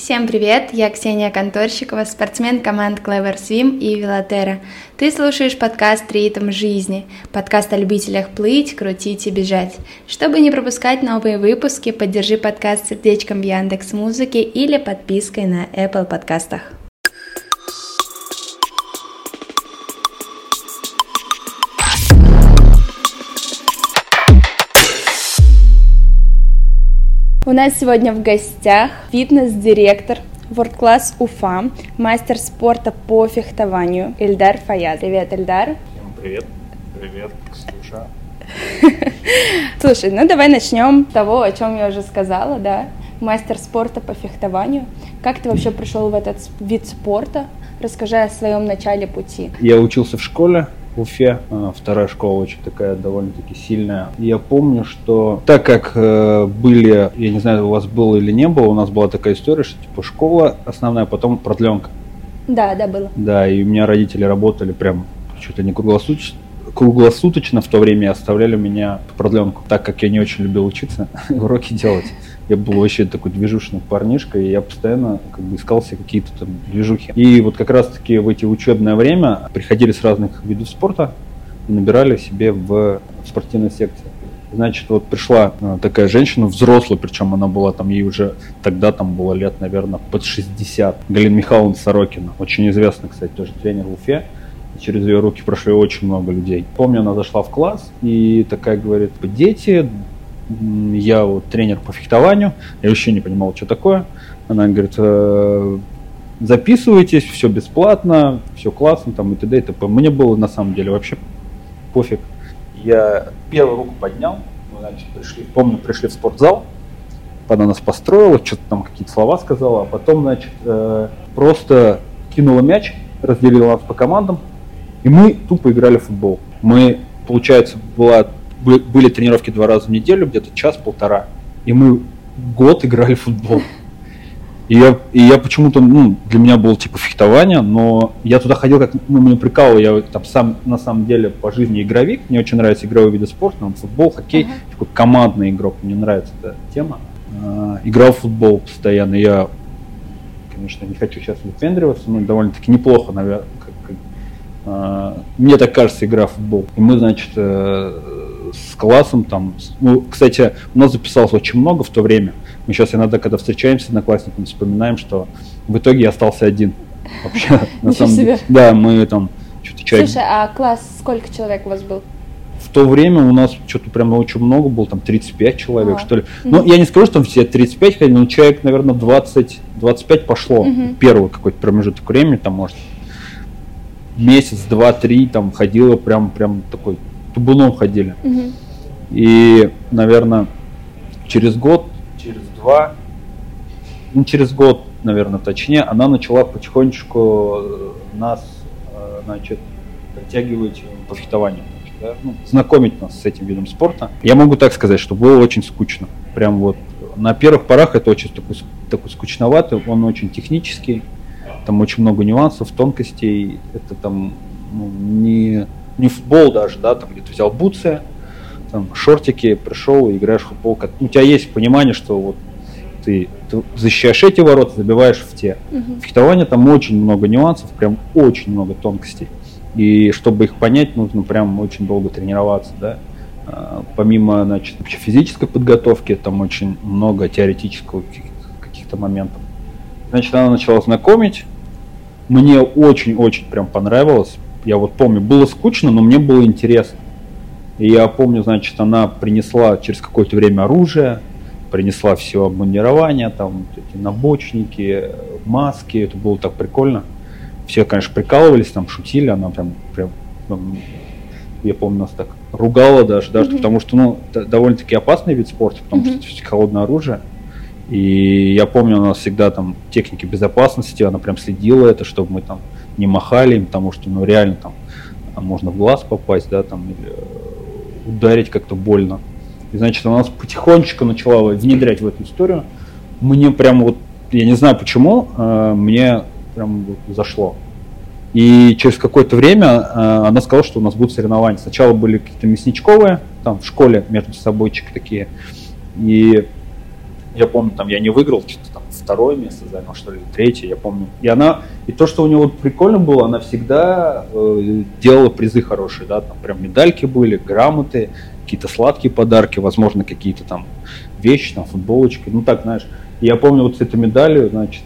Всем привет, я Ксения Конторщикова, спортсмен команд Clever Swim и Велотера. Ты слушаешь подкаст «Ритм жизни», подкаст о любителях плыть, крутить и бежать. Чтобы не пропускать новые выпуски, поддержи подкаст сердечком в Яндекс.Музыке или подпиской на Apple подкастах. У нас сегодня в гостях фитнес-директор World Class Уфа, мастер спорта по фехтованию Ильдар Фаяз. Привет, Ильдар. Всем привет. Привет, Ксюша. Слушай, давай начнем с того, о чем я уже сказала, да. Мастер спорта по фехтованию. Как ты вообще пришел в этот вид спорта? Расскажи о своем начале пути. Я учился в школе в Уфе, вторая школа очень такая довольно-таки сильная. Я помню, что так как были, я не знаю, у вас было или не было, у нас была такая история, что типа школа основная, потом продленка. Да, было. Да, и у меня родители работали прям чуть ли не круглосуточно в то время и оставляли меня в продленку, так как я не очень любил учиться, уроки делать. Я был вообще такой движушный парнишка, и я постоянно искал себе какие-то там движухи. И вот как раз-таки в эти учебное время приходили с разных видов спорта и набирали себе в спортивной секции. Значит, вот пришла такая женщина, взрослая, причем она была там, ей уже тогда там было лет, наверное, под 60. Галина Михайловна Сорокина, очень известная, кстати, тоже тренер в Уфе. Через ее руки прошли очень много людей. Помню, она зашла в класс и такая говорит: дети, я вот тренер по фехтованию, я вообще не понимал, что такое. Она говорит: записывайтесь, все бесплатно, все классно, там и т.д. и т.п. Мне было на самом деле вообще пофиг. Я первую руку поднял, значит, пришли в спортзал, она нас построила, что-то там какие-то слова сказала, а потом, значит, просто кинула мяч, разделила нас по командам, и мы тупо играли в футбол. Мы, получается, были тренировки 2 раза в неделю, где-то час-полтора, и мы год играли в футбол. И я почему-то, для меня было типа фехтование, но я туда ходил, как, меня прикалывало, я там сам, на самом деле, по жизни игровик, мне очень нравятся игровые виды спорта, футбол, хоккей, такой командный игрок, мне нравится эта тема. Играл в футбол постоянно, я, конечно, не хочу сейчас выпендриваться, но довольно-таки неплохо, наверное, мне так кажется, игра в футбол. И мы, значит, с классом там, кстати, у нас записалось очень много в то время. Мы сейчас иногда, когда встречаемся с одноклассниками, вспоминаем, что в итоге я остался один. Вообще, на самом деле. Да, мы там что-то человек. Слушай, а класс сколько человек у вас был? В то время у нас что-то прям очень много было, там 35 человек, что ли. Ну, я не скажу, что там все 35 ходили, но человек, наверное, 20-25 пошло. Первый какой-то промежуток времени, там, может, месяц, 2-3 там ходило, прям такой табуном ходили. И, наверное, через год, наверное, точнее, она начала потихонечку нас, значит, притягивать по фехтованию, да? Знакомить нас с этим видом спорта. Я могу так сказать, что было очень скучно. Прям вот на первых порах это очень такой скучноватый, он очень технический. Там очень много нюансов, тонкостей. Это там не футбол даже, да, там где ты взял бутсы, там шортики, пришел и играешь в футбол. У тебя есть понимание, что вот ты защищаешь эти ворота, забиваешь в те. В фехтовании там очень много нюансов, прям очень много тонкостей. И чтобы их понять, нужно прям очень долго тренироваться, да. Помимо, значит, вообще физической подготовки, там очень много теоретического каких-то моментов. Значит, она начала знакомить. Мне очень-очень прям понравилось. Я вот помню, было скучно, но мне было интересно. И я помню, значит, она принесла через какое-то время оружие, принесла все обмундирование, там эти набочники, маски. Это было так прикольно. Все, конечно, прикалывались, там шутили. Она прям я помню, нас так ругала даже, потому что, довольно-таки опасный вид спорта, потому что это все холодное оружие. И я помню, у нас всегда там техники безопасности, она прям следила это, чтобы мы там не махали им, потому что, реально там можно в глаз попасть, да, там, или ударить как-то больно. И, значит, она нас потихонечку начала внедрять в эту историю. Мне прям вот, я не знаю почему, мне прям вот зашло. И через какое-то время она сказала, что у нас будут соревнования. Сначала были какие-то мясничковые, там в школе между собойчики такие. И Я помню, там я не выиграл, что-то там 2 место занял, что ли, 3, я помню. И то, что у него прикольно было, она всегда делала призы хорошие, да, там прям медальки были, грамоты, какие-то сладкие подарки, возможно, какие-то там вещи, там футболочки, ну так, знаешь. Я помню вот с этой медалью, значит,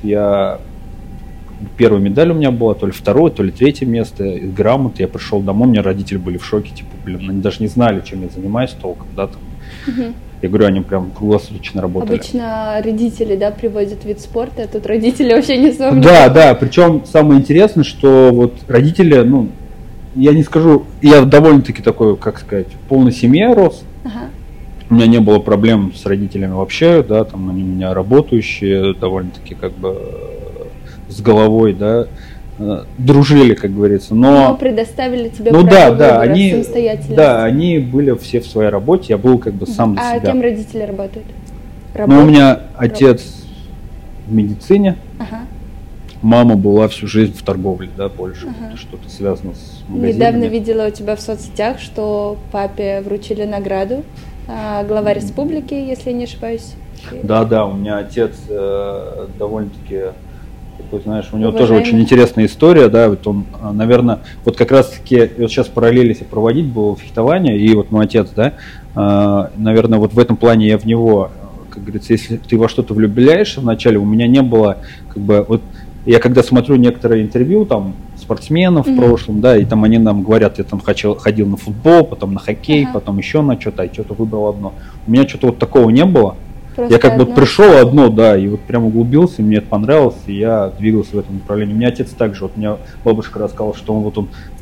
первая медаль у меня была, то ли 2, то ли 3 место, из грамоты, я пришел домой, у меня родители были в шоке, типа, блин, они даже не знали, чем я занимаюсь толком, да, там. Я говорю, они прям круглосуточно работали. Обычно родители, да, приводят вид спорта, а тут родители вообще не вспомнят. Да, причем самое интересное, что вот родители, ну, я не скажу, я довольно-таки такой, как сказать, в полной семье рос. Ага. У меня не было проблем с родителями вообще, да, там они у меня работающие, довольно-таки как бы с головой, да, дружили, как говорится, но предоставили тебе право выбора самостоятельности. Да, они были все в своей работе, я был как бы сам для себя. А кем родители работают? Ну, у меня отец в медицине, мама была всю жизнь в торговле, да, больше, что-то связано с магазинами. Недавно видела у тебя в соцсетях, что папе вручили награду, глава республики, если я не ошибаюсь. Да, у меня отец довольно-таки... Знаешь, у него тоже очень интересная история, да, вот он, наверное, вот как раз-таки, вот сейчас параллели если проводить было фехтование, и вот мой отец, да, наверное, вот в этом плане я в него, как говорится, если ты во что-то влюбляешься вначале, у меня не было, как бы, вот, я когда смотрю некоторые интервью, там, спортсменов в прошлом, да, и там они нам говорят, я там ходил на футбол, потом на хоккей, потом еще на что-то, а что-то выбрал одно. У меня что-то вот такого не было. Просто я как бы пришел одно, да, и вот прям углубился, мне это понравилось, и я двигался в этом направлении. У меня отец также, вот мне бабушка рассказала, что он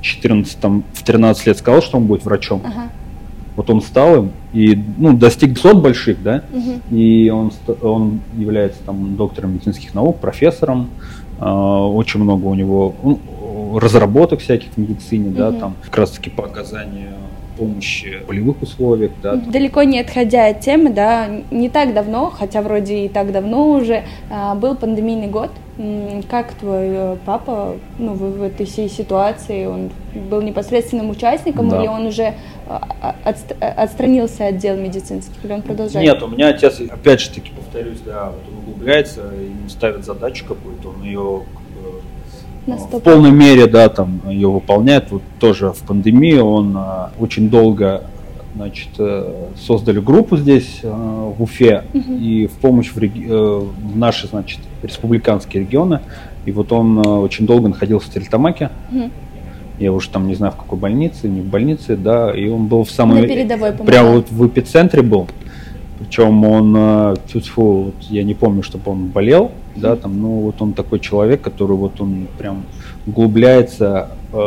в 13 лет сказал, что он будет врачом. Вот он стал им и, ну, достиг высот больших, да, и он является там доктором медицинских наук, профессором, очень много у него разработок всяких в медицине, да, там как раз таки по оказанию помощи в полевых условиях, да. Далеко не отходя от темы, да, не так давно, хотя вроде и так давно уже, был пандемийный год. Как твой папа, ну, в этой всей ситуации, он был непосредственным участником, или он уже отстранился от дел медицинских, или он продолжает? Нет, у меня отец, опять же таки повторюсь, да, вот он углубляется, ему ставят задачу какую-то, он ее в полной мере, да, там ее выполняет. Вот тоже в пандемию он очень долго, значит, создали группу здесь в Уфе и в помощь в наши, значит, республиканские регионы. И вот он очень долго находился в Стерлитамаке. Я уже там не знаю в какой больнице, не в больнице, да, и он был в самой, прямо вот в эпицентре был. Причем он, вот я не помню, чтобы он болел, да, там, ну вот он такой человек, который вот он прям углубляется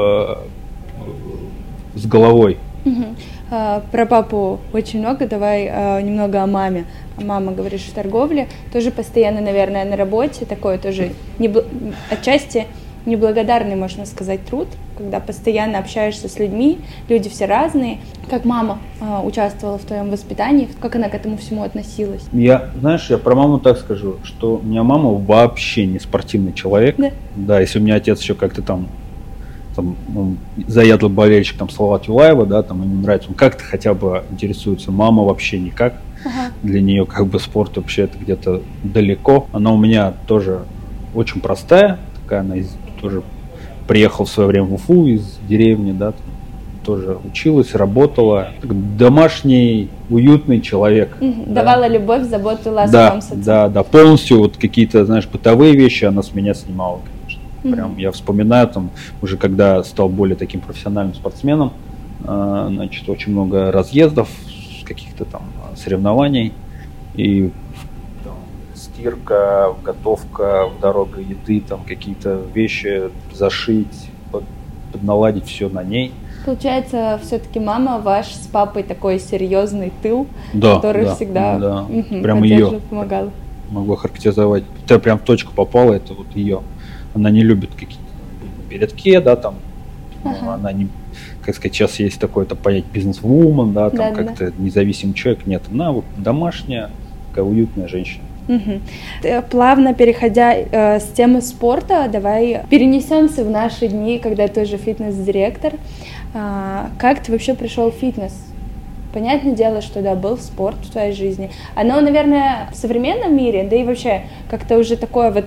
с головой. Про папу очень много, давай немного о маме. Мама, говоришь, в торговле, тоже постоянно, наверное, на работе, такой тоже отчасти неблагодарный, можно сказать, труд, когда постоянно общаешься с людьми, люди все разные. Как мама участвовала в твоем воспитании, как она к этому всему относилась? Я про маму так скажу, что у меня мама вообще не спортивный человек. Да, если у меня отец еще как-то там заядлый болельщик, там, Салават Юлаева, да, там, ему нравится, он как-то хотя бы интересуется. Мама вообще никак. Для нее как бы спорт вообще это где-то далеко. Она у меня тоже очень простая, такая она тоже приехала в свое время в Уфу из деревни, да, тоже училась, работала. Домашний, уютный человек. Давала любовь, заботу, ласку вам с отцом. Да, полностью вот какие-то, знаешь, бытовые вещи она с меня снимала, конечно. Прям я вспоминаю, там, уже когда стал более таким профессиональным спортсменом, значит, очень много разъездов, каких-то там соревнований, и стирка, готовка, дорога еды, там какие-то вещи зашить, подналадить все на ней. Получается, все-таки мама ваш с папой такой серьезный тыл, который всегда прям ее помогала. Могу охарактеризовать. Ты прям в точку попала, это вот ее. Она не любит какие-то передки, да, там. Она не, как сказать, сейчас есть такое-то понятие бизнес-вумен, да, там как-то независимый человек. Нет, она вот домашняя, такая уютная женщина. Плавно переходя с темы спорта, давай перенесемся в наши дни, когда ты уже фитнес-директор. Как ты вообще пришел в фитнес? понятное дело, что да, был спорт в твоей жизни. Оно, наверное, в современном мире, да и вообще как-то уже такое вот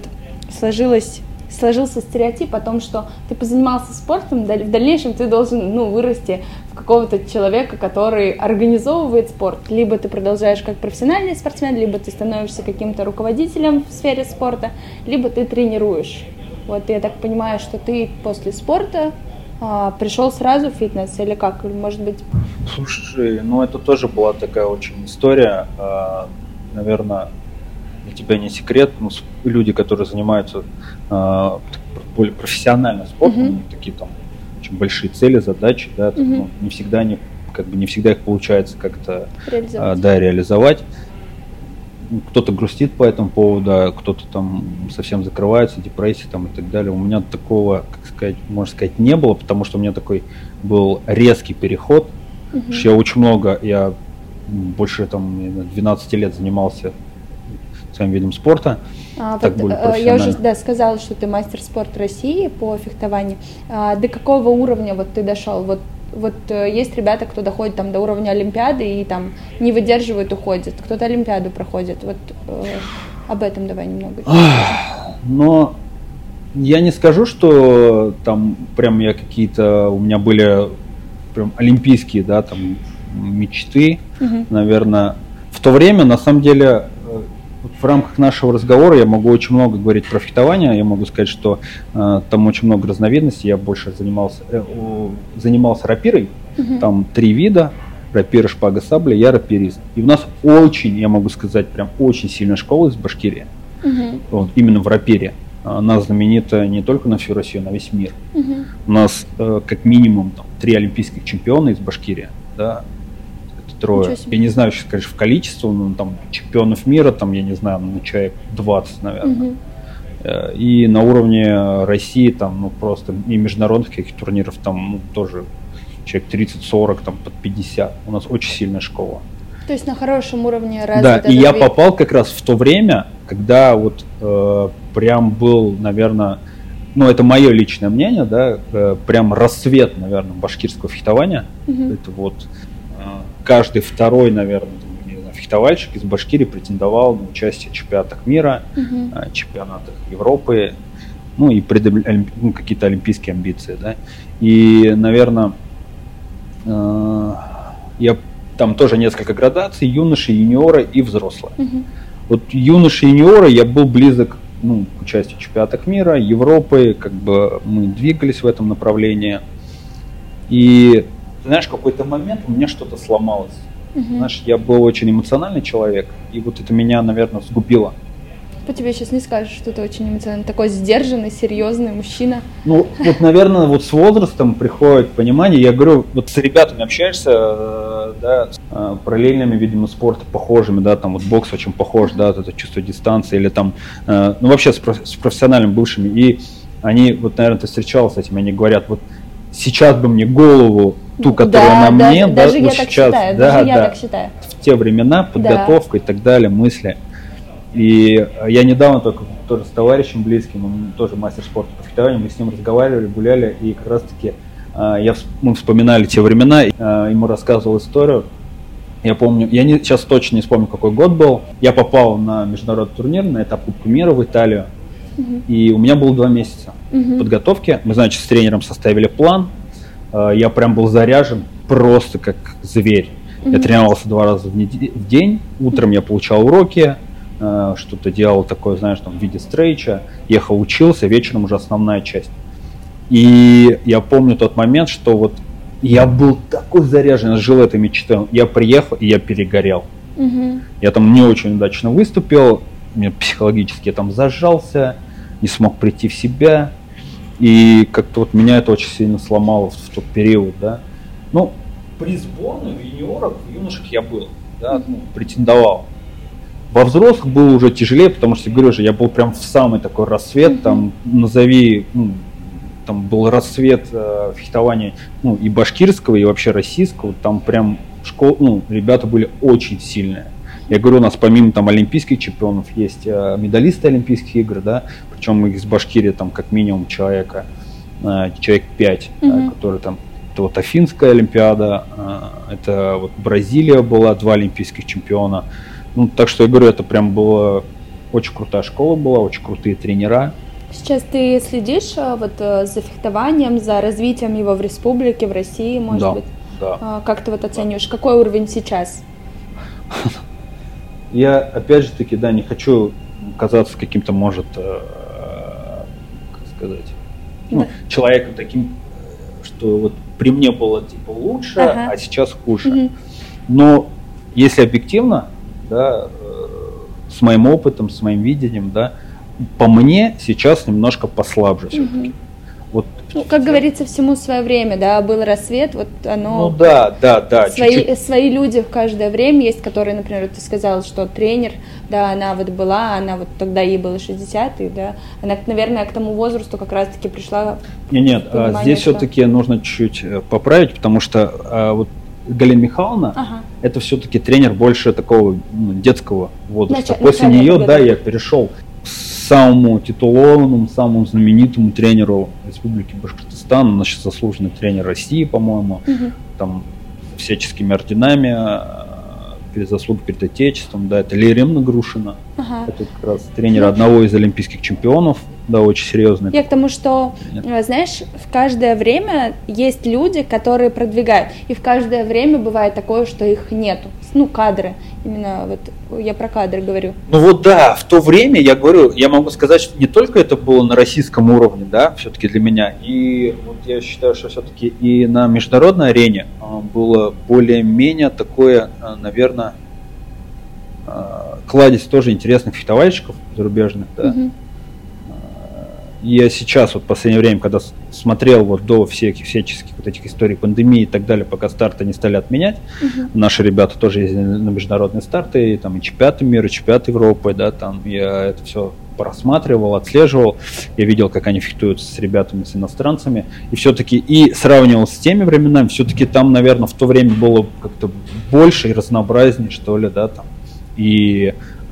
сложился стереотип о том, что ты позанимался спортом, в дальнейшем ты должен, вырасти в какого-то человека, который организовывает спорт. Либо ты продолжаешь как профессиональный спортсмен, либо ты становишься каким-то руководителем в сфере спорта, либо ты тренируешь. Вот я так понимаю, что ты после спорта пришел сразу в фитнес или как? Или, может быть... Слушай, это тоже была такая очень история. Наверное, для тебя не секрет. Люди, которые занимаются более профессионально спортом, такие там очень большие цели, задачи, да, не всегда их получается как-то реализовать. Кто-то грустит по этому поводу, а кто-то там совсем закрывается, депрессия там и так далее. У меня такого, можно сказать, не было, потому что у меня такой был резкий переход. Я больше 12 лет занимался своим видом спорта. Я уже сказала, что ты мастер спорта России по фехтованию. До какого уровня ты дошел? Вот есть ребята, кто доходит до уровня Олимпиады и там не выдерживают, уходят. Кто-то Олимпиаду проходит. Об этом давай немного. Но я не скажу, что там прям у меня были прям олимпийские, да, там мечты, наверное. В то время, на самом деле, в рамках нашего разговора я могу очень много говорить про фехтование. Я могу сказать, что там очень много разновидностей. Я больше занимался рапирой. Там 3 вида: рапира, шпага, сабля. Я рапирист. И у нас я могу сказать, прям очень сильная школа из Башкирии. Именно в рапире. Она знаменита не только на всю Россию, на весь мир. У нас как минимум 3 олимпийских чемпиона из Башкирии. Да. 3. Я не знаю, сейчас, конечно, в количестве, чемпионов мира, я не знаю, человек 20, наверное. И на уровне России, просто и международных каких-то турниров, тоже человек 30-40, под 50. У нас очень сильная школа. То есть на хорошем уровне развита. Да, и я попал как раз в то время, когда прям был, наверное, это мое личное мнение, да, прям рассвет, наверное, башкирского фехтования. Это каждый второй, наверное, фехтовальщик из Башкирии претендовал на участие в чемпионатах мира, чемпионатах Европы, и какие-то олимпийские амбиции, да. И, наверное, там тоже несколько градаций: юноши, юниоры и взрослые. Юноши и юниоры я был близок к участию в чемпионатах мира, Европы, мы двигались в этом направлении. И знаешь, в какой-то момент у меня что-то сломалось. Знаешь, я был очень эмоциональный человек, и это меня, наверное, сгубило. По тебе сейчас не скажешь, что ты очень эмоциональный, такой сдержанный, серьезный мужчина. Наверное, с возрастом приходит понимание. Я говорю, с ребятами общаешься, да, с параллельными видами спорта, похожими, да, бокс очень похож, да, это чувство дистанции, или вообще с профессиональными бывшими. И они, наверное, ты встречался с этим, они говорят, сейчас бы мне голову, ту, которая на мне, даже я так считаю, даже я так считаю. В те времена подготовка и так далее, мысли. И я недавно только тоже с товарищем близким, он тоже мастер спорта по фехтованию, мы с ним разговаривали, гуляли, и как раз таки мы вспоминали те времена, ему рассказывал историю. Я помню, сейчас точно не вспомню, какой год был, я попал на международный турнир, на этап Кубка мира в Италию, и у меня было 2 месяца подготовки. Мы, значит, с тренером составили план, я прям был заряжен просто как зверь. Я тренировался 2 раза в день, утром я получал уроки, что-то делал такое, знаешь, в виде стрейча, ехал, учился, вечером уже основная часть. И я помню тот момент, что я был такой заряжен, жил этой мечтой. Я приехал, и я перегорел. Я не очень удачно выступил, психологически я зажался, не смог прийти в себя. И как-то меня это очень сильно сломало в тот период, да. При сборной в юниорах, в юношах я был, да, претендовал. Во взрослых было уже тяжелее, потому что, говорю же, я был прям в самый такой рассвет, был рассвет фехтования, и башкирского, и вообще российского, там прям ребята были очень сильные. Я говорю, у нас помимо олимпийских чемпионов есть медалисты Олимпийских игр, да, причем их из Башкирии как минимум человек 5, да, которые Это вот Афинская Олимпиада, это вот Бразилия была, 2 олимпийских чемпиона. Ну, так что я говорю, это прям была очень крутая школа была, очень крутые тренера. Сейчас ты следишь вот за фехтованием, за развитием его в республике, в России, может быть? Да. Как ты вот оцениваешь, какой уровень сейчас? Я, опять же таки, не хочу казаться каким-то, может, человеком таким, что вот при мне было типа лучше, а сейчас хуже. Но если объективно, с моим опытом, с моим видением, по мне сейчас немножко послабже все-таки. Вот, как говорится, всему свое время, был рассвет, вот оно... Свои люди в каждое время есть, которые, например, ты сказала, что тренер, она вот была, она вот тогда ей было 60, и она, наверное, к тому возрасту как раз-таки пришла... Нет, здесь все-таки нужно чуть-чуть поправить, потому что вот Галина Михайловна, это все-таки тренер больше такого детского возраста. После нее, я перешел самому титулованному, самому знаменитому тренеру Республики Башкортостан, он сейчас заслуженный тренер России, по-моему, там всяческими орденами, заслуги перед Отечеством, это Леремна Грушина, это как раз тренер одного из олимпийских чемпионов, очень серьезный. Я к тому, что, знаешь, в каждое время есть люди, которые продвигают, и в каждое время бывает такое, что их нету, кадры, именно вот я про кадры говорю. В то время, я говорю, я могу сказать, что не только это было на российском уровне, все-таки для меня, и вот я считаю, что все-таки и на международной арене было более-менее такое, наверное, кладезь тоже интересных фехтовальщиков зарубежных, Я сейчас, в последнее время, когда смотрел до всяческих вот этих историй пандемии и так далее, пока старты не стали отменять, наши ребята тоже ездили на международные старты, и чемпионаты мира, чемпионаты Европы, я это все просматривал, отслеживал, я видел, как они фехтуют с ребятами, с иностранцами, и все-таки и сравнивал с теми временами, все-таки там, наверное, в то время было как-то больше и разнообразнее, что ли, и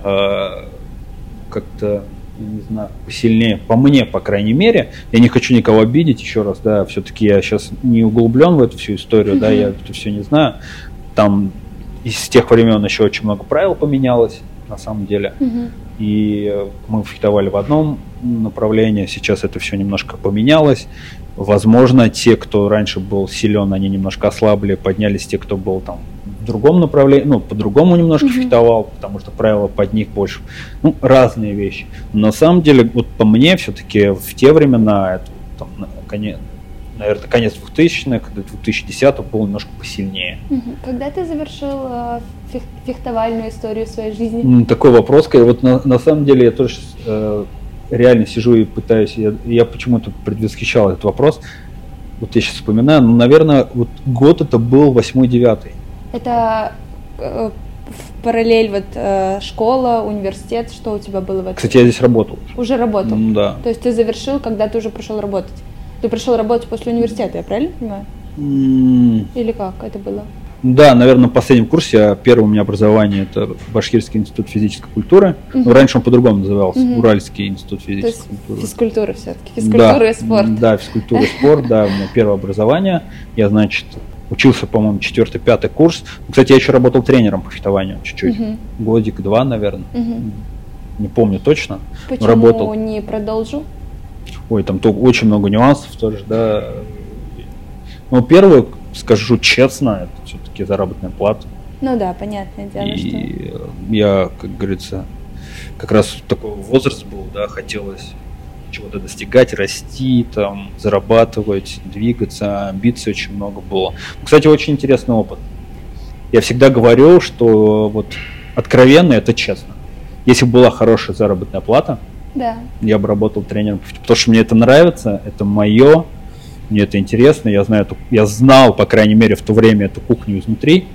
как-то, не знаю, посильнее, по мне, по крайней мере. Я не хочу никого обидеть, еще раз, все-таки я сейчас не углублен в эту всю историю, я это все не знаю. Там из тех времен еще очень много правил поменялось, на самом деле. И мы фехтовали в одном направлении, сейчас это все немножко поменялось. Возможно, те, кто раньше был силен, они немножко ослабли, поднялись те, кто был там в другом направлении, по-другому немножко фехтовал, потому что правила под них больше, разные вещи. Но на самом деле, вот по мне, все-таки в те времена, это, наверное, конец 2000-х, 2010-х был немножко посильнее. Когда ты завершил фехтовальную историю своей жизни? Такой вопрос, вот на самом деле я тоже реально сижу и пытаюсь, я почему-то предвосхищал этот вопрос, вот я сейчас вспоминаю, наверное, вот год это был 8-9. Это в параллель школа, университет, что у тебя было в этом? Кстати, я здесь работал. Уже работал? Да. То есть ты завершил, когда ты уже пришел работать? Ты пришел работать после университета, я правильно понимаю? Или как это было? Да, наверное, на последнем курсе. Первое у меня образование — это Башкирский институт физической культуры. Раньше он по-другому назывался, Уральский институт физической культуры. Физкультура все-таки, физкультура и спорт. Да, физкультура и спорт, у меня первое образование. Я, учился, по-моему, 4-5 курс. Кстати, я еще работал тренером по фехтованию чуть-чуть. Годик-два, наверное. Не помню точно. Почему работал. Не продолжил? Ой, там очень много нюансов тоже, первое, скажу честно, это все-таки заработная плата. Понятное дело, и я, как говорится, как раз такой возраст был, хотелось чего-то достигать, расти, зарабатывать, двигаться, амбиций очень много было. Кстати, очень интересный опыт. Я всегда говорю, что откровенно это честно. Если бы была хорошая заработная плата, я бы работал тренером, потому что мне это нравится, это мое, мне это интересно, я знал, по крайней мере, в то время эту кухню изнутри.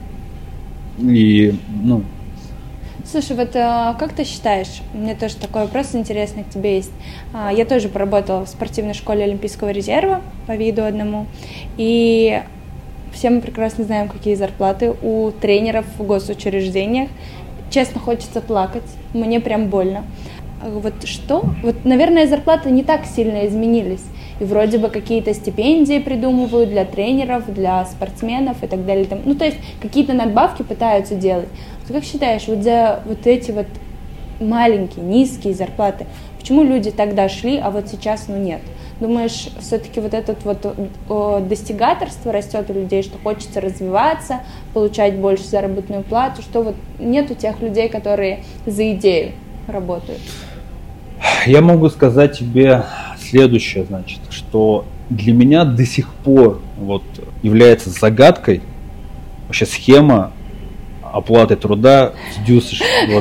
И, Слушай, как ты считаешь, у меня тоже такой вопрос интересный к тебе есть. Я тоже поработала в спортивной школе Олимпийского резерва по виду одному, и все мы прекрасно знаем, какие зарплаты у тренеров в госучреждениях. Честно, хочется плакать, мне прям больно. вот что? Вот, наверное, зарплаты не так сильно изменились. И вроде бы какие-то стипендии придумывают для тренеров, для спортсменов и так далее. Ну, то есть какие-то надбавки пытаются делать. Ты как считаешь, вот за вот эти вот маленькие, низкие зарплаты, почему люди тогда шли, а вот сейчас, нет? Думаешь, все-таки вот это вот достигаторство растет у людей, что хочется развиваться, получать больше заработную плату, что вот нет у тех людей, которые за идею работают? Я могу сказать тебе следующее, значит, что для меня до сих пор вот является загадкой вообще схема оплаты труда с Дюсш. Вот.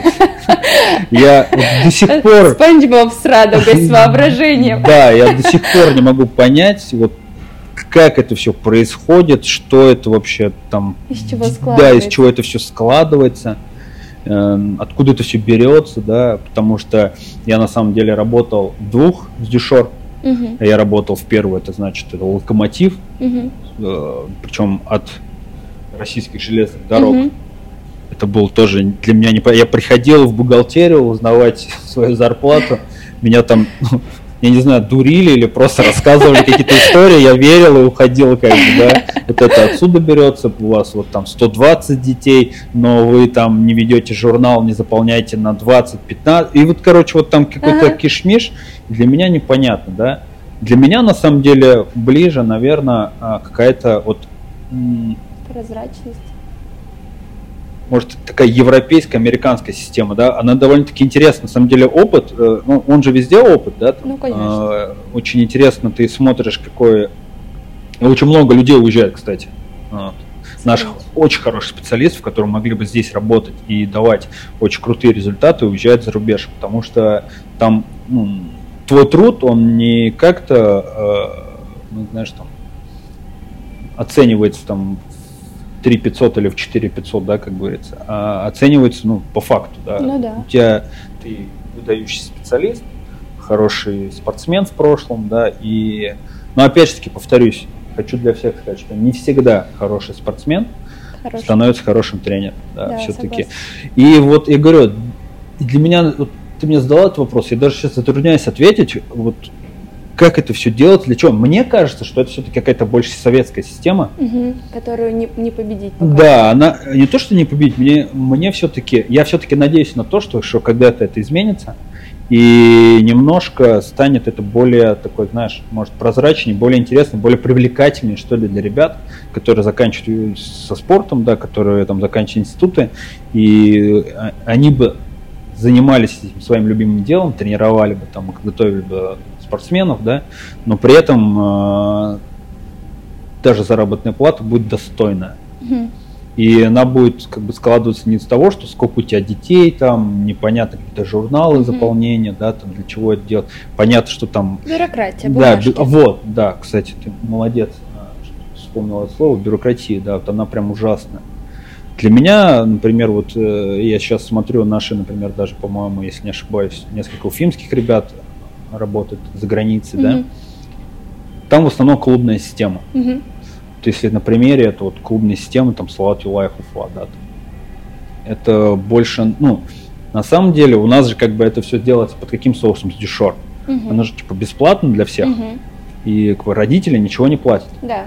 Я до сих пор... Спанч Боб с радугой, с воображением. Да, я до сих пор не могу понять, вот как это все происходит, что это вообще там... Из чего складывается. Да, из чего это все складывается, откуда это все берется, да, потому что я на самом деле работал в двух с Дюшор. Я работал в первую, это значит, это Локомотив, причем от российских железных дорог. Это был тоже для меня не... Я приходил в бухгалтерию узнавать свою зарплату, меня там, я не знаю, дурили или просто рассказывали какие-то истории, я верил и уходил, как бы, да, вот это отсюда берется, у вас вот там 120 детей, но вы там не ведете журнал, не заполняете на 20-15, и вот, короче, вот там какой-то кишмиш, для меня непонятно, да. Для меня, на самом деле, ближе, наверное, какая-то вот... Прозрачность. Может, такая европейская, американская система, да, она довольно-таки интересна. На самом деле опыт, ну, он же везде опыт, да? Там, ну, конечно. Очень интересно, ты смотришь, какое... Очень много людей уезжает, кстати. Вот. Наших очень хороших специалистов, которые могли бы здесь работать и давать очень крутые результаты, уезжают за рубеж, потому что там твой труд, он не как-то, знаешь, там, оценивается там 3500 или в 4500, да, как говорится, а оценивается, по факту, да. Ну, да. У тебя ты выдающийся специалист, хороший спортсмен в прошлом, да, и, опять же таки, повторюсь, хочу для всех сказать, что не всегда хороший спортсмен становится хорошим тренером, да, все-таки. Согласна. И вот я говорю, для меня, вот, ты мне задала этот вопрос, я даже сейчас затрудняюсь ответить, вот, как это все делать, для чего? Мне кажется, что это все-таки какая-то больше советская система. Которую не победить пока. Да, она не то, что не победить, мне все-таки, я все-таки надеюсь на то, что когда-то это изменится, и немножко станет это более такой, знаешь, может, прозрачнее, более интересно, более привлекательнее, что ли, для ребят, которые заканчивают со спортом, да, которые там заканчивают институты, и они бы занимались этим своим любимым делом, тренировали бы, там, готовили бы спортсменов, да, но при этом даже заработная плата будет достойная. И она будет как бы складываться не из того, что сколько у тебя детей, там, непонятно какие-то журналы заполнения, да, там, для чего это делать. Понятно, что там... Бюрократия, бумажки. Да, вот, да, кстати, ты молодец, вспомнила это слово, бюрократия, да, вот она прям ужасная. Для меня, например, вот я сейчас смотрю наши, например, даже, по-моему, если не ошибаюсь, несколько уфимских ребят работают за границей, да, там в основном клубная система. То есть, если на примере, это вот клубная система, там, Салават Юлаев, Уфа, да, это больше, на самом деле, у нас же как бы это все делается под каким соусом? С Дюшор. Оно же, типа, бесплатно для всех, и как бы родители ничего не платят. Да.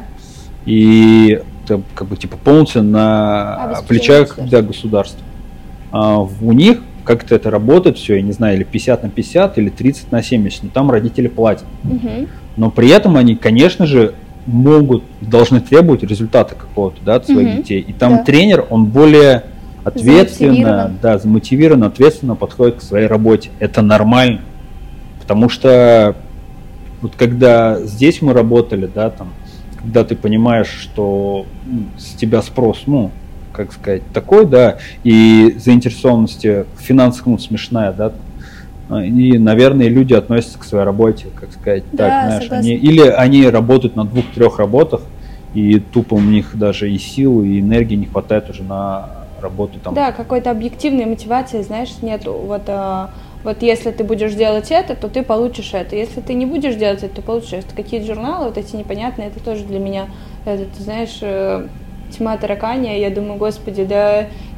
И это как бы, типа, полностью на плечах государства. А у них как-то это работает все, я не знаю, или 50 на 50, или 30 на 70, но там родители платят. Но при этом они, конечно же, должны требовать результата какого-то, да, от своих детей. И там тренер, он более ответственно, замотивирован, ответственно подходит к своей работе. Это нормально. Потому что вот когда здесь мы работали, да, там, когда ты понимаешь, что с тебя спрос, как сказать, такой, да, и заинтересованность в финансах, смешная, да, и, наверное, люди относятся к своей работе, как сказать, да, так, знаешь, они работают на 2-3 работах, и тупо у них даже и сил, и энергии не хватает уже на работу там. Да, какой-то объективной мотивации, знаешь, нету. Вот если ты будешь делать это, то ты получишь это. Если ты не будешь делать это, то получишь это. Какие-то журналы вот эти непонятные, это тоже для меня, это, ты знаешь, тьма таракания. Я думаю, господи, да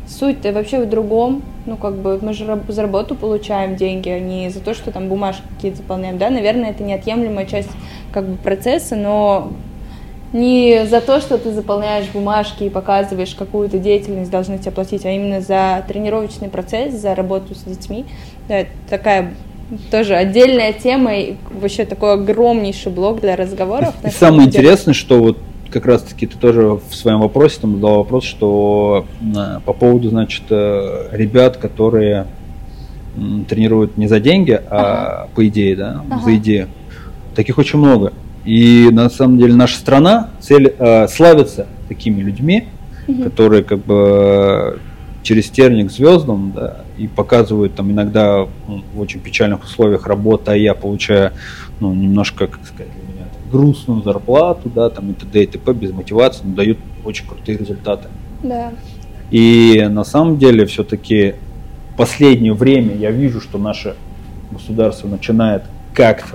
Суть-то вообще в другом. Ну, как бы мы же за работу получаем деньги, а не за то, что там бумажки какие-то заполняем. Да, наверное, это неотъемлемая часть как бы процесса, но не за то, что ты заполняешь бумажки и показываешь какую-то деятельность, должны тебе платить, а именно за тренировочный процесс, за работу с детьми. Да, это такая тоже отдельная тема и вообще такой огромнейший блок для разговоров. И самое интересное, что вот как раз-таки ты тоже в своем вопросе там задал вопрос, что по поводу, значит, ребят, которые тренируют не за деньги, а по идее, да, за идею. Таких очень много. И на самом деле наша страна славится такими людьми, которые как бы через терник к звездам, да, и показывают там иногда в очень печальных условиях работая, получая, ну, немножко, как сказать, для меня грустную зарплату, да, там и т.д. и т.п. без мотивации, но дают очень крутые результаты. Да. И на самом деле все-таки в последнее время я вижу, что наше государство начинает как-то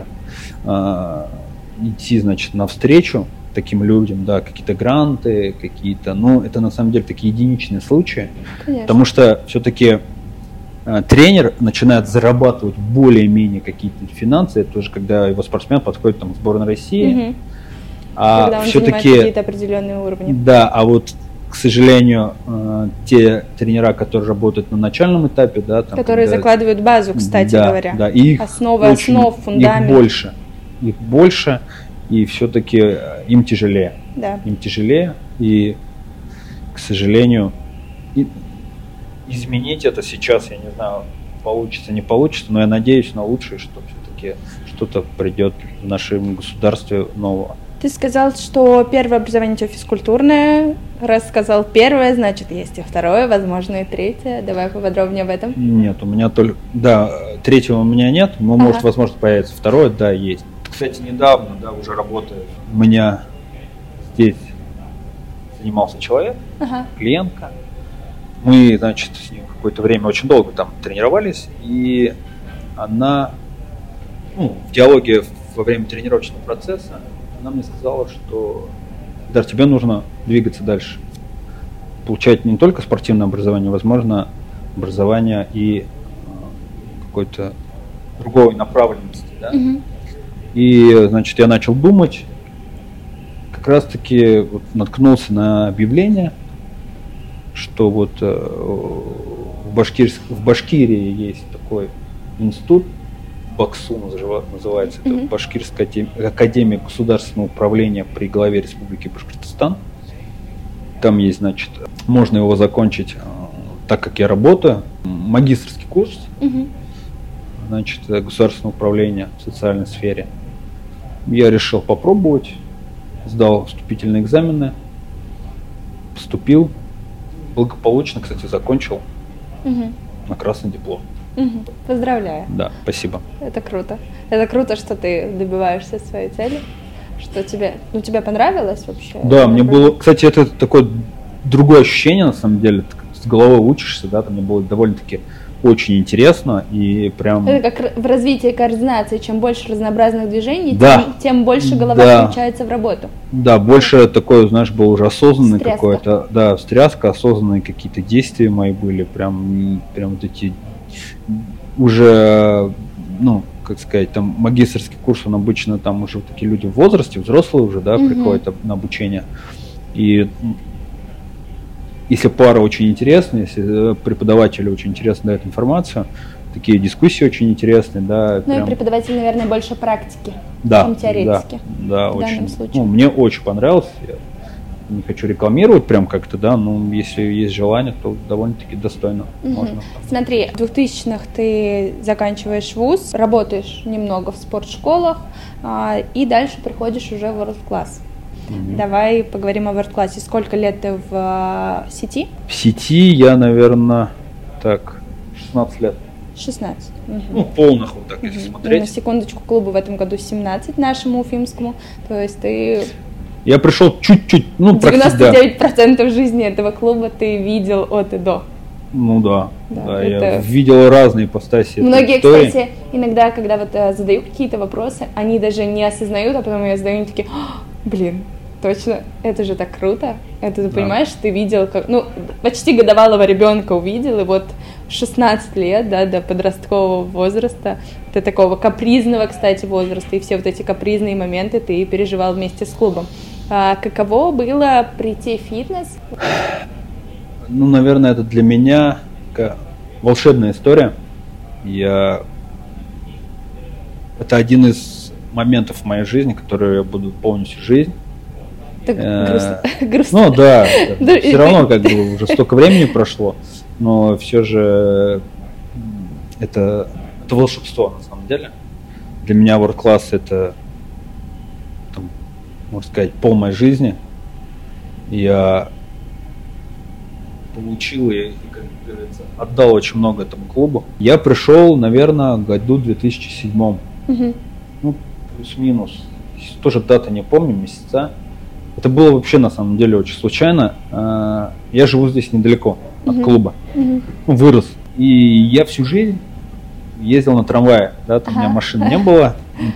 идти, значит, навстречу таким людям, да, какие-то гранты, какие-то, но это на самом деле такие единичные случаи, конечно. Потому что все-таки тренер начинает зарабатывать более-менее какие-то финансы, это уже когда его спортсмен подходит там, к сборной России, когда он занимает какие-то определенные уровни. Да, а вот, к сожалению, те тренера, которые работают на начальном этапе, да, там, которые закладывают базу, кстати говоря, да, их основы основ, фундамент. Их больше, и все-таки им тяжелее. Да. Им тяжелее, и, к сожалению, изменить это сейчас, я не знаю, получится, не получится, но я надеюсь на лучшее, что все-таки что-то придет в нашем государстве нового. Ты сказал, что первое образование у тебя физкультурное. Раз сказал первое, значит, есть и второе, возможно, и третье. Давай поподробнее об этом. Нет, у меня только... Да, третьего у меня нет, но может, возможно, появится второе, да, есть. Кстати, недавно, да, уже работает, у меня здесь занимался человек, клиентка. Мы, значит, с ним какое-то время очень долго там тренировались, и она, в диалоге во время тренировочного процесса, она мне сказала, что Дар, тебе нужно двигаться дальше, получать не только спортивное образование, возможно, образование и какой-то другой направленности, да? И, значит, я начал думать, как раз-таки вот наткнулся на объявление, что вот в Башкирии есть такой институт, БАКСУ называется, это Башкирская академия государственного управления при главе Республики Башкортостан. Там есть, значит, можно его закончить, так как я работаю, магистерский курс, значит, государственного управления в социальной сфере. Я решил попробовать, сдал вступительные экзамены, поступил, благополучно, кстати, закончил на красный диплом. Поздравляю. Да, спасибо. Это круто. Это круто, что ты добиваешься своей цели, что тебе понравилось вообще? Да, мне было, кстати, это такое другое ощущение, на самом деле, с головой учишься, да, там мне было довольно-таки очень интересно и прям... Это как в развитии координации, чем больше разнообразных движений, да, тем больше голова включается в работу. Да, больше такое, знаешь, был уже осознанный какой-то, да, встряска, осознанные какие-то действия мои были, прям вот эти уже, как сказать, там магистерский курс, он обычно там уже такие люди в возрасте, взрослые уже, да, приходят на обучение. И если пара очень интересная, если преподаватели очень интересно дают информацию, такие дискуссии очень интересные, да. Ну и преподаватель, наверное, больше практики, чем теоретики. Да, очень. Мне очень понравилось. Я не хочу рекламировать прям как-то, да, но если есть желание, то довольно-таки достойно можно. Смотри, в 2000-х ты заканчиваешь вуз, работаешь немного в спортшколах, и дальше приходишь уже в World Class. Давай поговорим о World Class. Сколько лет ты в сети? В сети я, наверное, 16 лет. 16. Полных вот так, если смотреть. На секундочку, клубу в этом году 17 нашему уфимскому. То есть ты... Я пришел чуть-чуть, 99% жизни этого клуба ты видел от и до. Ну да, я видел разные ипостаси. Многие, кстати, иногда, когда вот задаю какие-то вопросы, они даже не осознают, а потом я задаю, они такие: блин, Точно, это же так круто. Это ты понимаешь, ты видел, как, почти годовалого ребенка увидел, и вот 16 лет, да, до подросткового возраста, до такого капризного, кстати, возраста, и все вот эти капризные моменты ты переживал вместе с клубом. А каково было прийти в фитнес? Наверное, это для меня волшебная история. Это один из моментов в моей жизни, который я буду помнить всю жизнь. Так грустно. Да. Все равно как бы уже столько времени прошло, но все же это волшебство на самом деле. Для меня World Class это, можно сказать, пол моей жизни. Я получил и, как говорится, отдал очень много этому клубу. Я пришел, наверное, в году 2007. Плюс-минус. Тоже дата не помню, месяца. Это было вообще на самом деле очень случайно. Я живу здесь недалеко от клуба. Вырос. И я всю жизнь ездил на трамвае. Да, у меня машины не было.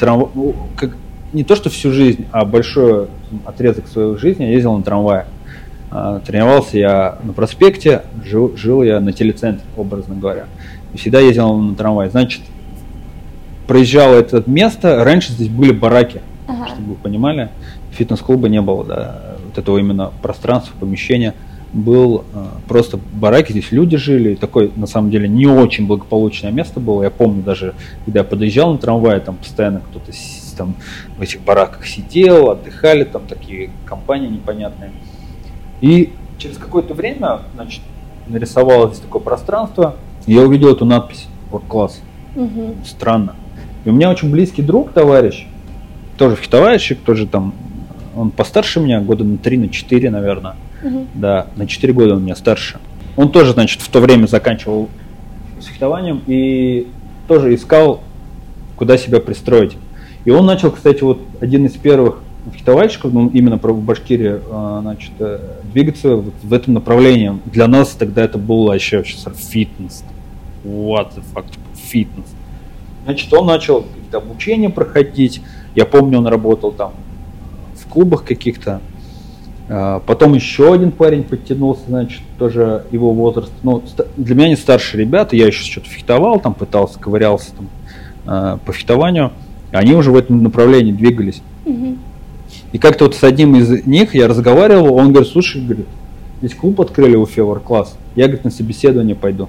Не то, что всю жизнь, а большой отрезок своей жизни я ездил на трамвае. Тренировался я на проспекте, жил я на телецентре, образно говоря. И всегда ездил на трамвае. Значит, проезжал это место, раньше здесь были бараки, чтобы вы понимали. Фитнес-клуба не было, да, вот этого именно пространства, помещения. Был просто бараки, здесь люди жили. Такое, на самом деле, не очень благополучное место было. Я помню даже, когда я подъезжал на трамвае, там постоянно кто-то там в этих бараках сидел, отдыхали, там такие компании непонятные. И через какое-то время, значит, нарисовалось здесь такое пространство, и я увидел эту надпись World Class. Странно. И у меня очень близкий друг, товарищ, тоже фехтовальщик, тоже там, он постарше меня, года на 3, на 4, наверное. Да, на 4 года он меня старше. Он тоже, значит, в то время заканчивал с фехтованием и тоже искал, куда себя пристроить. И он начал, кстати, вот один из первых фехтовальщиков, именно в Башкирии, значит, двигаться вот в этом направлении. Для нас тогда это был вообще фитнес. What the fuck, фитнес. Значит, он начал какие-то обучения проходить. Я помню, он работал там в клубах каких-то. Потом еще один парень подтянулся, значит, тоже его возраст. Для меня они старшие ребята, я еще что-то фехтовал, там пытался, ковырялся там, по фехтованию. Они уже в этом направлении двигались. И как-то вот с одним из них я разговаривал, он говорит: слушай, говорит, здесь клуб открыли в Уфе, World Class, я, говорит, на собеседование пойду.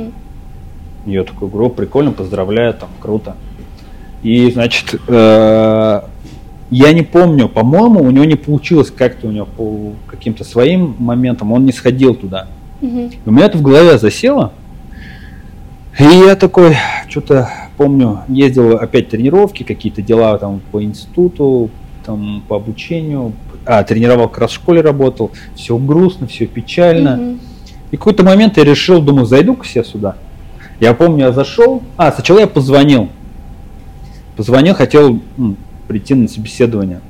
Я такой говорю: прикольно, поздравляю, там, круто. И, значит, я не помню, по-моему, у него не получилось как-то, у него по каким-то своим моментам, он не сходил туда. И у меня это в голове засело. И я такой, что-то помню, ездил опять тренировки, какие-то дела там по институту, там по обучению. Тренировал, как раз в школе работал. Все грустно, все печально. И в какой-то момент я решил, думаю, зайду-ка все сюда. Я помню, я зашел. Сначала я позвонил. Хотел прийти на собеседование.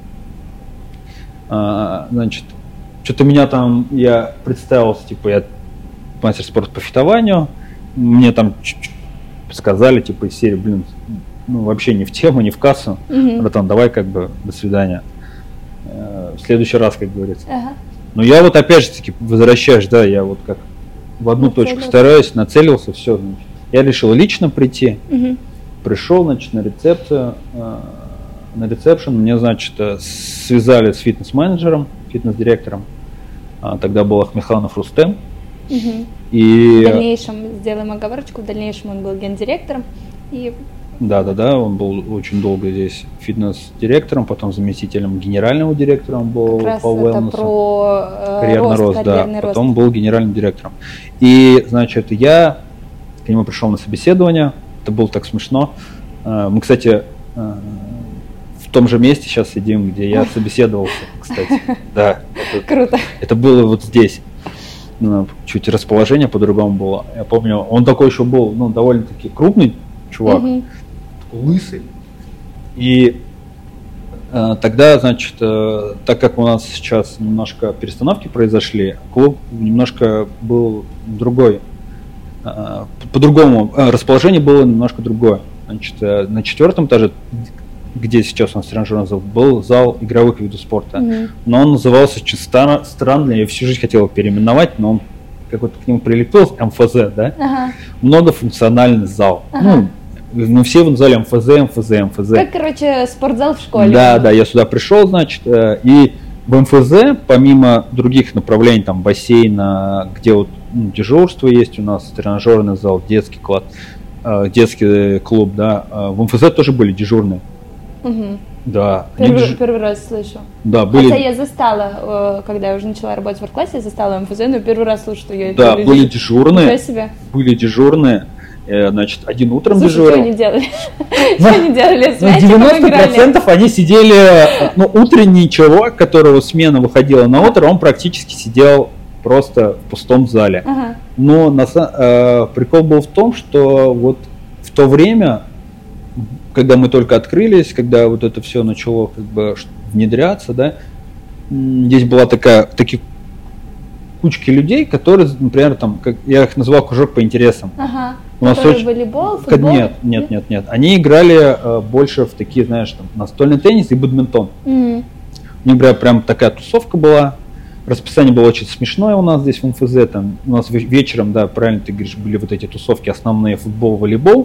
Значит, что-то меня там, я представился, типа, я мастер спорта по фехтованию. Мне там сказали, типа, из серии, вообще не в тему, не в кассу. Братан, давай, как бы, до свидания. В следующий раз, как говорится. Но я вот опять же таки возвращаюсь, да, я вот как в одну точку стараюсь, нацелился, все, значит. Я решил лично прийти. Пришел, значит, на рецепцию, на ресепшн. Мне, значит, связали с фитнес-менеджером, фитнес-директором. Тогда был Ахмеханов Рустем. И... В дальнейшем, сделаем оговорочку, в дальнейшем он был гендиректором. Да, он был очень долго здесь фитнес-директором, потом заместителем генерального директора он был по wellness. Про карьерный рост, да. Потом был генеральным директором. И, значит, я к нему пришел на собеседование. Это было так смешно. Мы, кстати, в том же месте сейчас сидим, где я собеседовался, кстати. Да. Круто. Это было вот здесь. Чуть расположение по-другому было. Я помню, он такой еще был, довольно-таки крупный чувак, такой лысый. И тогда, значит, так как у нас сейчас немножко перестановки произошли, клуб немножко был другой. По-другому. Расположение было немножко другое. Значит, на 4-м этаже где сейчас у нас тренажерный зал, был зал игровых видов спорта. Но он назывался очень странно, я всю жизнь хотел его переименовать, но он какой-то к нему прилепился, МФЗ, да? Многофункциональный зал. Ну, все его назвали МФЗ. Как, короче, спортзал в школе. Да, я сюда пришел, значит, и в МФЗ, помимо других направлений, там, бассейна, где вот дежурство есть у нас, тренажерный зал, детский клуб, да, в МФЗ тоже были дежурные. Да. Первый раз слышу. Да, были. Хотя я застала, когда я уже начала работать в ворк-классе, я застала МФЗ, но первый раз слышу, что я... Да, были дежурные. Значит, один утром дежурил. Что они делали? Что они делали? 90% они сидели, утренний человек, которого смена выходила на утро, он практически сидел просто в пустом зале. Но прикол был в том, что вот в то время, когда мы только открылись, когда вот это все начало как бы внедряться, да, здесь была такие кучки людей, которые, например, там, как я их называл кружок по интересам. У нас волейбол, футбол? Нет. Они играли больше в такие, знаешь, там, настольный теннис и бадминтон. У них прям такая тусовка была. Расписание было очень смешное у нас здесь в МФЗ. Там, у нас вечером, да, правильно ты говоришь, были вот эти тусовки основные: футбол, волейбол.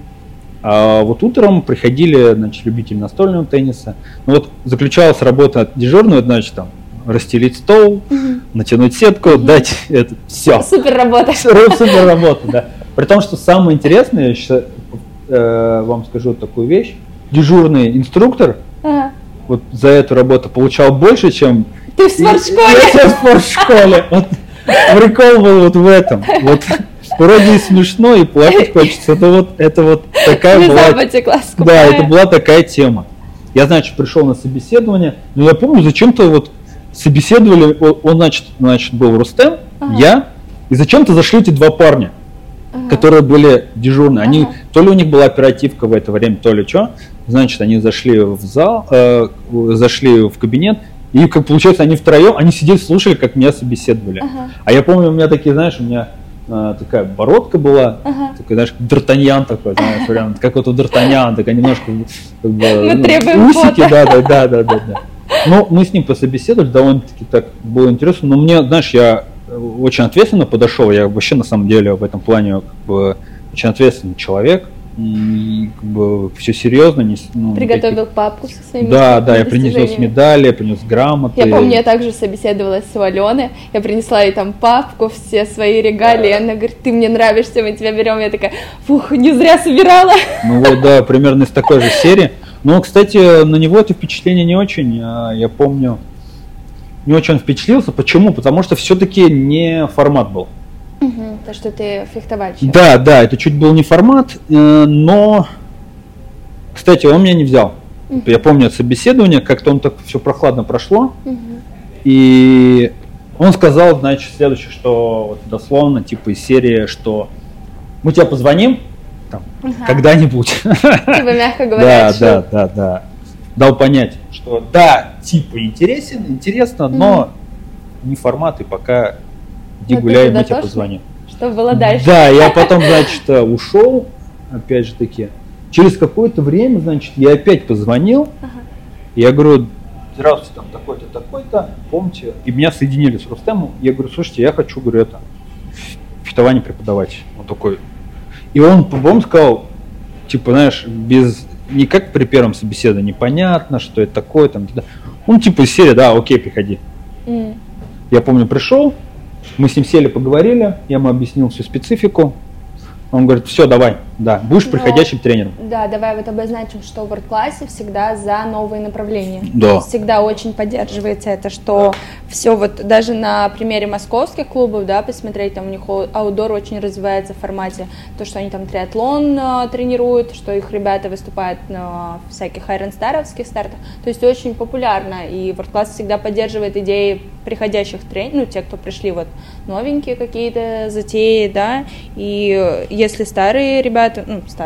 А вот утром приходили, значит, любители настольного тенниса. Ну вот заключалась работа дежурного, значит, там, расстелить стол, натянуть сетку, дать это все. Супер работа. Супер работа, да. При том, что самое интересное, я сейчас вам скажу такую вещь: дежурный инструктор вот за эту работу получал больше, чем ты в спортшколе. Я в спортшколе. Вот, прикол был вот в этом. Вот вроде и смешно, и плакать хочется. Это вот такая была. Да, это была такая тема. Я, значит, пришел на собеседование, но я помню, зачем-то вот собеседовали, он, значит, был Рустем, я, и зачем-то зашли эти два парня, которые были дежурные. Они, то ли у них была оперативка в это время, то ли что. Значит, они зашли в зал, зашли в кабинет, и, как получается, они втроем, они сидели, слушали, как меня собеседовали. А я помню, у меня такие, знаешь, у меня такая бородка была, такой, знаешь, Д'Артаньян такой, знаешь, прям, как вот у Д'Артаньяна, такая немножко, как бы, усики, да. Ну, мы с ним пособеседовали, довольно-таки так было интересно, но мне, знаешь, я очень ответственно подошел, я вообще, на самом деле, в этом плане, как бы, очень ответственный человек, и, как бы, все серьезно. Приготовил папку со своими Да, я принес медали, я принес грамоты. Я помню, я также собеседовалась у Алены, я принесла ей там папку, все свои регалии, она говорит: ты мне нравишься, мы тебя берем. Я такая: фух, не зря собирала. Ну вот, да, примерно из такой же серии. Но, кстати, на него это впечатление не очень, я помню, не очень впечатлился. Почему? Потому что все-таки не формат был. То, что ты фехтовальщик. Да, это чуть был не формат, но, кстати, он меня не взял. Я помню собеседование, как-то он так все прохладно прошло, и он сказал, значит, следующее, что вот, дословно, типа из серии, что мы тебе позвоним там, когда-нибудь. Типа, мягко говоря. Да. Дал понять, что да, типа интересно, но не формат, и пока иди гуляй, мы тебе позвоним. Что было дальше? Да, я потом, значит, ушел, опять же таки. Через какое-то время, значит, я опять позвонил, я говорю: здравствуйте, там такой-то, такой-то, помните? И меня соединили с Рустемом. Я говорю: слушайте, я хочу, говорю, фехтование преподавать. Он такой. И он, по-моему, сказал, типа, знаешь, не как при первом собеседовании, непонятно, что это такое, там, он типа из серии: да, окей, приходи. Я помню, пришел, мы с ним сели, поговорили, я ему объяснил всю специфику. Он говорит: все, давай, да, будешь приходящим тренером. Да, давай вот обозначим, что в ворк-классе всегда за новые направления. Да. То есть всегда очень поддерживается это, что все вот даже на примере московских клубов, да, посмотреть, там у них аутдор очень развивается в формате, то, что они там триатлон тренируют, что их ребята выступают на всяких айронстаровских стартах, то есть очень популярно, и ворк-класс всегда поддерживает идеи приходящих тренеров, те, кто пришли вот новенькие какие-то затеи, да, и если старые ребята,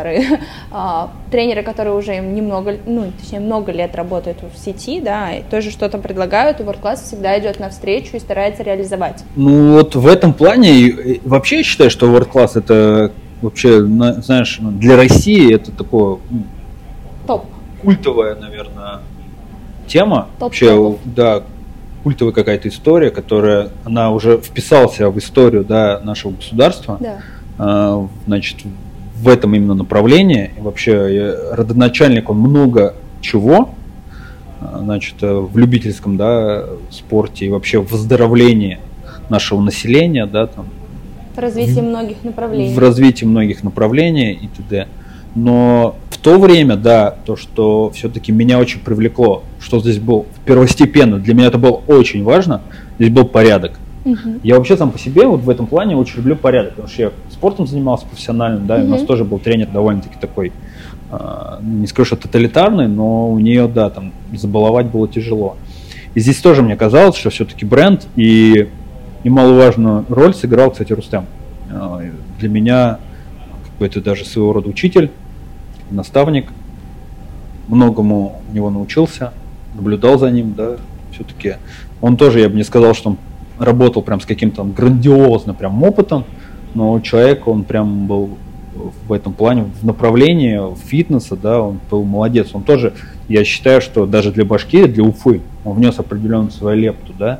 тренеры, которые уже немного, много лет работают в сети, да, и тоже что-то предлагают, и ворк-класс всегда идет навстречу и старается реализовать. Ну вот в этом плане, вообще я считаю, что ворк-класс это вообще, знаешь, для России это такое... Топ. культовая, наверное, тема. Вообще, да, культовая какая-то история, которая, она уже вписалась в историю, да, нашего государства. Да. Значит, в этом именно направлении. И вообще родоначальник, он много чего, значит, в любительском, да, спорте и вообще в выздоровлении нашего населения, да, там, В развитии многих направлений. В развитии многих направлений и т.д. Но в то время, да, то, что все-таки меня очень привлекло, что здесь был первостепенно, для меня это было очень важно, здесь был порядок. Я вообще сам по себе вот в этом плане очень люблю порядок, потому что я спортом занимался профессиональным, да, и у нас тоже был тренер довольно-таки такой, не скажу, что тоталитарный, но у нее, да, там забаловать было тяжело. И здесь тоже мне казалось, что все-таки бренд и немаловажную роль сыграл, кстати, Рустем. Для меня это даже своего рода учитель, наставник, многому у него научился, наблюдал за ним, да, все-таки. Он тоже, я бы не сказал, что он работал прям с каким-то грандиозным прям опытом, но человек, он прям был в этом плане, в направлении фитнеса, да, он был молодец. Он тоже, я считаю, что даже для Башкирии, для Уфы, он внес определенную свою лепту, да,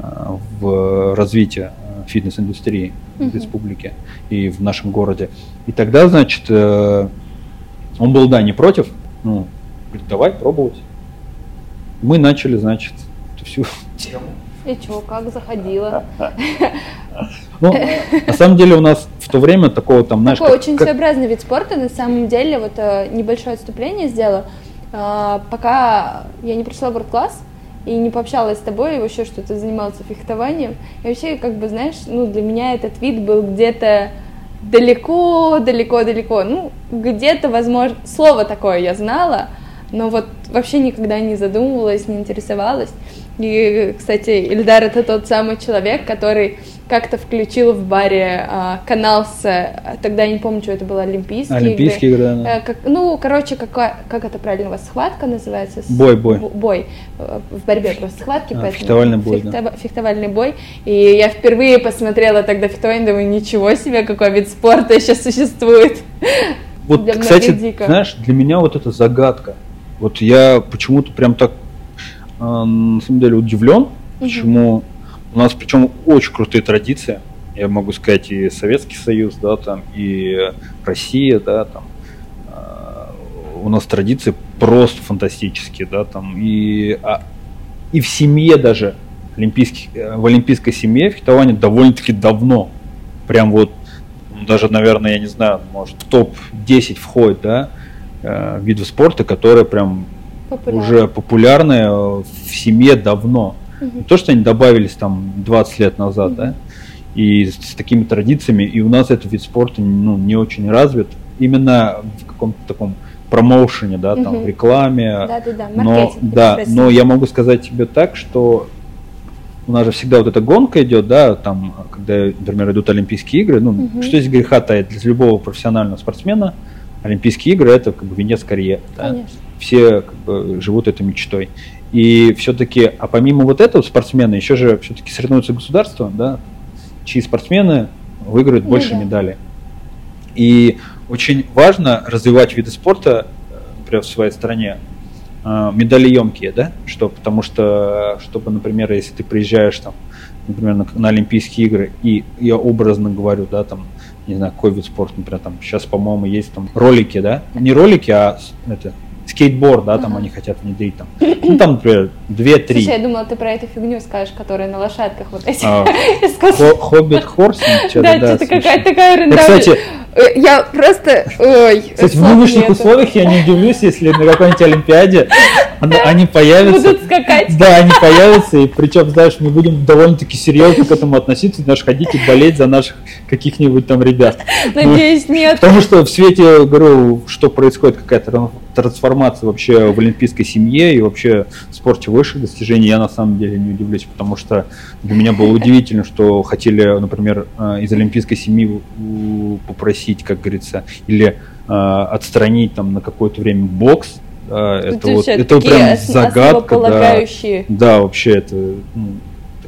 в развитие фитнес-индустрии в республике и в нашем городе. И тогда, значит, он был, да, не против, ну, говорит, давай пробовать. Мы начали, значит, эту всю тему. И что, как заходило? Ну, на самом деле у нас в то время такого там, знаешь... Такой очень своеобразный вид спорта, на самом деле, вот небольшое отступление сделаю. Пока я не пришла в спорт-класс и не пообщалась с тобой, и вообще, что ты занимался фехтованием, и вообще, как бы, знаешь, ну, для меня этот вид был где-то далеко, ну, где-то, возможно, слово такое я знала, но вот вообще никогда не задумывалась, не интересовалась. И, кстати, Ильдар — это тот самый человек, который как-то включил в баре канал с... Тогда я не помню, что это было, Олимпийские игры. Да. Ну, короче, как это правильно у вас, схватка называется? Бой. Бой. В борьбе просто схватки. Поэтому фехтовальный бой, да. Фехтовальный бой. И я впервые посмотрела тогда фехтование, думаю, ничего себе, какой вид спорта еще существует. Вот, кстати, знаешь, для меня вот эта загадка. Вот я почему-то прям так, на самом деле, удивлен, почему у нас, причем, очень крутые традиции. Я могу сказать, и Советский Союз, да, там, и Россия, да, там, у нас традиции просто фантастические, да, там, и в семье даже, в олимпийской семье фехтование довольно-таки давно, прям вот, даже, наверное, я не знаю, может, в топ-10 входит, да, видов спорта, которые прям уже популярны в семье давно. Не то, что они добавились там 20 лет назад, да, и с такими традициями, и у нас этот вид спорта, ну, не очень развит, именно в каком-то таком промоушене, да, там, в рекламе. Но я могу сказать тебе так, что у нас же всегда вот эта гонка идет, да, там, когда, например, идут Олимпийские игры, ну, что здесь греха таит для любого профессионального спортсмена, Олимпийские игры — это как бы венец карьеры, да? Все как бы живут этой мечтой. И все-таки, а помимо вот этого спортсмена, еще же все-таки соревнуются государства, да, чьи спортсмены выиграют больше медалей. И очень важно развивать виды спорта, например, в своей стране, медалеемкие, да, потому что, чтобы, например, если ты приезжаешь там, например, на Олимпийские игры, и я образно говорю, да, там, не знаю, какой вид спорта, например, там, сейчас, по-моему, есть там ролики, да, не ролики, а это, скейтборд, да, там они хотят внедрить, там, ну, там, например, 2-3. Слушай, я думала, ты про эту фигню скажешь, которые на лошадках вот эти. Хоббит Хорсинг, да, что-то какая-то такая рендавая. Кстати, я просто, кстати, в нынешних условиях я не удивлюсь, если на какой-нибудь Олимпиаде они появятся. Будут скакать. Да, они появятся, и причем, знаешь, мы будем довольно-таки серьезно к этому относиться, даже ходить и болеть за наших каких-нибудь там ребят. Надеюсь, нет. Потому что в свете, говорю, что происходит, какая-то трансформация вообще в олимпийской семье и вообще в спорте высших достижений, я на самом деле не удивлюсь, потому что для меня было удивительно, что хотели, например, из олимпийской семьи попросить, как говорится, или отстранить там на какое-то время бокс. Это вот, это прям загадка. Да, вообще это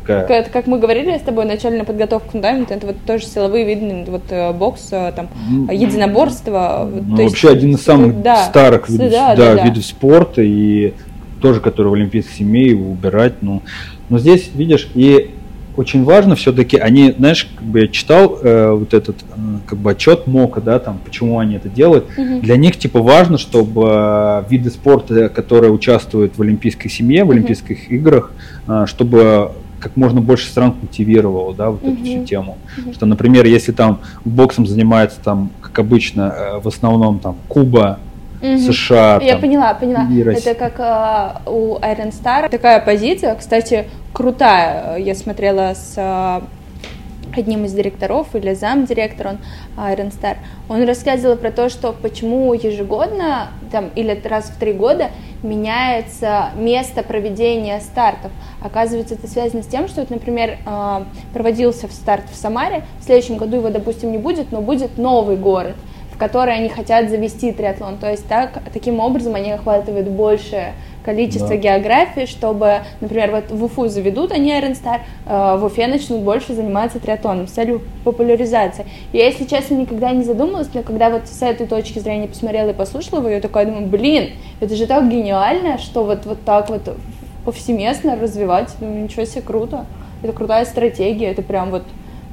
такая. Как мы говорили с тобой, начальная подготовка фундамента, это вот тоже силовые виды, вот бокс, там, единоборство. Ну, вообще один из самых старых видов спорта, и тоже, который в олимпийской семье, его убирать. Но здесь, видишь, и очень важно все-таки, они, знаешь, как бы я читал вот этот как бы отчет МОКа, да, там, почему они это делают. Для них, типа, важно, чтобы виды спорта, которые участвуют в олимпийской семье, в олимпийских играх, чтобы как можно больше стран культивировало, да, вот эту всю тему. Что, например, если там боксом занимается, там, как обычно, в основном там Куба, США. Я поняла. Это как у Iron Star. Такая позиция, кстати, крутая. Я смотрела с одним из директоров или замдиректора, он Iron Star. Он рассказывал про то, что почему ежегодно там, или раз в 3 года меняется место проведения стартов. Оказывается, это связано с тем, что, вот, например, проводился старт в Самаре, в следующем году его, допустим, не будет, но будет новый город, в который они хотят завести триатлон. То есть таким образом они охватывают большее количество географии, чтобы, например, вот в Уфу заведут они Iron Star, в Уфе начнут больше заниматься триатлоном с целью популяризации. Я, если честно, никогда не задумывалась, но когда вот с этой точки зрения посмотрела и послушала его, я такая думаю, блин, это же так гениально, что вот так вот повсеместно развивать, ну ничего себе, круто. Это крутая стратегия, это прям вот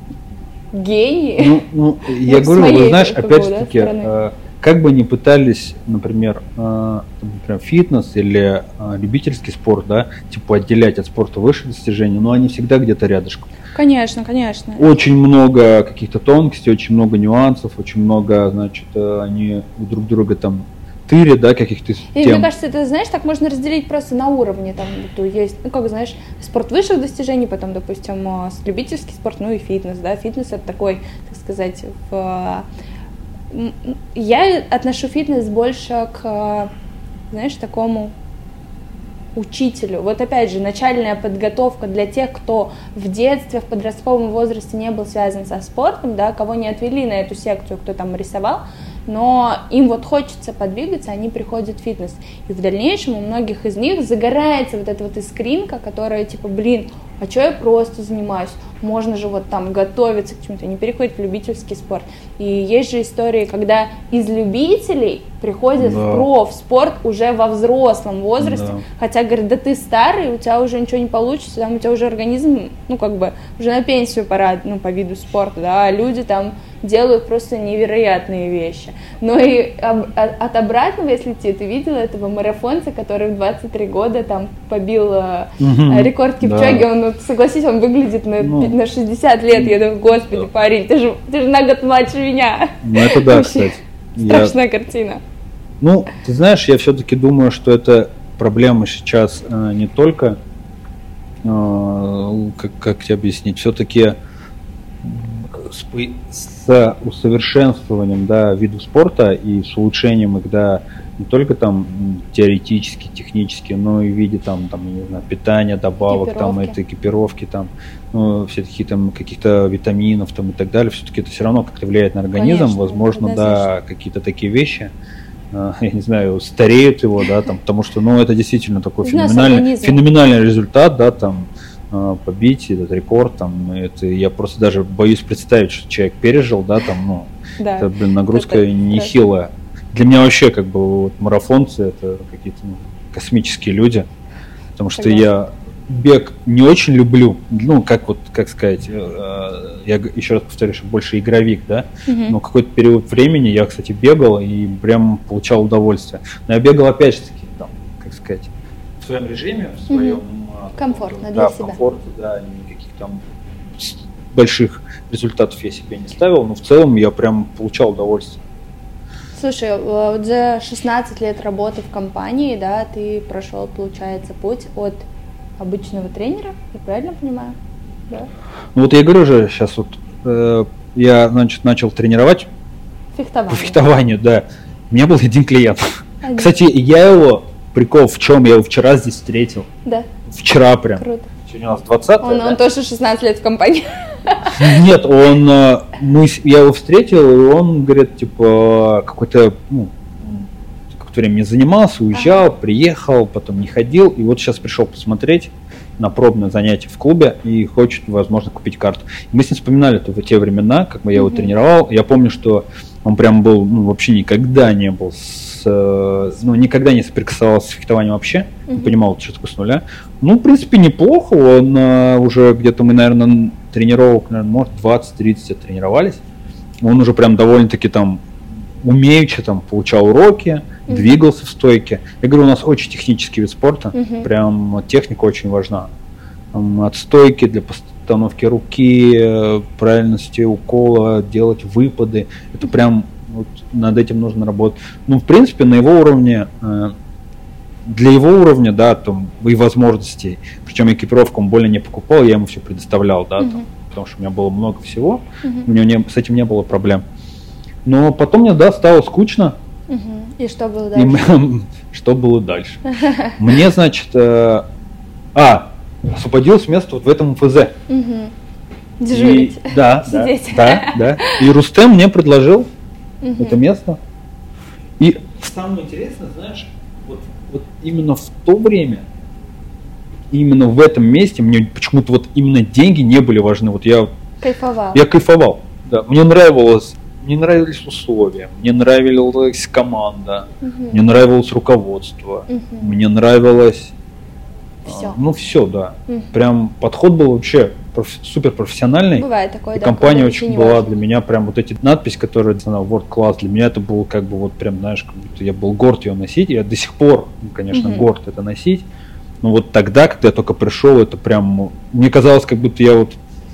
гений. Я говорю, вы знаешь, опять же таки, как бы ни пытались, например, фитнес или любительский спорт, да, типа отделять от спорта высших достижений, но они всегда где-то рядышком. Конечно. Очень много каких-то тонкостей, очень много нюансов, очень много, значит, они друг друга там тырят, да, каких-то тем. И мне кажется, это, знаешь, так можно разделить просто на уровне, там, есть, ну, как, знаешь, спорт высших достижений, потом, допустим, любительский спорт, ну и фитнес, да, фитнес это такой, так сказать, я отношу фитнес больше к, знаешь, такому учителю. Вот опять же, начальная подготовка для тех, кто в детстве, в подростковом возрасте не был связан со спортом, да, кого не отвели на эту секцию, кто там рисовал, но им вот хочется подвигаться, они приходят в фитнес. И в дальнейшем у многих из них загорается вот эта вот искринка, которая типа, блин, а что я просто занимаюсь? Можно же вот там готовиться к чему-то, не переходит в любительский спорт. И есть же истории, когда из любителей приходят в профспорт уже во взрослом возрасте, хотя говорят, да ты старый, у тебя уже ничего не получится, там у тебя уже организм, ну как бы, уже на пенсию пора, ну по виду спорта, да, а люди там делают просто невероятные вещи. Но и от обратного, если ты видела этого марафонца, который в 23 года там побил рекорд Кипчоги, он, согласись, он выглядит на 60 лет, я думаю, господи, парень, ты же на год младше меня. Ну это да, кстати. Страшная картина. Ну, ты знаешь, я все-таки думаю, что это проблема сейчас не только, как тебе объяснить, все-таки с усовершенствованием, да, видов спорта и с улучшением их, да, не только там теоретически, технически, но и в виде там, я не знаю, питания, добавок, там, это экипировки, там, ну, все такие там каких-то витаминов там и так далее, все-таки это все равно как-то влияет на организм. Конечно, возможно, да, какие-то такие вещи, я не знаю, стареют его, да, там, потому что, ну, это действительно такой феноменальный результат, да, там, побить этот рекорд, там, это я просто даже боюсь представить, что человек пережил, да, там, ну, да, это, блин, нагрузка нехилая. Для меня вообще, как бы, вот, марафонцы, это какие-то космические люди, потому что я бег не очень люблю, ну, как сказать, я еще раз повторю, что больше игровик, да, но какой-то период времени я, кстати, бегал и прям получал удовольствие. Но я бегал, опять же таки, там, как сказать, в своем режиме, в своем комфортно для себя. Комфорте, да, никаких там больших результатов я себе не ставил, но в целом я прям получал удовольствие. Слушай, вот за 16 лет работы в компании, да, ты прошел, получается, путь от обычного тренера, я правильно понимаю? Да? Ну вот я говорю же, сейчас вот я, значит, начал тренировать по фехтованию, да. У меня был один клиент. Кстати, я его, прикол в чем, я его вчера здесь встретил. Да. Вчера прям. Круто. Сегодня у нас 20-е, он тоже 16 лет в компании. Нет, я его встретил, и он, говорит, типа, какое-то время не занимался, уезжал, приехал, потом не ходил, и вот сейчас пришел посмотреть, на пробное занятие в клубе и хочет, возможно, купить карту. И мы с ним вспоминали это в те времена, как я его тренировал. Я помню, что он прям был, вообще никогда не был никогда не соприкасался с фехтованием вообще, не понимал, что такое с нуля. В принципе, неплохо. Он уже где-то мы, наверное, тренировок, может, 20-30 тренировались. Он уже прям довольно-таки там умеючи там получал уроки, двигался в стойке. Я говорю, у нас очень технический вид спорта, прям техника очень важна. От стойки для постановки руки, правильности укола, делать выпады. Это прям над этим нужно работать. В принципе, на его уровне, для его уровня, да, там, и возможностей, причем экипировку он более не покупал, я ему все предоставлял, да, там, потому что у меня было много всего, у него с этим не было проблем. Но потом мне, да, стало скучно. И что было дальше? Что было дальше? Мне, значит, освободилось место в этом МФЗ. Дежурить. Да. И Рустем мне предложил это место. И самое интересное, знаешь, вот именно в то время, именно в этом месте мне почему-то вот именно деньги не были важны. Вот я кайфовал. Да. Мне нравились условия, мне нравилась команда, мне нравилось руководство, мне нравилось все, да. Прям подход был вообще супер профессиональный. Бывает такое, и компания очень была для меня прям вот эти надписи, которые World Class, для меня это было как бы вот прям, знаешь, как будто я был горд ее носить. Я до сих пор, конечно, горд это носить. Но вот тогда, когда я только пришел, это прям, мне казалось, как будто я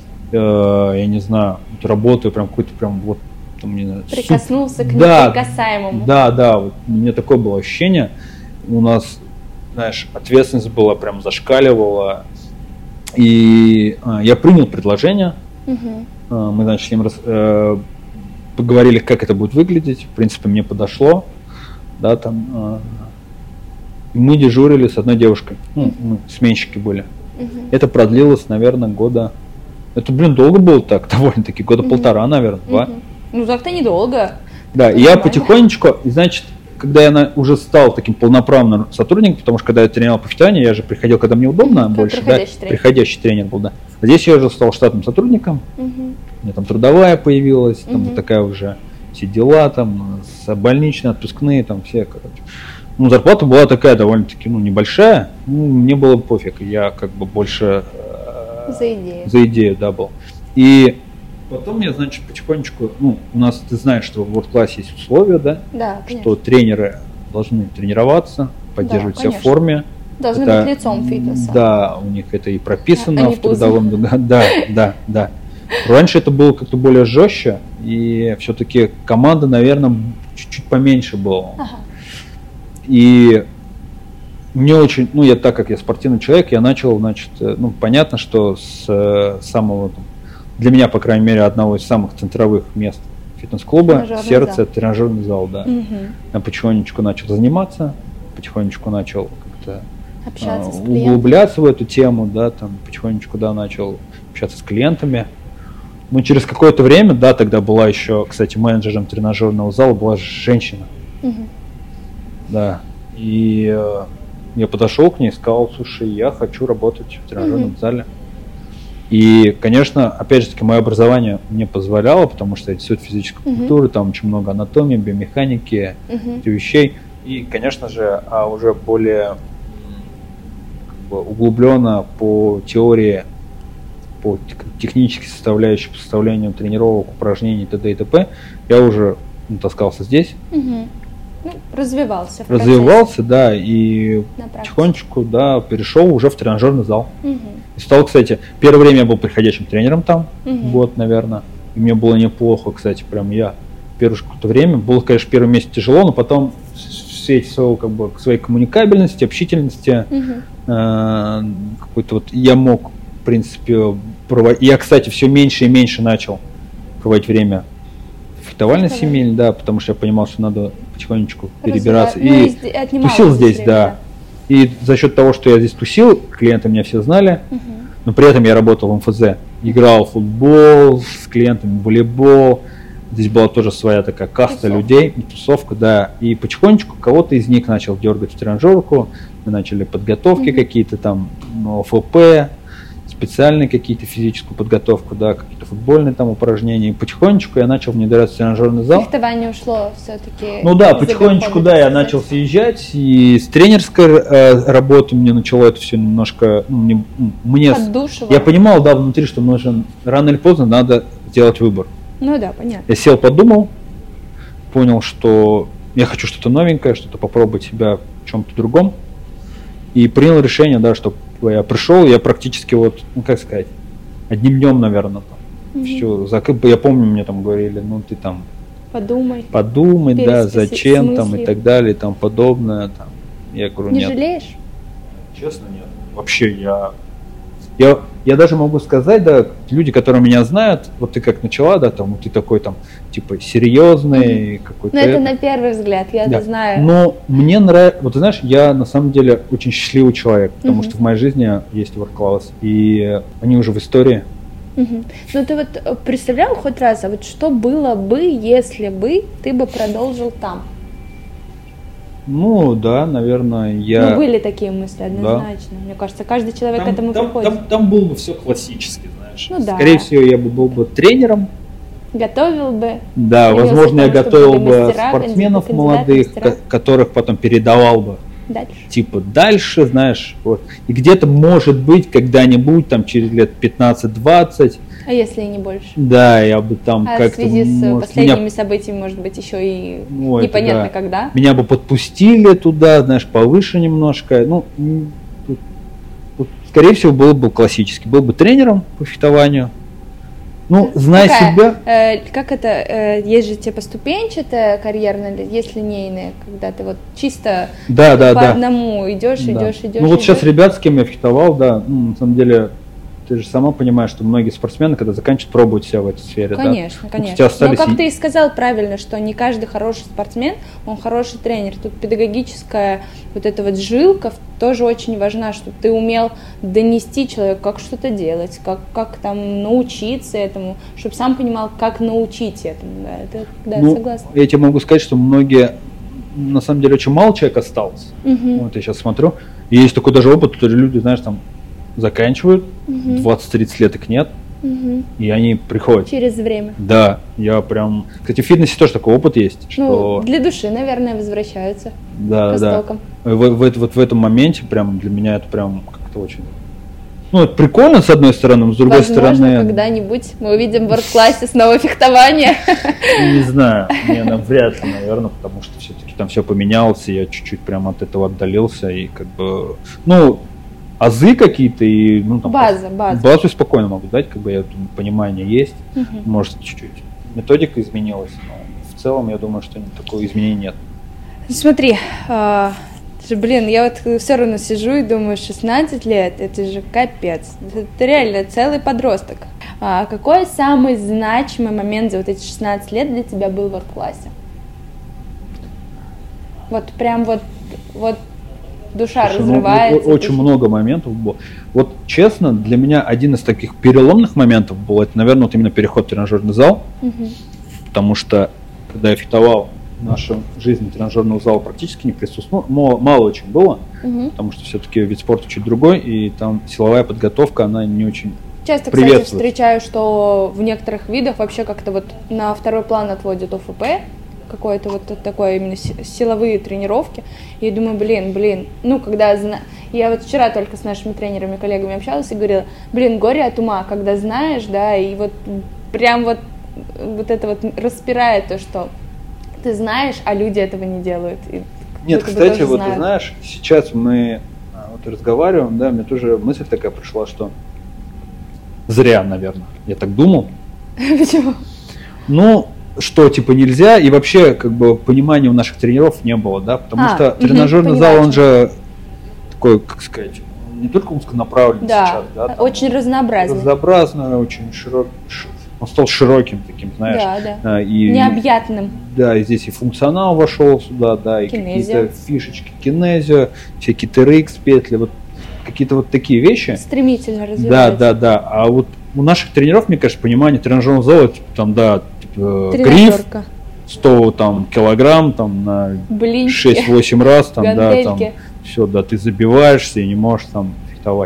я не знаю, работаю прям какой-то прям вот там, не знаю, прикоснулся к неприкасаемому. Да, вот у меня такое было ощущение. У нас, знаешь, ответственность была прям зашкаливала. И я принял предложение. Мы, значит, с ним поговорили, как это будет выглядеть. В принципе, мне подошло. Да, там, мы дежурили с одной девушкой. Мы сменщики были. Это продлилось, наверное, года. Это, долго было так, довольно-таки. Года полтора, наверное, 2. Так-то недолго. Да, и я потихонечку, и, значит, когда я уже стал таким полноправным сотрудником, потому что когда я тренировал по фехтованию, я же приходил, когда мне удобно больше, приходящий тренер был, да. А здесь я уже стал штатным сотрудником, у меня там трудовая появилась, там вот такая уже, все дела, там, больничные, отпускные, там все, короче. Зарплата была такая довольно-таки, небольшая, мне было пофиг, я как бы больше за идею, да, был. И потом я, значит, потихонечку, у нас, ты знаешь, что в World Class есть условия, да? Да, что тренеры должны тренироваться, поддерживать себя в форме. Должны быть лицом фитнеса. Да, у них это и прописано в трудовом. Да. Раньше это было как-то более жестче, и все-таки команда, наверное, чуть-чуть поменьше была. И мне очень, так как я спортивный человек, я начал, значит, понятно, что с самого, для меня, по крайней мере, одного из самых центровых мест фитнес-клуба, сердце, тренажерный зал, да. Я потихонечку начал заниматься, потихонечку начал как-то углубляться в эту тему, да, там потихонечку, да, начал общаться с клиентами. Через какое-то время, да, тогда была еще, кстати, менеджером тренажерного зала была женщина. Да. И я подошел к ней и сказал: слушай, я хочу работать в тренажерном зале. И, конечно, опять же таки, мое образование мне позволяло, потому что институт физической культуры, там очень много анатомии, биомеханики, вещей. И, конечно же, уже более углубленно по теории, по технической составляющей, по составлению тренировок, упражнений, т.д. и т.п. я уже таскался здесь. Развивался. Развивался, да, и потихонечку, да, перешел уже в тренажерный зал. И стал, кстати, первое время я был приходящим тренером там, год, наверное. И мне было неплохо, кстати, прям я первое какое-то время. Было, конечно, первый месяц тяжело, но потом все своей коммуникабельности, общительности, какой-то я мог, в принципе, проводить. Я, кстати, все меньше и меньше начал проводить время в фехтовальной семье, да, потому что я понимал, что надо потихонечку перебираться. И тусил здесь, да. И за счет того, что я здесь тусил, клиенты меня все знали, но при этом я работал в МФЗ, играл в футбол с клиентами, в волейбол. Здесь была тоже своя такая каста людей, тусовка, да. И потихонечку кого-то из них начал дергать в тренажерку, мы начали подготовки какие-то там, ОФП, специальные какие-то физическую подготовку, да, какие-то футбольные там упражнения. И потихонечку я начал внедряться в тренажерный зал. Фехтование ушло все-таки. Ну да, потихонечку, да, я начал съезжать, и с тренерской работы мне начало это все немножко, мне, я понимал, да, внутри, что нужно, рано или поздно надо сделать выбор. Ну да, понятно. Я сел, подумал, понял, что я хочу что-то новенькое, что-то попробовать себя в чем-то другом, и принял решение, да, что я пришел, я практически вот, как сказать, одним днем, наверное, там, все, я помню, мне там говорили, ты там подумай, да, зачем там и так далее, и там подобное, там. Я говорю, не нет. Не жалеешь? Честно, нет. Вообще, я даже могу сказать, да, люди, которые меня знают, вот ты как начала, да, там, ты такой там, типа, серьезный, какой-то. Ну, это на первый взгляд, я это знаю. Но мне нравится, вот ты знаешь, я на самом деле очень счастливый человек, потому что в моей жизни есть work-class, и они уже в истории. Ну, ты вот представлял хоть раз, а вот что было бы, если бы ты бы продолжил там? Ну, да, наверное, Ну, были такие мысли, однозначно. Да. Мне кажется, каждый человек к этому приходит. Там было бы все классически, знаешь. Ну, да. Скорее всего, я был бы тренером. Готовил бы. Да, возможно, я готовил бы спортсменов молодых, которых потом передавал бы. Дальше. Типа дальше, знаешь, вот. И где-то, может быть, когда-нибудь, там, через лет 15-20. А если и не больше? Да, я бы там как-то... в связи с последними событиями, может быть, еще и непонятно когда? Меня бы подпустили туда, знаешь, повыше немножко. Ну, скорее всего, был бы классический. Был бы тренером по фехтованию. Ну, зная себя... Как это? Есть же типа ступенчатая карьерная, есть линейная, когда ты вот чисто по одному идешь. Ну, вот сейчас ребят, с кем я фехтовал, да, на самом деле... Ты же сама понимаешь, что многие спортсмены, когда заканчивают, пробуют себя в этой сфере. Конечно, да? конечно. Но как ты и сказал правильно, что не каждый хороший спортсмен, он хороший тренер. Тут педагогическая вот эта вот жилка тоже очень важна, чтобы ты умел донести человеку, как что-то делать, как там научиться этому, чтобы сам понимал, как научить этому. Да, это, согласна. Я тебе могу сказать, что многие, на самом деле, очень мало человек осталось. Вот я сейчас смотрю, и есть такой даже опыт, что люди, знаешь, там, заканчивают, 20-30 лет их нет, и они приходят. Через время. Да, я прям... Кстати, в фитнесе тоже такой опыт есть. Что... для души, наверное, возвращаются к истокам. Да. Вот в этом моменте прям для меня это прям как-то очень... Ну, это прикольно, с одной стороны, но с другой стороны... Возможно, когда-нибудь мы увидим в work-классе снова фехтование. Не знаю, вряд ли, наверное, потому что все-таки там все поменялось, и я чуть-чуть прям от этого отдалился, и как бы... азы какие-то и базу спокойно могу дать, как бы я думаю, понимание есть, может чуть-чуть методика изменилась, но в целом я думаю, что такого изменения нет. Смотри, я вот все равно сижу и думаю, 16 лет, это же капец, это реально целый подросток. Какой самый значимый момент за вот эти 16 лет для тебя был в work-классе? Вот прям вот душа разрывается. Очень много моментов было. Вот честно, для меня один из таких переломных моментов был, это, наверное, вот именно переход в тренажерный зал, потому что, когда я фехтовал, в нашей жизни тренажерного зала практически не присутствовал, мало очень было, потому что все-таки вид спорта чуть другой, и там силовая подготовка, она не очень часто, кстати, встречаю, что в некоторых видах вообще как-то вот на второй план отводят ОФП, какое-то вот такое именно силовые тренировки. И я думаю, когда я вот вчера только с нашими тренерами, коллегами общалась и говорила, горе от ума, когда знаешь, да, и вот прям вот это вот распирает то, что ты знаешь, а люди этого не делают. И нет, кстати, вот ты знаешь, сейчас мы вот разговариваем, да, мне тоже мысль такая пришла, что зря, наверное, я так думал. Почему? Что типа нельзя, и вообще как бы понимания у наших тренеров не было, да, потому что тренажерный зал, он же такой, как сказать, не только узконаправленный сейчас, да, там, очень разнообразный, очень широкий, он стал широким таким, знаешь, и необъятным. Да, и здесь и функционал вошел сюда, да, и какие-то фишечки, кинезио, всякие TRX петли, вот какие-то вот такие вещи. Стремительно развиваются. Да, а вот у наших тренеров, мне кажется, понимание тренажерного зала, типа там, да, гриф 100 там, килограмм там, на 6-8 раз, там, да, там, все, да, ты забиваешься и не можешь там фехтовать.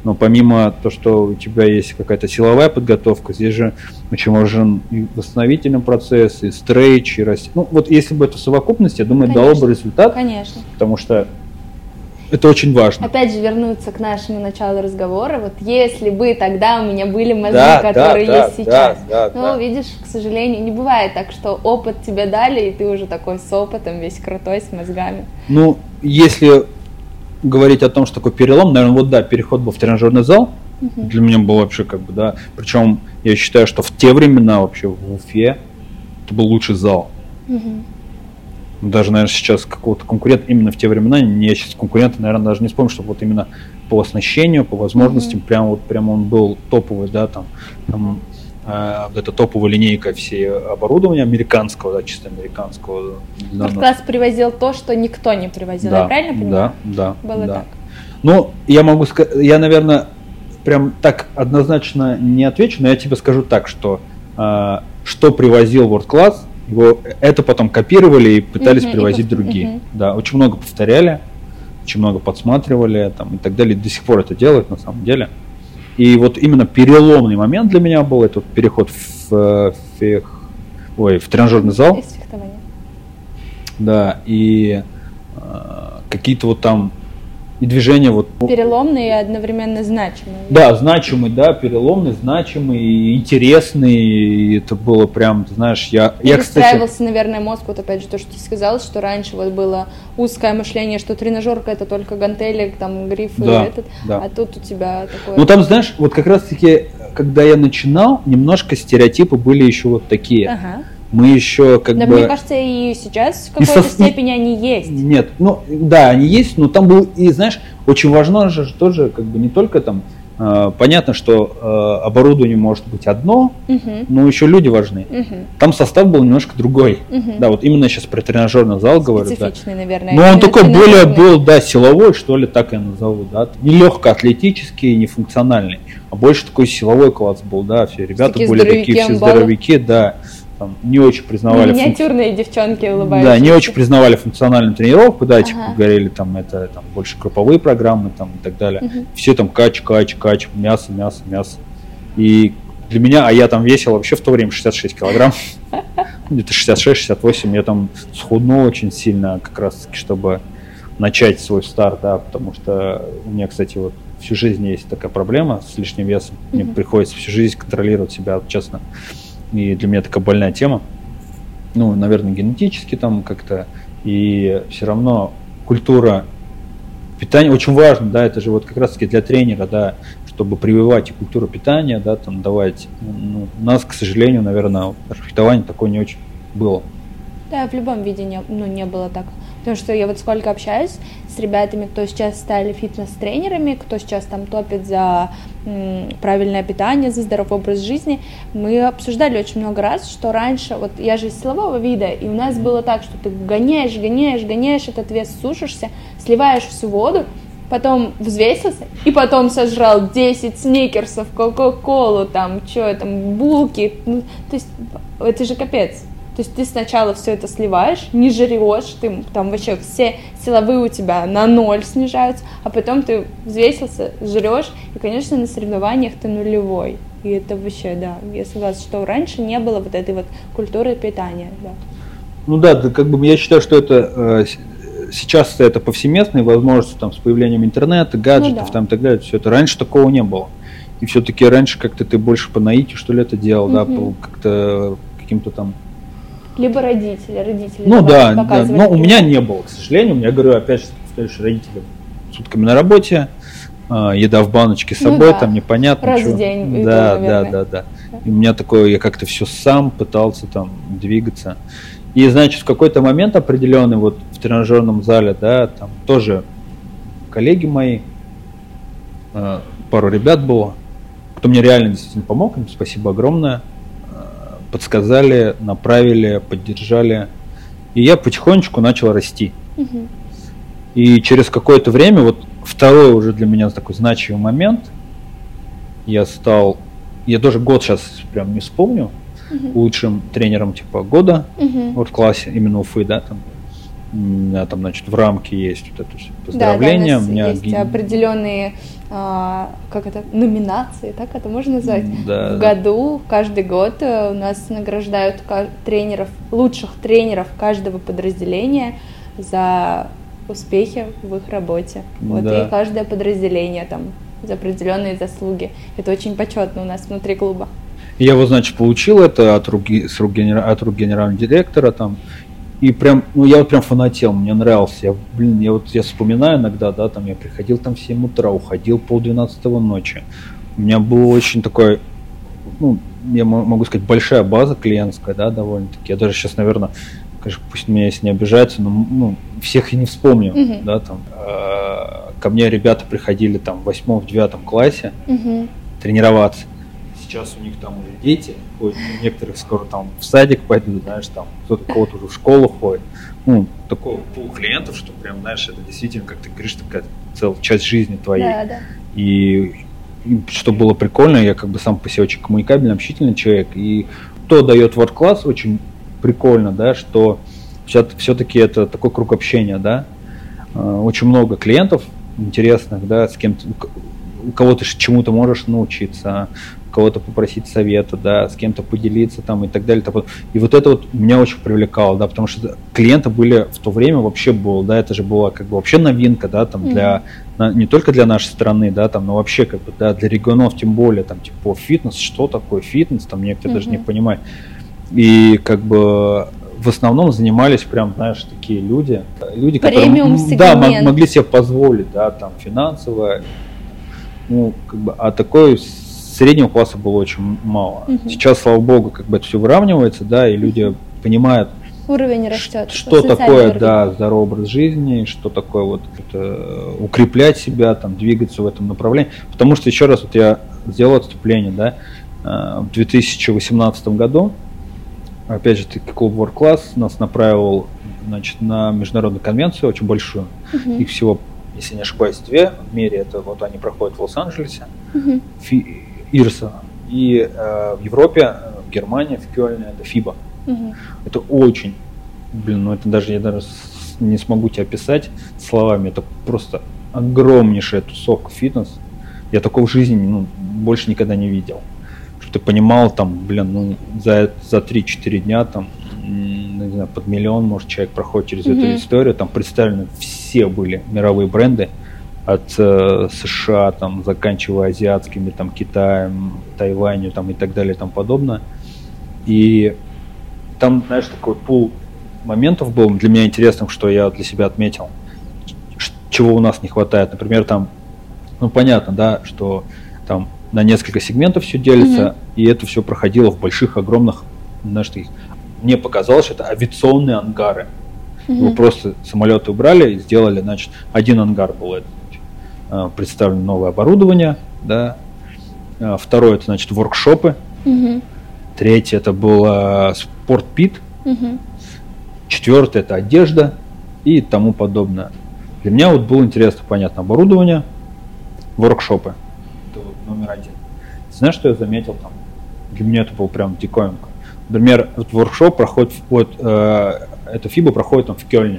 но помимо того, что у тебя есть какая-то силовая подготовка, здесь же очень важен и восстановительный процесс, и стрейч, и расти. Ну, вот если бы это в совокупности, я думаю, дало бы результат. Конечно. Потому что это очень важно. Опять же, вернуться к нашему началу разговора. Вот если бы тогда у меня были мозги, которые есть сейчас. Но видишь, к сожалению, не бывает так, что опыт тебе дали, и ты уже такой с опытом, весь крутой, с мозгами. Ну, если говорить о том, что такое перелом, наверное, вот да, переход был в тренажерный зал. Для меня был вообще как бы, да. Причем я считаю, что в те времена вообще в Уфе это был лучший зал. Даже, наверное, сейчас какого-то конкурента именно в те времена, я сейчас конкурента, наверное, даже не вспомню, что вот именно по оснащению, по возможностям, прям он был топовый, да, там вот эта топовая линейка всей оборудования американского, да, чисто американского. Спорткласс привозил то, что никто не привозил, да, я правильно понимаю? Да. Было так. Ну, я могу сказать, я, наверное, прям так однозначно не отвечу, но я тебе скажу так, что привозил World Class, это потом копировали и пытались привозить другие. Да, очень много повторяли, очень много подсматривали там, и так далее. До сих пор это делают на самом деле. И вот именно переломный момент для меня был этот переход в тренажерный зал. Да, и какие-то вот там и движения вот... Переломный и одновременно значимый. Да, значимый, да, переломный, значимый, интересный, и это было прям, ты знаешь, я кстати... наверное, мозг, вот опять же, то, что ты сказал, что раньше вот было узкое мышление, что тренажерка это только гантели, там, гриф и а тут у тебя такое... Ну там, знаешь, вот как раз-таки, когда я начинал, немножко стереотипы были еще вот такие. Мы еще да, мне кажется, и сейчас в какой-то степени они есть. Нет, ну да, они есть, но там был, и знаешь, очень важно же тоже, как бы не только там, понятно, что оборудование может быть одно, но еще люди важны. Там состав был немножко другой. Да, вот именно сейчас про тренажерный зал говорю. Специфичный, наверное. Но он такой более был, да, силовой, что ли, так я назову, да. Не легкоатлетический, не функциональный, а больше такой силовой класс был, да, все ребята были такие все здоровяки, да. Там, не очень признавали... Миниатюрные девчонки улыбаются. Да, не очень признавали функциональную тренировку, да, типа говорили, там, это там, больше групповые программы там, и так далее. Все там кач, мясо. И для меня, а я там весил вообще в то время 66 килограмм, где-то 66-68, я там схуднул очень сильно, как раз таки, чтобы начать свой старт, да, потому что у меня, кстати, вот всю жизнь есть такая проблема с лишним весом, мне приходится всю жизнь контролировать себя, честно. И для меня такая больная тема. Ну, наверное, генетически там как-то. И все равно культура питания очень важна, да, это же вот как раз-таки для тренера, да, чтобы прививать и культуру питания, да, там давать. Ну, у нас, к сожалению, наверное, фехтование такое не очень было. Да, в любом виде не было так. Потому что я вот сколько общаюсь с ребятами, кто сейчас стали фитнес-тренерами, кто сейчас там топит за правильное питание, за здоровый образ жизни, мы обсуждали очень много раз, что раньше, вот я же из силового вида, и у нас было так, что ты гоняешь этот вес, сушишься, сливаешь всю воду, потом взвесился, и потом сожрал 10 сникерсов, кока-колу, там, булки, ну, то есть это же капец. То есть ты сначала все это сливаешь, не жрешь, ты там вообще все силовые у тебя на 0 снижаются, а потом ты взвесился, жрешь, и, конечно, на соревнованиях ты нулевой. И это вообще, да, я согласна, что раньше не было вот этой вот культуры питания, да. Ну да, как бы я считаю, что это сейчас это повсеместные возможности там с появлением интернета, гаджетов, там и так далее, все это. Раньше такого не было. И все-таки раньше как-то ты больше по наитию, что ли, это делал, да, как-то каким-то там. Либо родители. Ну да, но у меня не было, к сожалению. Я говорю, опять же, повторюсь, родители сутками на работе, еда в баночке с собой, там непонятно. Раз в день. Да. И у меня такое, я как-то все сам пытался там двигаться. И, значит, в какой-то момент определенный вот в тренажерном зале, да, там тоже коллеги мои, пару ребят было, кто мне реально действительно помог, им спасибо огромное. Подсказали, направили, поддержали. И я потихонечку начал расти. И через какое-то время, вот второй уже для меня такой значимый момент, я тоже год сейчас прям не вспомню, лучшим тренером типа года в классе, именно Уфы, да, там. У меня там, значит, в рамке есть вот это поздравление. Да, у нас есть определенные номинации, так это можно назвать? Да, в году, каждый год у нас награждают лучших тренеров каждого подразделения за успехи в их работе. Вот, и каждое подразделение там за определенные заслуги. Это очень почетно у нас внутри клуба. Я вот, значит, получил это от рук генерального директора там. И прям, я вот прям фанател, мне нравился. Я вспоминаю иногда, да, там я приходил там в 7 утра, уходил 11:30 ночи. У меня был очень такой, я могу сказать, большая база клиентская, да, довольно-таки. Я даже сейчас, наверное, конечно, пусть меня если не обижаются, но всех и не вспомню, да, там. Ко мне ребята приходили там в 8-9 классе тренироваться. Сейчас у них там уже дети ходят, некоторых скоро там в садик пойдут, знаешь, там кто-то кого-то уже в школу ходит. Такой пул клиентов, что прям, знаешь, это действительно, как ты говоришь, такая целая часть жизни твоей. Да. И что было прикольно, я как бы сам по себе очень коммуникабельный, общительный человек, и то дает work-класс очень прикольно, да, что все-таки это такой круг общения, да, очень много клиентов интересных, да, с кем-то, у кого ты чему-то можешь научиться, кого-то попросить совета, да, с кем-то поделиться там и так далее. И вот это вот меня очень привлекало, да, потому что клиенты были в то время вообще было, да, это же была как бы вообще новинка, да, там не только для нашей страны, да, там, но вообще как бы, да, для регионов тем более, там, типа, фитнес, что такое фитнес, там некоторые даже не понимают. И как бы в основном занимались прям, знаешь, такие люди, которые, да, могли себе позволить, да, там, финансово, как бы, а такой среднего класса было очень мало. Сейчас, слава богу, как бы это все выравнивается, да, и люди понимают, уровень растет, что такое, да, здоровый образ жизни, что такое вот укреплять себя, там, двигаться в этом направлении. Потому что, еще раз, вот я сделал отступление, да, в 2018 году, опять же, клуб Work Class нас направил, значит, на международную конвенцию очень большую. Их всего, если не ошибаюсь, 2 в мире. Это вот они проходят в Лос-Анджелесе, ИРСа, и в Европе, в Германии, в Кёльне, это ФИБА. Это очень, это даже я даже не смогу тебе описать словами. Это просто огромнейшая тусовка фитнес. Я такого в жизни больше никогда не видел. Чтобы ты понимал, там, за 3-4 дня там, не знаю, под 1 миллион, может, человек проходит через эту историю. Там представлены все были мировые бренды. От США, там, заканчивая азиатскими, там, Китаем, Тайванью, там, и так далее, и тому подобное. И там, знаешь, такой пул моментов был для меня интересных, что я для себя отметил, чего у нас не хватает. Например, там, понятно, да, что там на несколько сегментов все делится, и это все проходило в больших, огромных, знаешь, мне показалось, что это авиационные ангары. Его просто самолеты убрали и сделали, значит, один ангар был это. Представлено новое оборудование, да. Второе, это, значит, воркшопы. Третье, это был спортпит. Четвертое, это одежда и тому подобное. Для меня вот было интересно, понятно, оборудование, воркшопы. Это вот номер 1. Знаешь, что я заметил там? Для меня это было прям диковинка. Например, вот воркшоп проходит, эта ФИБА проходит там в Кёльне.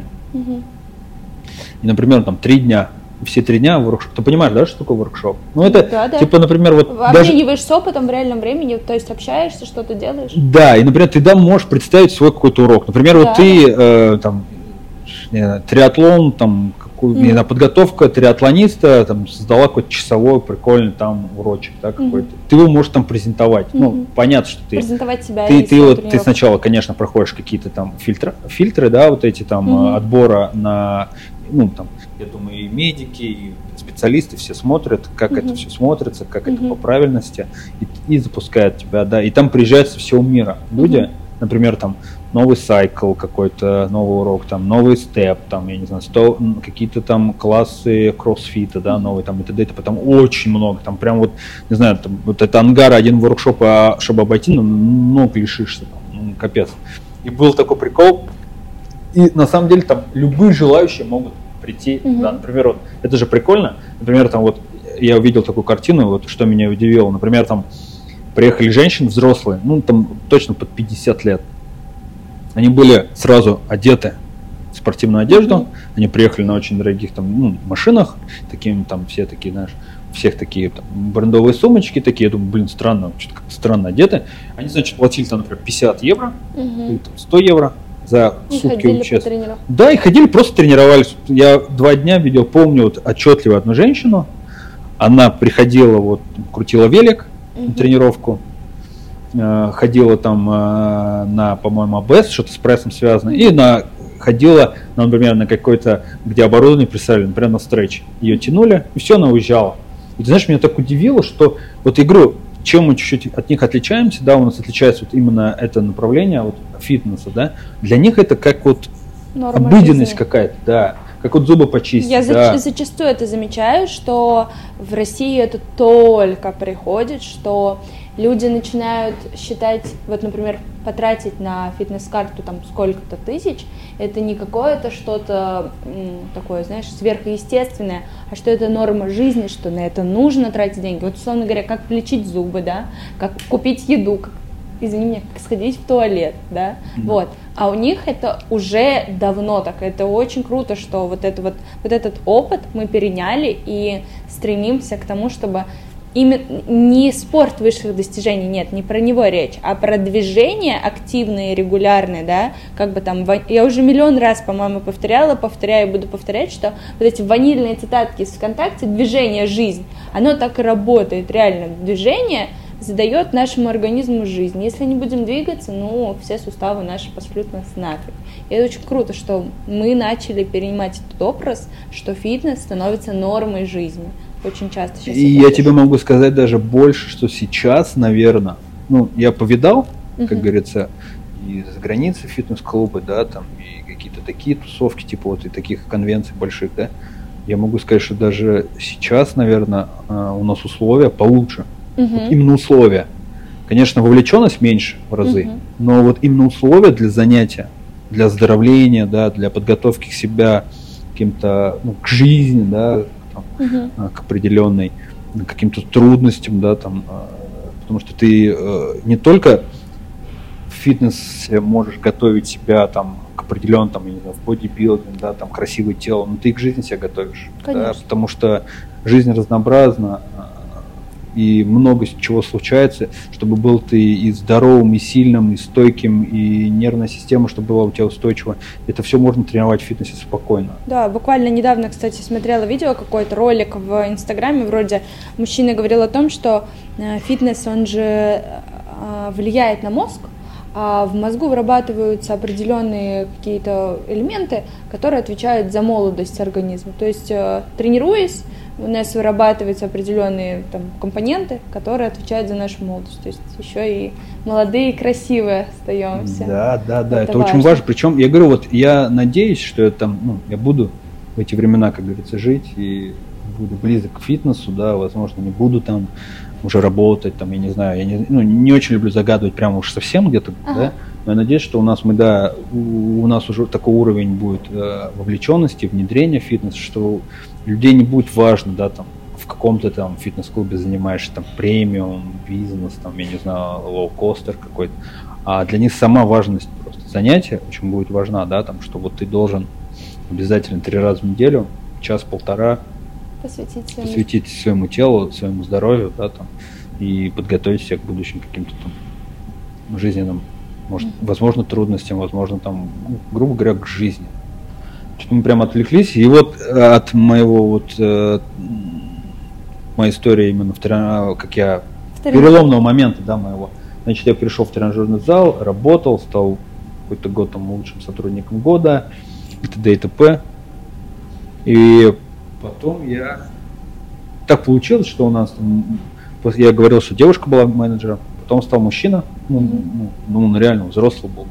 И, например, там 3 дня. Все 3 дня воркшоп. Ты понимаешь, да, что такое воркшоп? Это, типа, например, вот... Обмениваешь с опытом в реальном времени, то есть общаешься, что-то делаешь? Да, и, например, ты можешь представить свой какой-то урок. Например, вот ты, там, триатлон, там, подготовка триатлониста, там, создала какой-то часовой прикольный там урочек, да, какой-то. Ты его можешь там презентовать. Понятно, что ты... Презентовать себя. Ты сначала, конечно, проходишь какие-то там фильтры, да, вот эти там отбора на... там, я думаю, и медики, и специалисты все смотрят, как это все смотрится, как это по правильности, и запускают тебя, да, и там приезжают со всего мира люди, например, там, новый сайкл какой-то, новый урок, там, новый степ, там, я не знаю, какие-то там классы кроссфита, да, новые там, и т.д. Там очень много, там, прям вот, не знаю, там, вот это ангар, один воркшоп, чтобы обойти, много лишишься, там, капец. И был такой прикол, и на самом деле там любые желающие могут прийти, да, например, вот, это же прикольно, например, там вот я увидел такую картину, вот что меня удивило, например, там приехали женщины взрослые, там точно под 50 лет, они были сразу одеты, спортивную одежду, они приехали на очень дорогих там, машинах, такими там все такие, знаешь, всех такие там, брендовые сумочки такие, я думаю, странно, что-то как-то странно одеты. Они, значит, платили там, например, 50 евро, или, там, 100 евро за сутки участия. Да, и ходили, просто тренировались. Я 2 дня видел, помню вот отчетливо одну женщину, она приходила, вот, крутила велик на тренировку, ходила там на, по-моему, АБС, что-то с прессом связано, и ходила, например, на какой-то, где оборудование представили, например, на стретч. Ее тянули, и все, она уезжала. И ты знаешь, меня так удивило, что вот игру, чем мы чуть-чуть от них отличаемся, да, у нас отличается вот именно это направление вот, фитнеса, да, для них это как вот норма обыденность жизни какая-то, да, как вот зубы почистить. Я зачастую это замечаю, что в России это только приходит, что люди начинают считать, вот, например, потратить на фитнес-карту там сколько-то тысяч, это не какое-то что-то такое, знаешь, сверхъестественное, а что это норма жизни, что на это нужно тратить деньги. Вот, условно говоря, как лечить зубы, да, как купить еду, как, извини меня, как сходить в туалет, да, вот. А у них это уже давно так, это очень круто, что вот этот опыт мы переняли и стремимся к тому, чтобы именно не спорт высших достижений, нет, не про него речь, а про движение активные, регулярные, да, как бы там, я уже миллион раз, по-моему, повторяю и буду повторять, что вот эти ванильные цитатки из ВКонтакте, движение, жизнь, оно так и работает, реально, движение задает нашему организму жизнь, если не будем двигаться, все суставы наши пошлют нас нафиг. И это очень круто, что мы начали перенимать этот образ, что фитнес становится нормой жизни. Очень часто сейчас. И я тебе могу сказать даже больше, что сейчас, наверное, я повидал, как говорится, и за границей фитнес-клубы, да, там, и какие-то такие тусовки, типа вот и таких конвенций больших, да. Я могу сказать, что даже сейчас, наверное, у нас условия получше. Вот именно условия. Конечно, вовлеченность меньше в разы, но вот именно условия для занятия, для оздоровления, да, для подготовки к себя, каким-то, к жизни, да, к определенной каким-то трудностям, да, там, потому что ты не только в фитнесе можешь готовить себя там к определенному, там, я не знаю, в бодибилдинг, да, там, красивое тело, но ты и к жизни себя готовишь, да, потому что жизнь разнообразна, и много чего случается, чтобы был ты и здоровым, и сильным, и стойким, и нервная система, чтобы была у тебя устойчива. Это все можно тренировать в фитнесе спокойно. Да, буквально недавно, кстати, смотрела видео, какой-то ролик в Инстаграме, вроде мужчина говорил о том, что фитнес, он же влияет на мозг, а в мозгу вырабатываются определенные какие-то элементы, которые отвечают за молодость организма. То есть, тренируясь, у нас вырабатываются определенные там компоненты, которые отвечают за нашу молодость. То есть еще и молодые и красивые остаемся. Да, это очень важно. Причем, я говорю, вот я надеюсь, что я там, я буду в эти времена, как говорится, жить и буду близок к фитнесу, да, возможно, не буду там уже работать, там, я не знаю, я не очень люблю загадывать прямо уж совсем где-то, да, но я надеюсь, что у нас у нас уже такой уровень будет вовлеченности, внедрения в фитнес, что людей не будет важно, да, там, в каком-то там фитнес-клубе занимаешься, там, премиум, бизнес, там, я не знаю, лоу-костер какой-то, а для них сама важность просто занятия очень будет важна, да, там, что вот ты должен обязательно 3 раза в неделю, час-полтора посвятить своему телу, своему здоровью, да, там, и подготовить себя к будущим каким-то там жизненным, может, возможно, трудностям, возможно, там, грубо говоря, к жизни. Что-то мы прямо отвлеклись, и вот от моей истории именно переломного момента, да, моего. Значит, я пришел в тренажерный зал, работал, стал какой-то год там лучшим сотрудником года, и т.д. и т.п. И потом так получилось, что у нас там, я говорил, что девушка была менеджером, потом стал мужчина, он реально взрослый был.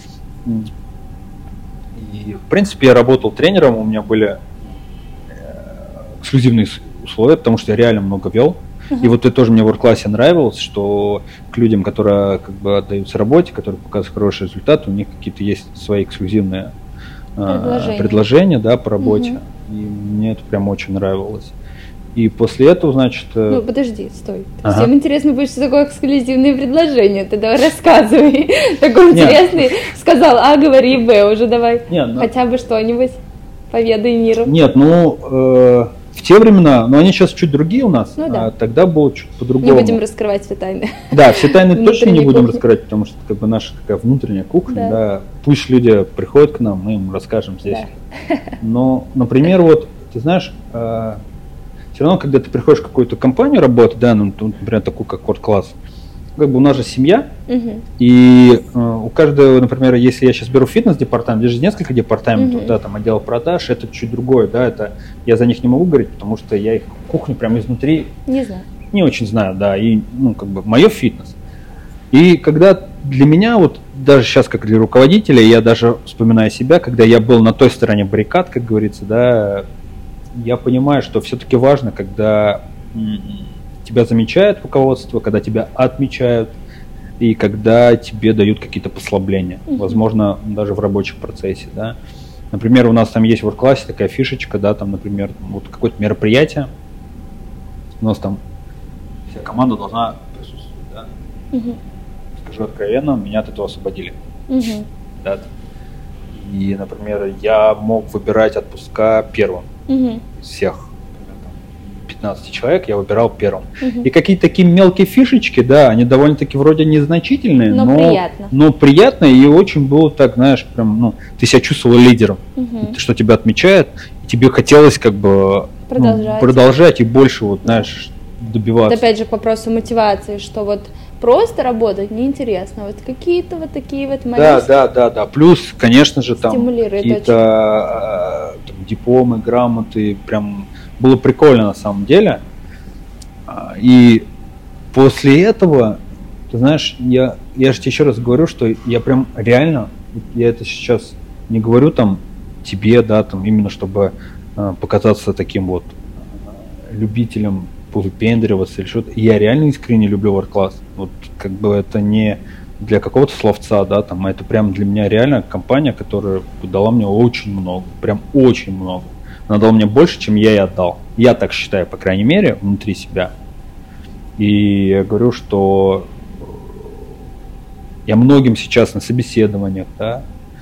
И, в принципе, я работал тренером, у меня были эксклюзивные условия, потому что я реально много вел. И вот это тоже мне в WorkClass нравилось, что к людям, которые как бы отдаются работе, которые показывают хороший результат, у них какие-то есть свои эксклюзивные предложения, да, по работе. И мне это прям очень нравилось. И после этого, значит... Ну, подожди, стой. Всем интересно будет, что такое эксклюзивное предложение. Ты давай рассказывай. Такой интересный. Сказал А, говори Б уже давай. Хотя бы что-нибудь поведай миру. Нет, в те времена, но они сейчас чуть другие у нас, а тогда было чуть по-другому. Не будем раскрывать все тайны. Да, все тайны точно не будем раскрывать, потому что это как бы наша такая внутренняя кухня, да. Пусть люди приходят к нам, мы им расскажем здесь. Да. Но, например, вот, ты знаешь, все равно, когда ты приходишь в какую-то компанию работать, да, например, такую как World Class, как бы у нас же семья, и у каждого, например, если я сейчас беру фитнес-департамент, здесь же несколько департаментов, да, там отдел продаж, это чуть другое, да, это я за них не могу говорить, потому что я их кухню прямо изнутри не очень знаю, да, и, как бы, мое фитнес. И когда для меня, вот даже сейчас, как для руководителя, я даже вспоминаю себя, когда я был на той стороне баррикад, как говорится, да, я понимаю, что все-таки важно, когда тебя замечает руководство, когда тебя отмечают и когда тебе дают какие-то послабления, возможно, даже в рабочем процессе, да. Например, у нас там есть в World Class такая фишечка, да, там, например, вот какое-то мероприятие, у нас там вся команда должна присутствовать, да. Скажу откровенно, меня от этого освободили. Да. И, например, я мог выбирать отпуска первым из всех. 15 человек я выбирал первым. И какие-то такие мелкие фишечки, да, они довольно-таки вроде незначительные, но приятно, и очень было так, знаешь, прям, ты себя чувствовал лидером, что тебя отмечает, и тебе хотелось как бы продолжать и больше, вот, знаешь, добиваться. Вот опять же к вопросу мотивации, что вот просто работать неинтересно, вот какие-то вот такие вот моменты. Да. Плюс, конечно же, там какие-то дипломы, грамоты, прям было прикольно на самом деле. И после этого, ты знаешь, я же тебе еще раз говорю, что я прям реально, я это сейчас не говорю там тебе, да, там именно чтобы показаться таким вот любителем повыпендриваться или что-то. Я реально искренне люблю World Class. Вот как бы это не для какого-то словца, да, там, а это прям для меня реально компания, которая дала мне очень много, прям очень много. Она дала мне больше, чем я ей отдал. Я так считаю, по крайней мере, внутри себя. И я говорю, что я многим сейчас на собеседованиях, да,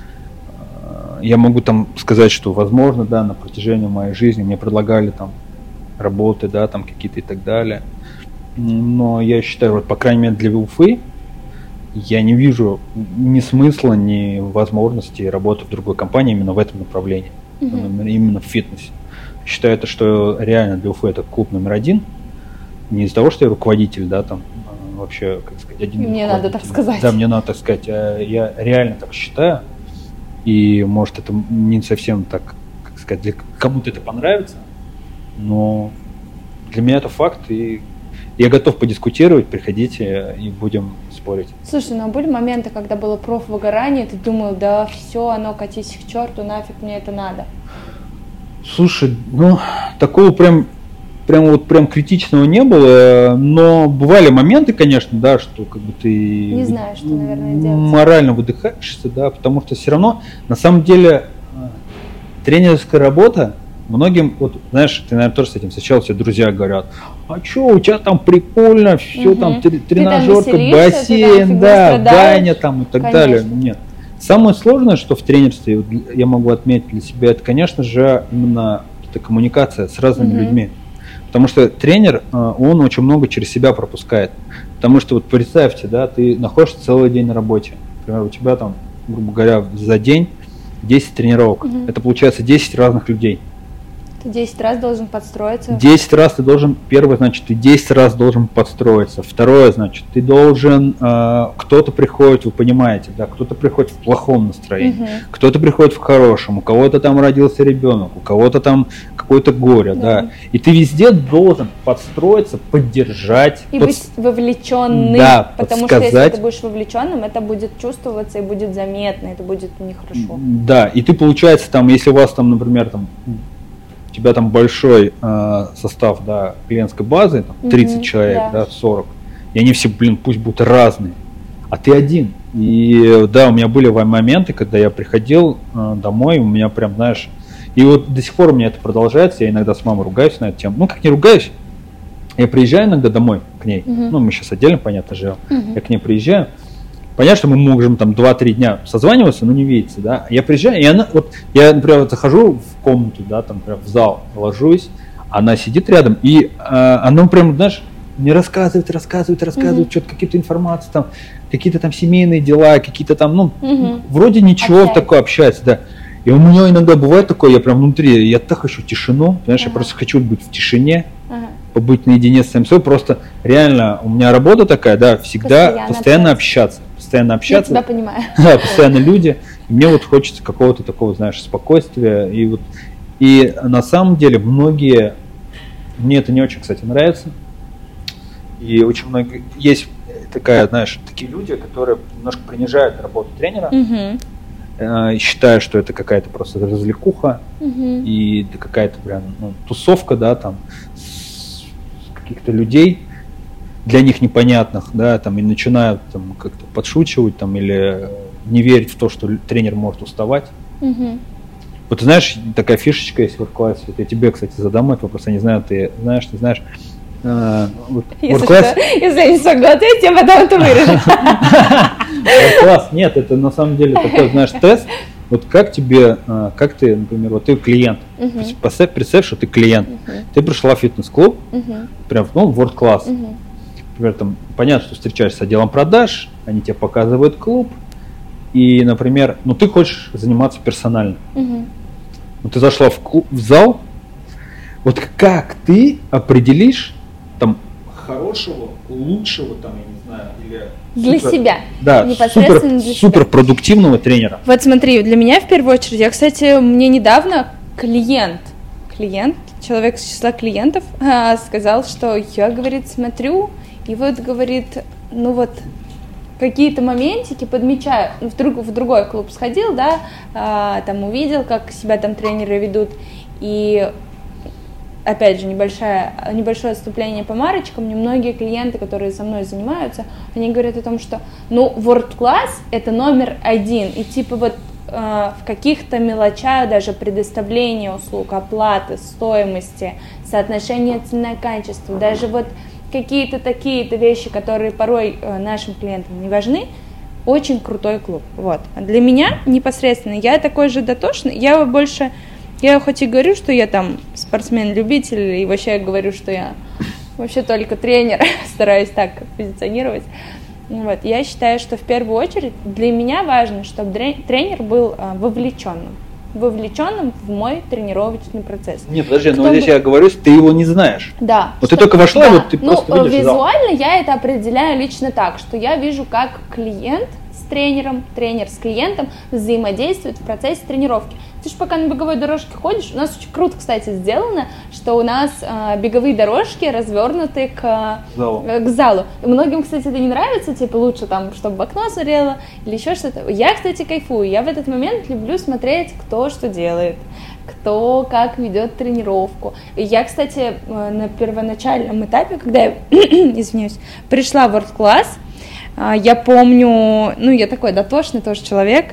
я могу там сказать, что возможно, да, на протяжении моей жизни мне предлагали там работы, да, там какие-то и так далее. Но я считаю, вот, по крайней мере, для Уфы я не вижу ни смысла, ни возможности работать в другой компании именно в этом направлении. Именно в фитнесе. Считаю это, что реально для Уфы это клуб номер один. Не из-за того, что я руководитель, да, там вообще, как сказать, один. Мне надо так сказать. Да, мне надо так сказать. Я реально так считаю. И может это не совсем так, как сказать, для кому-то это понравится, но для меня это факт, и я готов подискутировать, приходите и будем спорить. Слушай, ну были моменты, когда было профвыгорание, ты думал, да все, оно катись к черту, нафиг мне это надо? Слушай, такого прям критичного не было, но бывали моменты, конечно, да, что как бы ты не знаешь, что, наверное, делать. Морально выдыхаешься, да, потому что все равно, на самом деле, тренерская работа многим, вот, знаешь, ты, наверное, тоже с этим встречал, все друзья говорят, а что, у тебя там прикольно, все там, тренажерка, бассейн, да, баня там и так далее. Нет. Самое сложное, что в тренерстве, я могу отметить для себя, это, конечно же, именно эта коммуникация с разными людьми. Потому что тренер, он очень много через себя пропускает. Потому что вот представьте, да, ты находишься целый день на работе. Например, у тебя там, грубо говоря, за день 10 тренировок. Это получается 10 разных людей. Ты 10 раз должен подстроиться. 10 раз ты должен, первое, значит, ты 10 раз должен подстроиться. Второе, значит, ты должен, кто-то приходит, вы понимаете, да, кто-то приходит в плохом настроении, кто-то приходит в хорошем, у кого-то там родился ребенок, у кого-то там какое-то горе, да. И ты везде должен подстроиться, поддержать. И быть вовлеченным, да, потому что если ты будешь вовлеченным, это будет чувствоваться и будет заметно, это будет нехорошо. Да, и ты, получается, там, если у вас там, например, там, у тебя там большой состав, да, клиентской базы, там, 30 человек, да, 40, и они все, пусть будут разные, а ты один. И да, у меня были моменты, когда я приходил домой, у меня прям, знаешь, И вот до сих пор у меня это продолжается, я иногда с мамой ругаюсь на эту тему. Ну, как не ругаюсь, я приезжаю иногда домой к ней, ну, мы сейчас отдельно, понятно, живем, я к ней приезжаю, понятно, что мы можем там 2-3 дня созваниваться, но не видеться, да, я приезжаю, и она, вот, я, например, вот захожу в комнату, да, там, например, в зал, ложусь, она сидит рядом, и она прям, знаешь, мне рассказывает, что-то какие-то информации, там, какие-то там семейные дела, какие-то там, ну, вроде ничего такое общается, да. И у меня иногда бывает такое, я прям внутри, я так хочу тишину, понимаешь, я просто хочу быть в тишине, побыть наедине с самим собой, просто реально у меня работа такая, да, всегда постоянно общаться. Я тебя понимаю. Да, постоянно люди, и мне вот хочется какого-то такого, знаешь, спокойствия, и на самом деле многие, мне это не очень, кстати, нравится, и очень многие, есть такая, знаешь, такие люди, которые немножко принижают работу тренера, считая, что это какая-то просто развлекуха и какая-то прям тусовка, да, там, каких-то людей для них непонятных, да, там, и начинают там как-то подшучивать там или не верить в то, что тренер может уставать. Вот ты знаешь, такая фишечка есть в WordClass, вот я тебе, кстати, задам этот вопрос, я не знаю, ты знаешь, не знаешь. Если я не смогу ответить, я потом это вырежу. WordClass, нет, это на самом деле такой, знаешь, тест. Вот как тебе, как ты, например, вот ты клиент, представь, что ты клиент, ты пришла в фитнес-клуб, прям, ну, в WordClass, например, там, понятно, что встречаешься с отделом продаж, они тебе показывают клуб, и, например, ну, ты хочешь заниматься персонально, ну, ты зашла в зал, вот как ты определишь, там, хорошего, лучшего, там, я не знаю, или... Для себя. Да, непосредственно для супер продуктивного тренера. Вот смотри, для меня в первую очередь, я, кстати, мне недавно клиент, человек с числа клиентов сказал, что я, говорит, смотрю, и вот, говорит, ну вот какие-то моментики подмечаю, в другой клуб сходил, да, там увидел, как себя там тренеры ведут, и опять же, небольшое отступление по марочкам. Мне многие клиенты, которые со мной занимаются, они говорят о том, что, ну, WordClass это номер один, и типа вот в каких-то мелочах, даже предоставления услуг, оплаты, стоимости, соотношение цена-качество, даже вот какие-то такие-то вещи, которые порой нашим клиентам не важны, очень крутой клуб. Вот. А для меня непосредственно, я такой же дотошный, я хоть и говорю, что я там спортсмен-любитель, и вообще я говорю, что я вообще только тренер, стараюсь так позиционировать. Вот. Я считаю, что в первую очередь для меня важно, чтобы тренер был вовлеченным в мой тренировочный процесс. Нет, подожди, но здесь я говорю, ты его не знаешь. Да. Вот ты только вошла, вот ты просто видишь. Визуально я это определяю лично так, что я вижу, как клиент с тренером, тренер с клиентом взаимодействует в процессе тренировки. Ты же пока на беговой дорожке ходишь, у нас очень круто, кстати, сделано, что у нас беговые дорожки развернуты к залу. И многим, кстати, это не нравится, типа лучше там, чтобы в окно смотрело или еще что-то. Я, кстати, кайфую, я в этот момент люблю смотреть, кто что делает, кто как ведет тренировку. И я, кстати, на первоначальном этапе, когда я, извиняюсь, пришла в WordClass, я помню, ну, я такой дотошный тоже человек,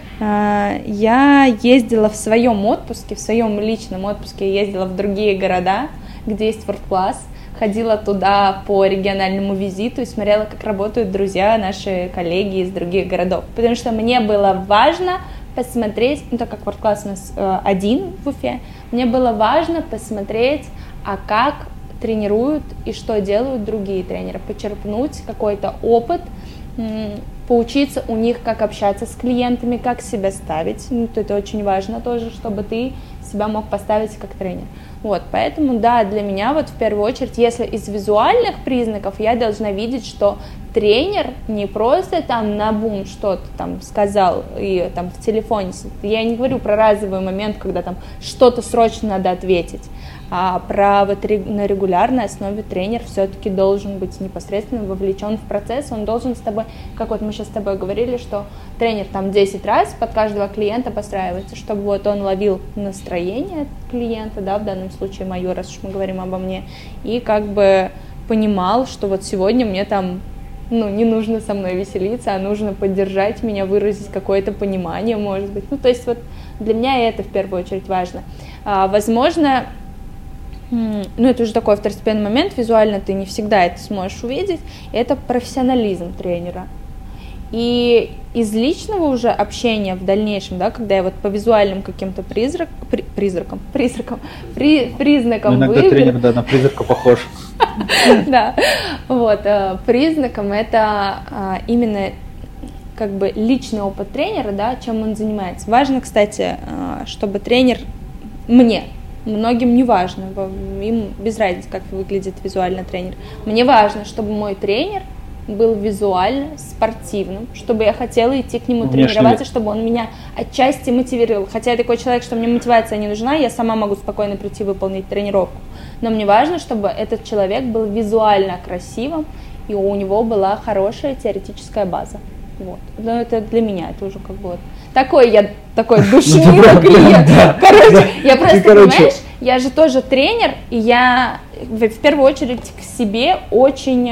я ездила в своем отпуске, в своем личном отпуске, я ездила в другие города, где есть WordClass, ходила туда по региональному визиту и смотрела, как работают друзья, наши коллеги из других городов, потому что мне было важно посмотреть, ну, так как WordClass у нас один в Уфе, мне было важно посмотреть, а как тренируют и что делают другие тренеры, почерпнуть какой-то опыт, поучиться у них, как общаться с клиентами, как себя ставить. Ну, это очень важно тоже, чтобы ты себя мог поставить как тренер. Вот, поэтому, да, для меня вот в первую очередь, если из визуальных признаков, я должна видеть, что тренер не просто там наобум что-то там сказал и там в телефоне, я не говорю про разовый момент, когда там что-то срочно надо ответить, а про вот на регулярной основе тренер все-таки должен быть непосредственно вовлечен в процесс, он должен с тобой, как вот мы сейчас с тобой говорили, что тренер там 10 раз под каждого клиента подстраивается, чтобы вот он ловил настроение клиента, да, в данном случае мое, раз уж мы говорим обо мне, и как бы понимал, что вот сегодня мне там, ну, не нужно со мной веселиться, а нужно поддержать меня, выразить какое-то понимание, может быть. Ну, то есть вот для меня это в первую очередь важно. Возможно, ну это уже такой второстепенный момент, визуально ты не всегда это сможешь увидеть, это профессионализм тренера. И из личного уже общения в дальнейшем, да, когда я вот по визуальным каким-то признакам иногда тренер, да, на призрака похож. Да, вот, признаком это именно как бы личный опыт тренера, да, чем он занимается. Важно, кстати, чтобы тренер многим не важно, им без разницы, как выглядит визуально тренер. Мне важно, чтобы мой тренер был визуально спортивным, чтобы я хотела идти к нему тренироваться, чтобы он меня отчасти мотивировал. Хотя я такой человек, что мне мотивация не нужна, я сама могу спокойно прийти выполнить тренировку. Но мне важно, чтобы этот человек был визуально красивым, и у него была хорошая теоретическая база. Вот. Но это для меня, это уже как бы вот такой душнилый клиент. Короче, я просто, понимаешь, я же тоже тренер, и я в первую очередь к себе очень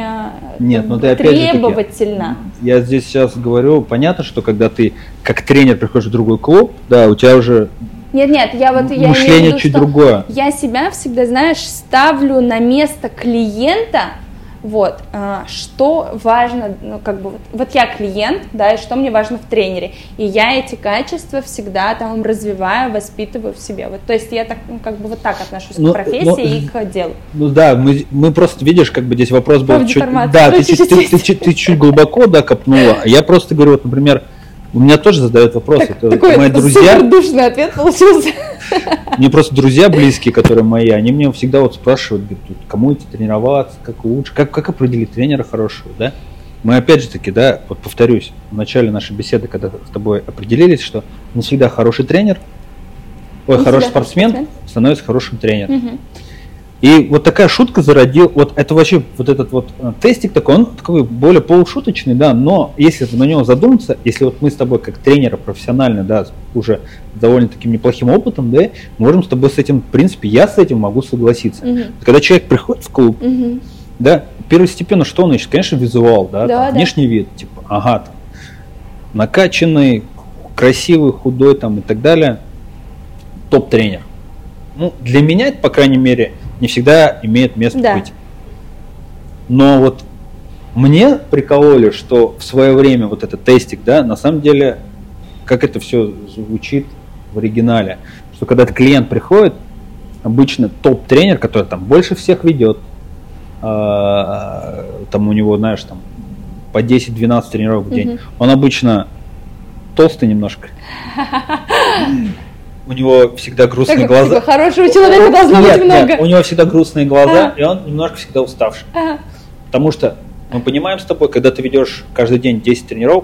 требовательна. Я здесь сейчас говорю, понятно, что когда ты как тренер приходишь в другой клуб, да, у тебя уже мышление чуть другое. Я себя всегда, знаешь, ставлю на место клиента. Вот, что важно, ну, как бы, вот я клиент, да, и что мне важно в тренере, и я эти качества всегда там развиваю, воспитываю в себе, вот, то есть я так, ну, как бы вот так отношусь к профессии и к делу. Ну да, мы просто, видишь, как бы здесь вопрос был чуть, да, ты чуть глубоко, да, копнула, а я просто говорю, вот, например, у меня тоже задают вопросы. Такой мои друзья, супердушный ответ получился. Мне просто друзья близкие, которые мои, они мне всегда вот спрашивают, говорят, кому идти тренироваться, как лучше, как определить тренера хорошего, да? Мы опять же таки, да, вот повторюсь, в начале нашей беседы, когда с тобой определились, что не всегда хороший тренер, хороший спортсмен становится хорошим тренером. Угу. И вот такая шутка зародил, вот это вообще, вот этот вот тестик такой, он такой более полушуточный, да, но если на него задуматься, если вот мы с тобой как тренеры профессионально, да, уже довольно таким неплохим опытом, да, можем с тобой с этим, в принципе, я с этим могу согласиться. Когда человек приходит в клуб, да, первостепенно что он ищет? Конечно, визуал, да, там, внешний вид, типа, там, накачанный, красивый, худой там и так далее, топ-тренер. Ну, для меня это, по крайней мере, не всегда имеет место быть. Но вот мне прикололи, что в свое время вот этот тестик, да, на самом деле, как это все звучит в оригинале, что когда клиент приходит, обычно топ-тренер, который там больше всех ведет, там у него, знаешь, там по 10-12 тренировок в день, он обычно толстый немножко. У него всегда грустные глаза. Типа, хорошего человека должно быть много. Нет, у него всегда грустные глаза, и он немножко всегда уставший. Потому что мы понимаем с тобой, когда ты ведешь каждый день 10 тренировок,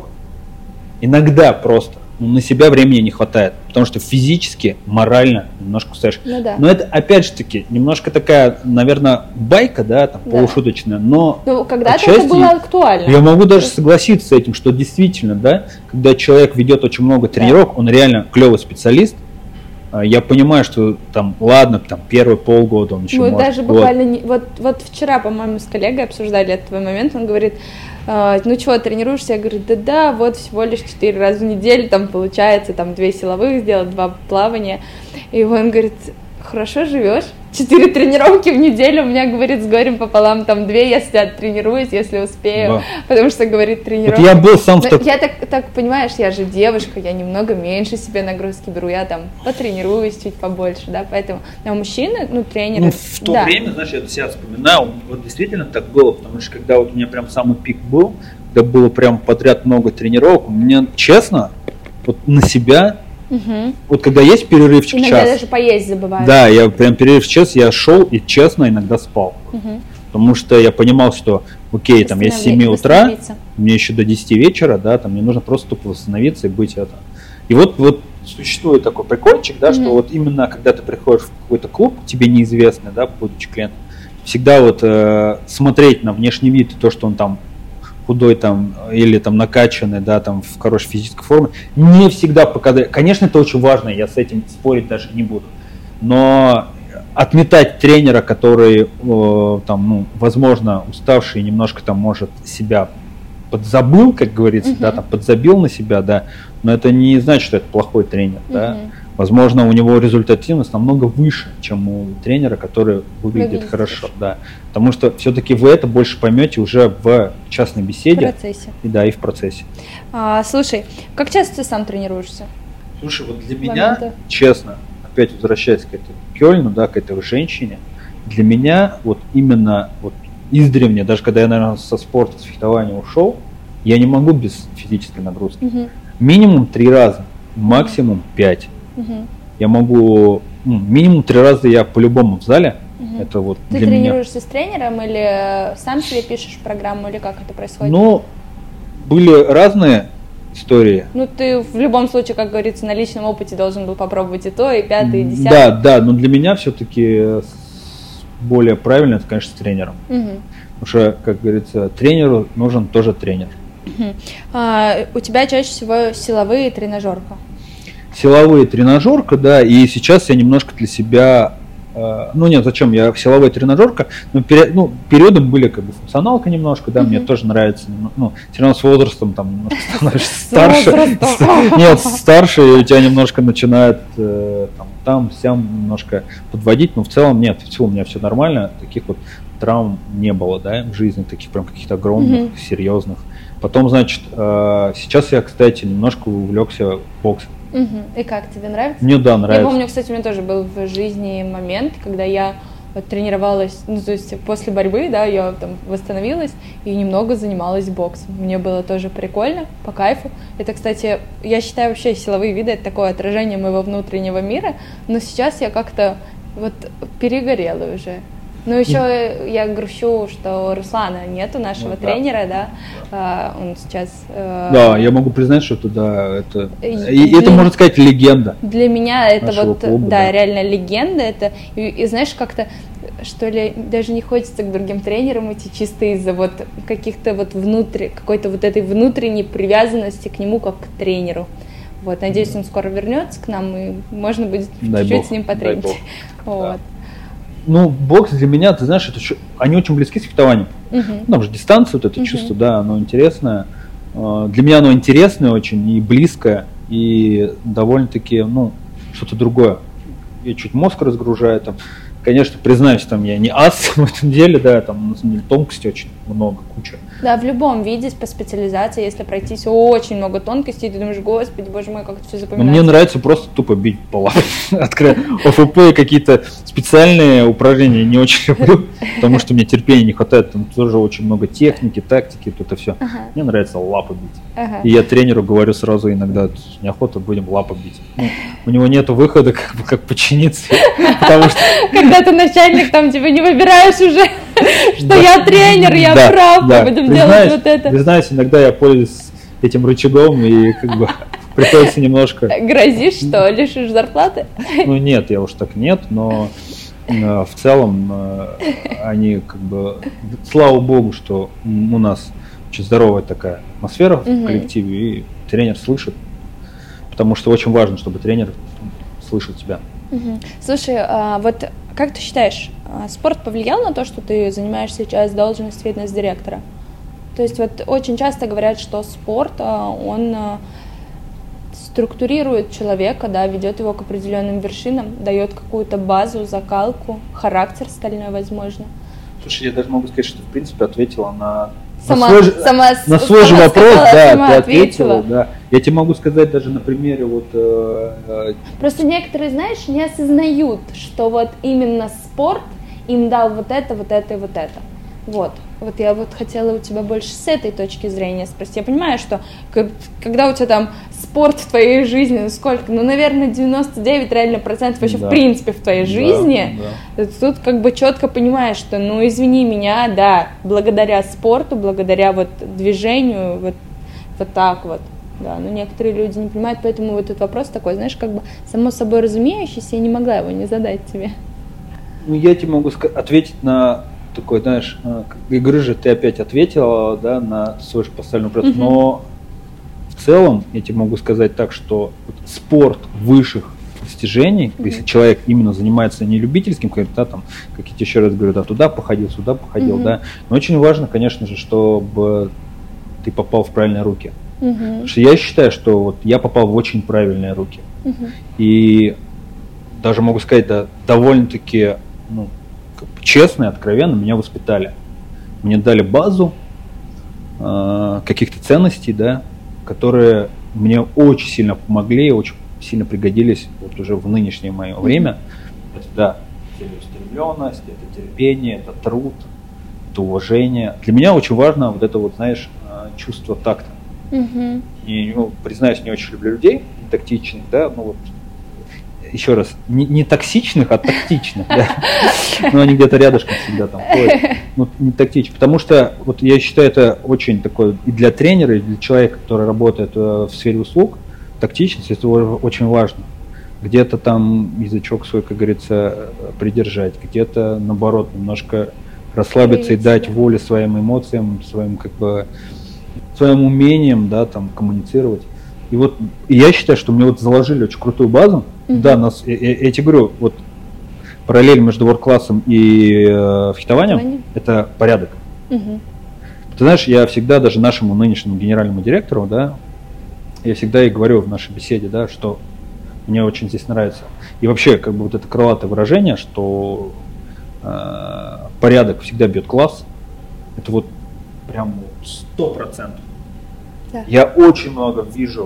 иногда просто на себя времени не хватает, потому что физически, морально немножко устаешь. Но это, опять же таки, немножко такая, наверное, байка, да, там, полушуточная, но когда-то это было актуально. Я могу даже согласиться с этим, что действительно, да, когда человек ведет очень много тренировок, он реально клевый специалист. Я понимаю, что там, ладно, там первые полгода он еще может. Даже буквально, вот вчера, по-моему, с коллегой обсуждали этот момент, он говорит, ну чего, тренируешься? Я говорю, да, вот всего лишь 4 раза в неделю, там получается, там 2 силовых сделать, 2 плавания. И он говорит, хорошо живешь, 4 тренировки в неделю, у меня, говорит, с горем пополам, там 2 я тренируюсь, если успею, потому что, говорит, тренировка. Вот я был сам Я так, понимаешь, я же девушка, я немного меньше себе нагрузки беру, я там потренируюсь чуть побольше, да, поэтому, а мужчины, ну, тренеры. Ну, в то время, знаешь, я себя вспоминаю, вот действительно так было, потому что когда вот у меня прям самый пик был, когда было прям подряд много тренировок, у меня, честно, вот на себя. Вот когда есть перерывчик иногда час. Даже поесть забываю. Да, я прям перерыв час, я шел и честно иногда спал. Потому что я понимал, что окей, там я с 7 утра, мне еще до 10 вечера, да, там мне нужно просто тупо восстановиться и быть это. И вот существует такой прикольчик, да, что вот именно когда ты приходишь в какой-то клуб, тебе неизвестный, да, будучи клиентом, всегда вот смотреть на внешний вид, то, что он там худой там или там накачанный, да, там в хорошей физической форме, не всегда показать. Конечно, это очень важно, я с этим спорить даже не буду. Но отметать тренера, который там, ну, возможно, уставший, немножко там может себя подзабыл, как говорится, да, там подзабил на себя, да, но это не значит, что это плохой тренер, да. возможно, у него результативность намного выше, чем у тренера, который выглядит хорошо. Да. Потому что все-таки вы это больше поймете уже в частной беседе. В процессе. И в процессе. Слушай, как часто ты сам тренируешься? Слушай, вот для меня, честно, опять возвращаясь к этой Кёльну, да, к этой женщине, для меня вот именно вот издревле, даже когда я, наверное, со спорта, с фехтования ушел, я не могу без физической нагрузки. Минимум 3 раза, максимум 5. Я могу, минимум 3 раза я по-любому в зале. Это вот ты для тренируешься меня. С тренером или сам себе пишешь программу, или как это происходит? Ну, были разные истории. Ну, ты в любом случае, как говорится, на личном опыте должен был попробовать и то, и 5, и 10. Да, но для меня все-таки более правильно, это, конечно, с тренером. Потому что, как говорится, тренеру нужен тоже тренер. У тебя чаще всего силовые и тренажерка? Силовые тренажерка, да, и сейчас я немножко для себя, зачем, я силовая тренажерка, но периодом были как бы функционалка немножко, да, мне тоже нравится, все равно с возрастом там немножко становишься старше, нет, старше, и у тебя немножко начинает там-сям немножко подводить, но в целом нет, у меня все нормально, таких вот травм не было, да, в жизни, таких прям каких-то огромных, серьезных. Потом, значит, сейчас я, кстати, немножко увлекся боксом. И как, тебе нравится? Мне, да, нравится. Я помню, кстати, у меня тоже был в жизни момент, когда я тренировалась, то есть после борьбы, да, я там восстановилась и немного занималась боксом. Мне было тоже прикольно, по кайфу. Это, кстати, я считаю вообще силовые виды, это такое отражение моего внутреннего мира, но сейчас я как-то вот перегорела уже. Ну, еще я грущу, что Руслана нету, нашего тренера, да, он сейчас... Да, я могу признать, что это это, можно сказать, легенда. Для меня это вот, клуба, да, реально легенда, это, и знаешь, как-то, что ли, даже не хочется к другим тренерам идти чисто из-за вот каких-то вот какой-то вот этой внутренней привязанности к нему как к тренеру. Вот, надеюсь, он скоро вернется к нам, и можно будет чуть-чуть с ним потренить. Вот. Ну, бокс для меня, ты знаешь, они очень близки с фехтованием. Там же дистанция, вот это чувство, да, оно интересное. Для меня оно интересное очень и близкое, и довольно-таки, что-то другое. Я чуть мозг разгружаю, там, конечно, признаюсь, там я не ас в этом деле, да, там на самом деле тонкостей очень много, куча. Да, в любом виде по специализации, если пройтись очень много тонкостей, ты думаешь, господи, боже мой, как это все запоминается. Мне нравится просто тупо бить по лапам. ОФП, какие-то специальные упражнения не очень люблю, потому что мне терпения не хватает, там тоже очень много техники, тактики, тут это все. Мне нравится лапы бить. И я тренеру говорю сразу иногда, неохота, будем лапы бить. У него нету выхода, как подчиниться, потому что... Когда ты начальник, там тебя не выбираешь уже, что я тренер, я прав, мы будем делать вот это. Признаюсь, иногда я пользуюсь этим рычагом и как бы приходится немножко... Грозишь, что лишишь зарплаты? Ну нет, я уж так нет, но в целом они как бы... Слава богу, что у нас очень здоровая такая атмосфера в коллективе, и тренер слышит, потому что очень важно, чтобы тренер слышал тебя. Слушай, вот как ты считаешь, спорт повлиял на то, что ты занимаешь сейчас должность фитнес-директора? То есть вот очень часто говорят, что спорт, он структурирует человека, да, ведет его к определенным вершинам, дает какую-то базу, закалку, характер стальной, возможно. Слушай, я даже могу сказать, что в принципе ответила на свой же вопрос, да, ты ответила. Да. Я тебе могу сказать даже на примере вот... Просто некоторые, знаешь, не осознают, что вот именно спорт им дал вот это, вот это и вот это. Вот я вот хотела у тебя больше с этой точки зрения спросить. Я понимаю, что когда у тебя там спорт в твоей жизни, сколько? Наверное, 99 реально процентов вообще в принципе в твоей жизни. Тут как бы четко понимаешь, что, извини меня, да, благодаря спорту, благодаря вот движению, вот так вот. Да, но некоторые люди не понимают, поэтому вот этот вопрос такой, знаешь, как бы само собой разумеющийся, я не могла его не задать тебе. Я тебе могу ответить на такой, знаешь, игры же ты опять ответила, да, на свой же поставленный вопрос, но в целом я тебе могу сказать так, что спорт высших достижений, если человек именно занимается не любительским, да, там, как я тебе еще раз говорю, да, туда походил, сюда походил, да, но очень важно, конечно же, чтобы ты попал в правильные руки. Потому что я считаю, что вот я попал в очень правильные руки. И даже могу сказать, да, довольно-таки честно и откровенно меня воспитали. Мне дали базу каких-то ценностей, да, которые мне очень сильно помогли, очень сильно пригодились вот уже в нынешнее мое время. Это, да, целеустремленность, это терпение, это труд, это уважение. Для меня очень важно вот это вот, знаешь, чувство такта. И, признаюсь, не очень люблю людей тактичных, да, еще раз, не токсичных, а тактичных, да. Но они где-то рядышком всегда там ходят. Не тактичных. Потому что вот я считаю, это очень такое и для тренера, и для человека, который работает в сфере услуг, тактичность это очень важно. Где-то там язычок свой, как говорится, придержать, где-то наоборот немножко расслабиться и дать волю своим эмоциям, своим своим умением, да, там коммуницировать. И вот я считаю, что мне вот заложили очень крутую базу. Да, я тебе говорю, вот параллель между ворк-классом и фехтованием – это порядок. Ты знаешь, я всегда даже нашему нынешнему генеральному директору, да, я всегда и говорю в нашей беседе, да, что мне очень здесь нравится. И вообще, вот это крылатое выражение, что порядок всегда бьет класс, это вот прям 100%. Да. Я очень много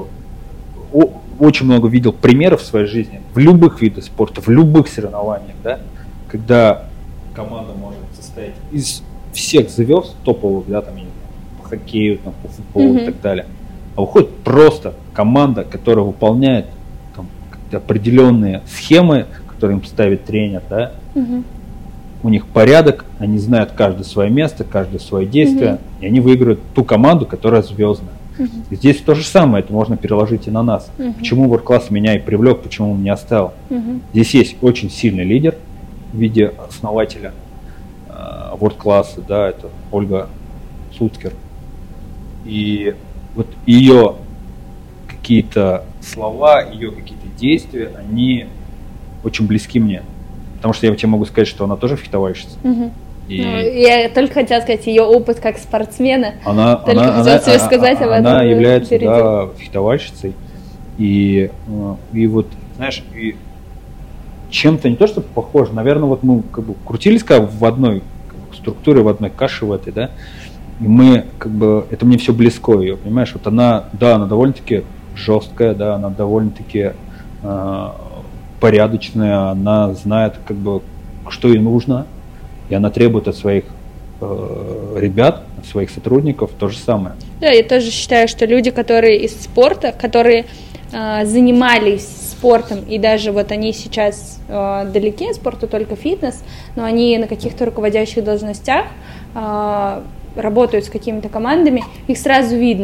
видел примеров в своей жизни, в любых видах спорта, в любых соревнованиях, да, когда команда может состоять из всех звезд топовых, да, там, по хоккею, там, по футболу и так далее, а уходит просто команда, которая выполняет там определенные схемы, которые им ставит тренер, да, у них порядок, они знают каждое свое место, каждое свое действие, и они выигрывают ту команду, которая звездная. Здесь то же самое, это можно переложить и на нас. Почему ворк-класс меня и привлек, почему он меня оставил? Здесь есть очень сильный лидер в виде основателя ворк-класса, да, это Ольга Суцкер. И вот ее какие-то слова, ее какие-то действия, они очень близки мне. Потому что я тебе могу сказать, что она тоже фехтовальщица. Я только хотела сказать, ее опыт как спортсмена. Она является, да, фехтовальщицей. И вот, знаешь, и чем-то не то, что похоже, наверное, вот мы крутились в одной структуре, в одной каше в этой, да, и мы это мне все близко ее, понимаешь, вот она довольно-таки жесткая, да, она довольно-таки порядочная, она знает, что ей нужно, и она требует от своих ребят, от своих сотрудников то же самое. Да, я тоже считаю, что люди, которые из спорта, которые занимались спортом, и даже вот они сейчас далеки от спорта, только фитнес, но они на каких-то руководящих должностях, работают с какими-то командами, их сразу видно,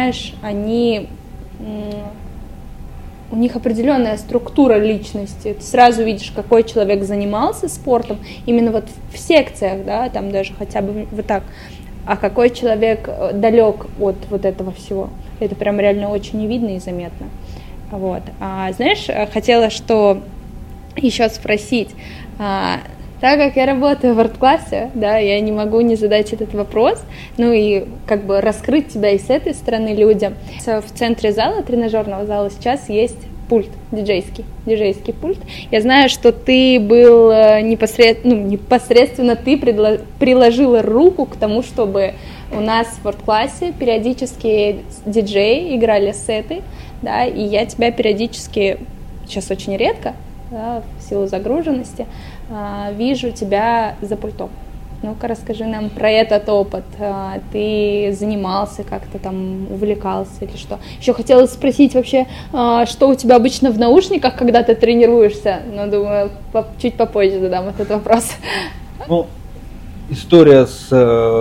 у них определенная структура личности. Ты сразу видишь, какой человек занимался спортом, именно вот в секциях, да, там даже хотя бы вот так, а какой человек далек от вот этого всего. Это прям реально очень видно и заметно. Вот. Знаешь, хотела что еще спросить. Так как я работаю в арт-классе, да, я не могу не задать этот вопрос, и раскрыть тебя и с этой стороны людям. В центре зала, тренажерного зала, сейчас есть пульт, диджейский пульт. Я знаю, что ты был непосредственно ты приложила руку к тому, чтобы у нас в арт-классе периодически диджеи играли сеты, да, и я тебя периодически, сейчас очень редко, да, в силу загруженности, вижу тебя за пультом. Ну-ка, расскажи нам про этот опыт. Ты занимался как-то там, увлекался или что? Еще хотела спросить вообще, что у тебя обычно в наушниках, когда ты тренируешься? Но думаю, чуть попозже задам этот вопрос. История с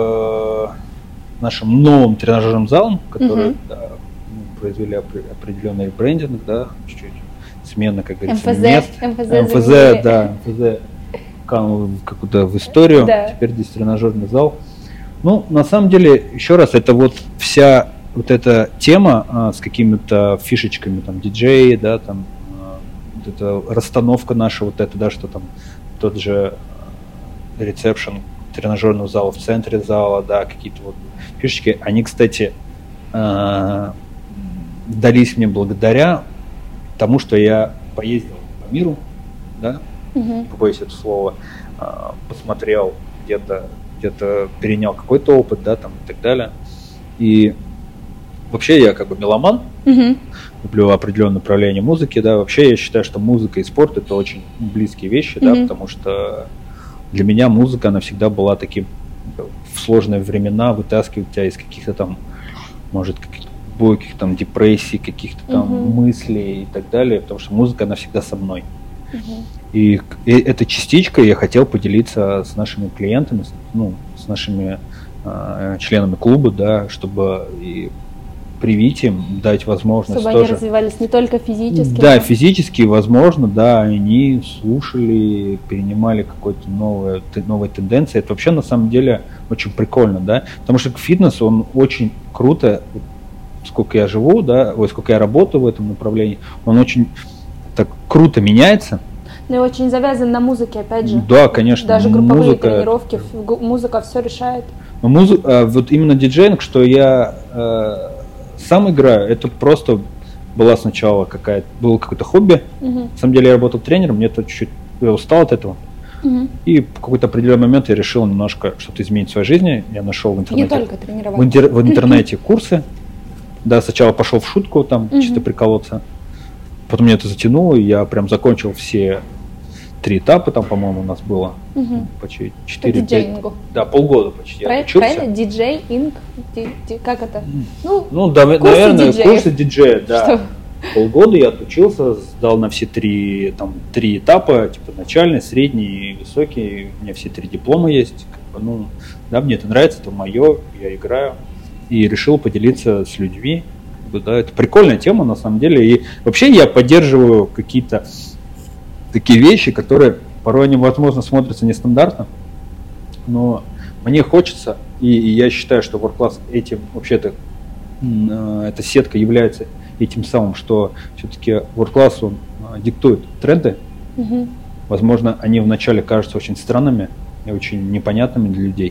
нашим новым тренажерным залом, который мы произвели определенный ребрендинг, да, чуть-чуть смена, как говорится, МФЗ, да, МФЗ как-то в историю, да. Теперь здесь тренажерный зал. На самом деле, еще раз, это вот вся вот эта тема с какими-то фишечками, там, диджеи, да, там, вот эта расстановка наша, вот это, да, что там тот же ресепшн тренажерного зала в центре зала, да, какие-то вот фишечки, они, кстати, дались мне благодаря тому, что я поездил по миру, да, побоюсь это слово, посмотрел где-то перенял какой-то опыт, да, там и так далее. И вообще я как бы меломан, люблю определенное направление музыки, да, вообще я считаю, что музыка и спорт это очень близкие вещи, да, потому что для меня музыка, она всегда была таким, в сложные времена вытаскивать тебя из каких-то там, может, каких-то глубоких там депрессий, каких-то там мыслей и так далее, потому что музыка, она всегда со мной. И этой частичкой я хотел поделиться с нашими клиентами, с нашими членами клуба, да, чтобы и привить им, дать возможность чтобы тоже... они развивались не только физически. Да, физически, возможно, да, они слушали, перенимали какой-то новые тенденции. Это вообще на самом деле очень прикольно, да, потому что фитнес, он очень круто, сколько я живу, да, сколько я работаю в этом направлении, он очень так круто меняется. Ну и очень завязан на музыке, опять же. Да, конечно. Даже групповые тренировки, музыка все решает. Вот именно диджейнг, что я сам играю, это просто было какое-то хобби. На самом деле я работал тренером, мне это чуть-чуть, я устал от этого. И в какой-то определенный момент я решил немножко что-то изменить в своей жизни. Я нашел в интернете, не только тренировать. в интернете курсы. Да, сначала пошел в шутку, там, чисто приколоться. Потом меня это затянуло, и я прям закончил все 3 этапа, там, по-моему, у нас было почти 4. По диджеингу. Да, полгода почти. Правильно? Диджей-инг? Как это? Наверное, курсы диджея, да. Что? Полгода я отучился, сдал на все 3 этапа, типа начальный, средний и высокий. У меня все 3 диплома есть. Да, мне это нравится, это мое, я играю. И решил поделиться с людьми. Да, это прикольная тема, на самом деле. И вообще я поддерживаю какие-то такие вещи, которые порой они, возможно, смотрятся нестандартно, но мне хочется, и я считаю, что WorkClass этим, вообще-то, эта сетка является этим самым, что все-таки WorkClass, он диктует тренды. Возможно, они вначале кажутся очень странными и очень непонятными для людей,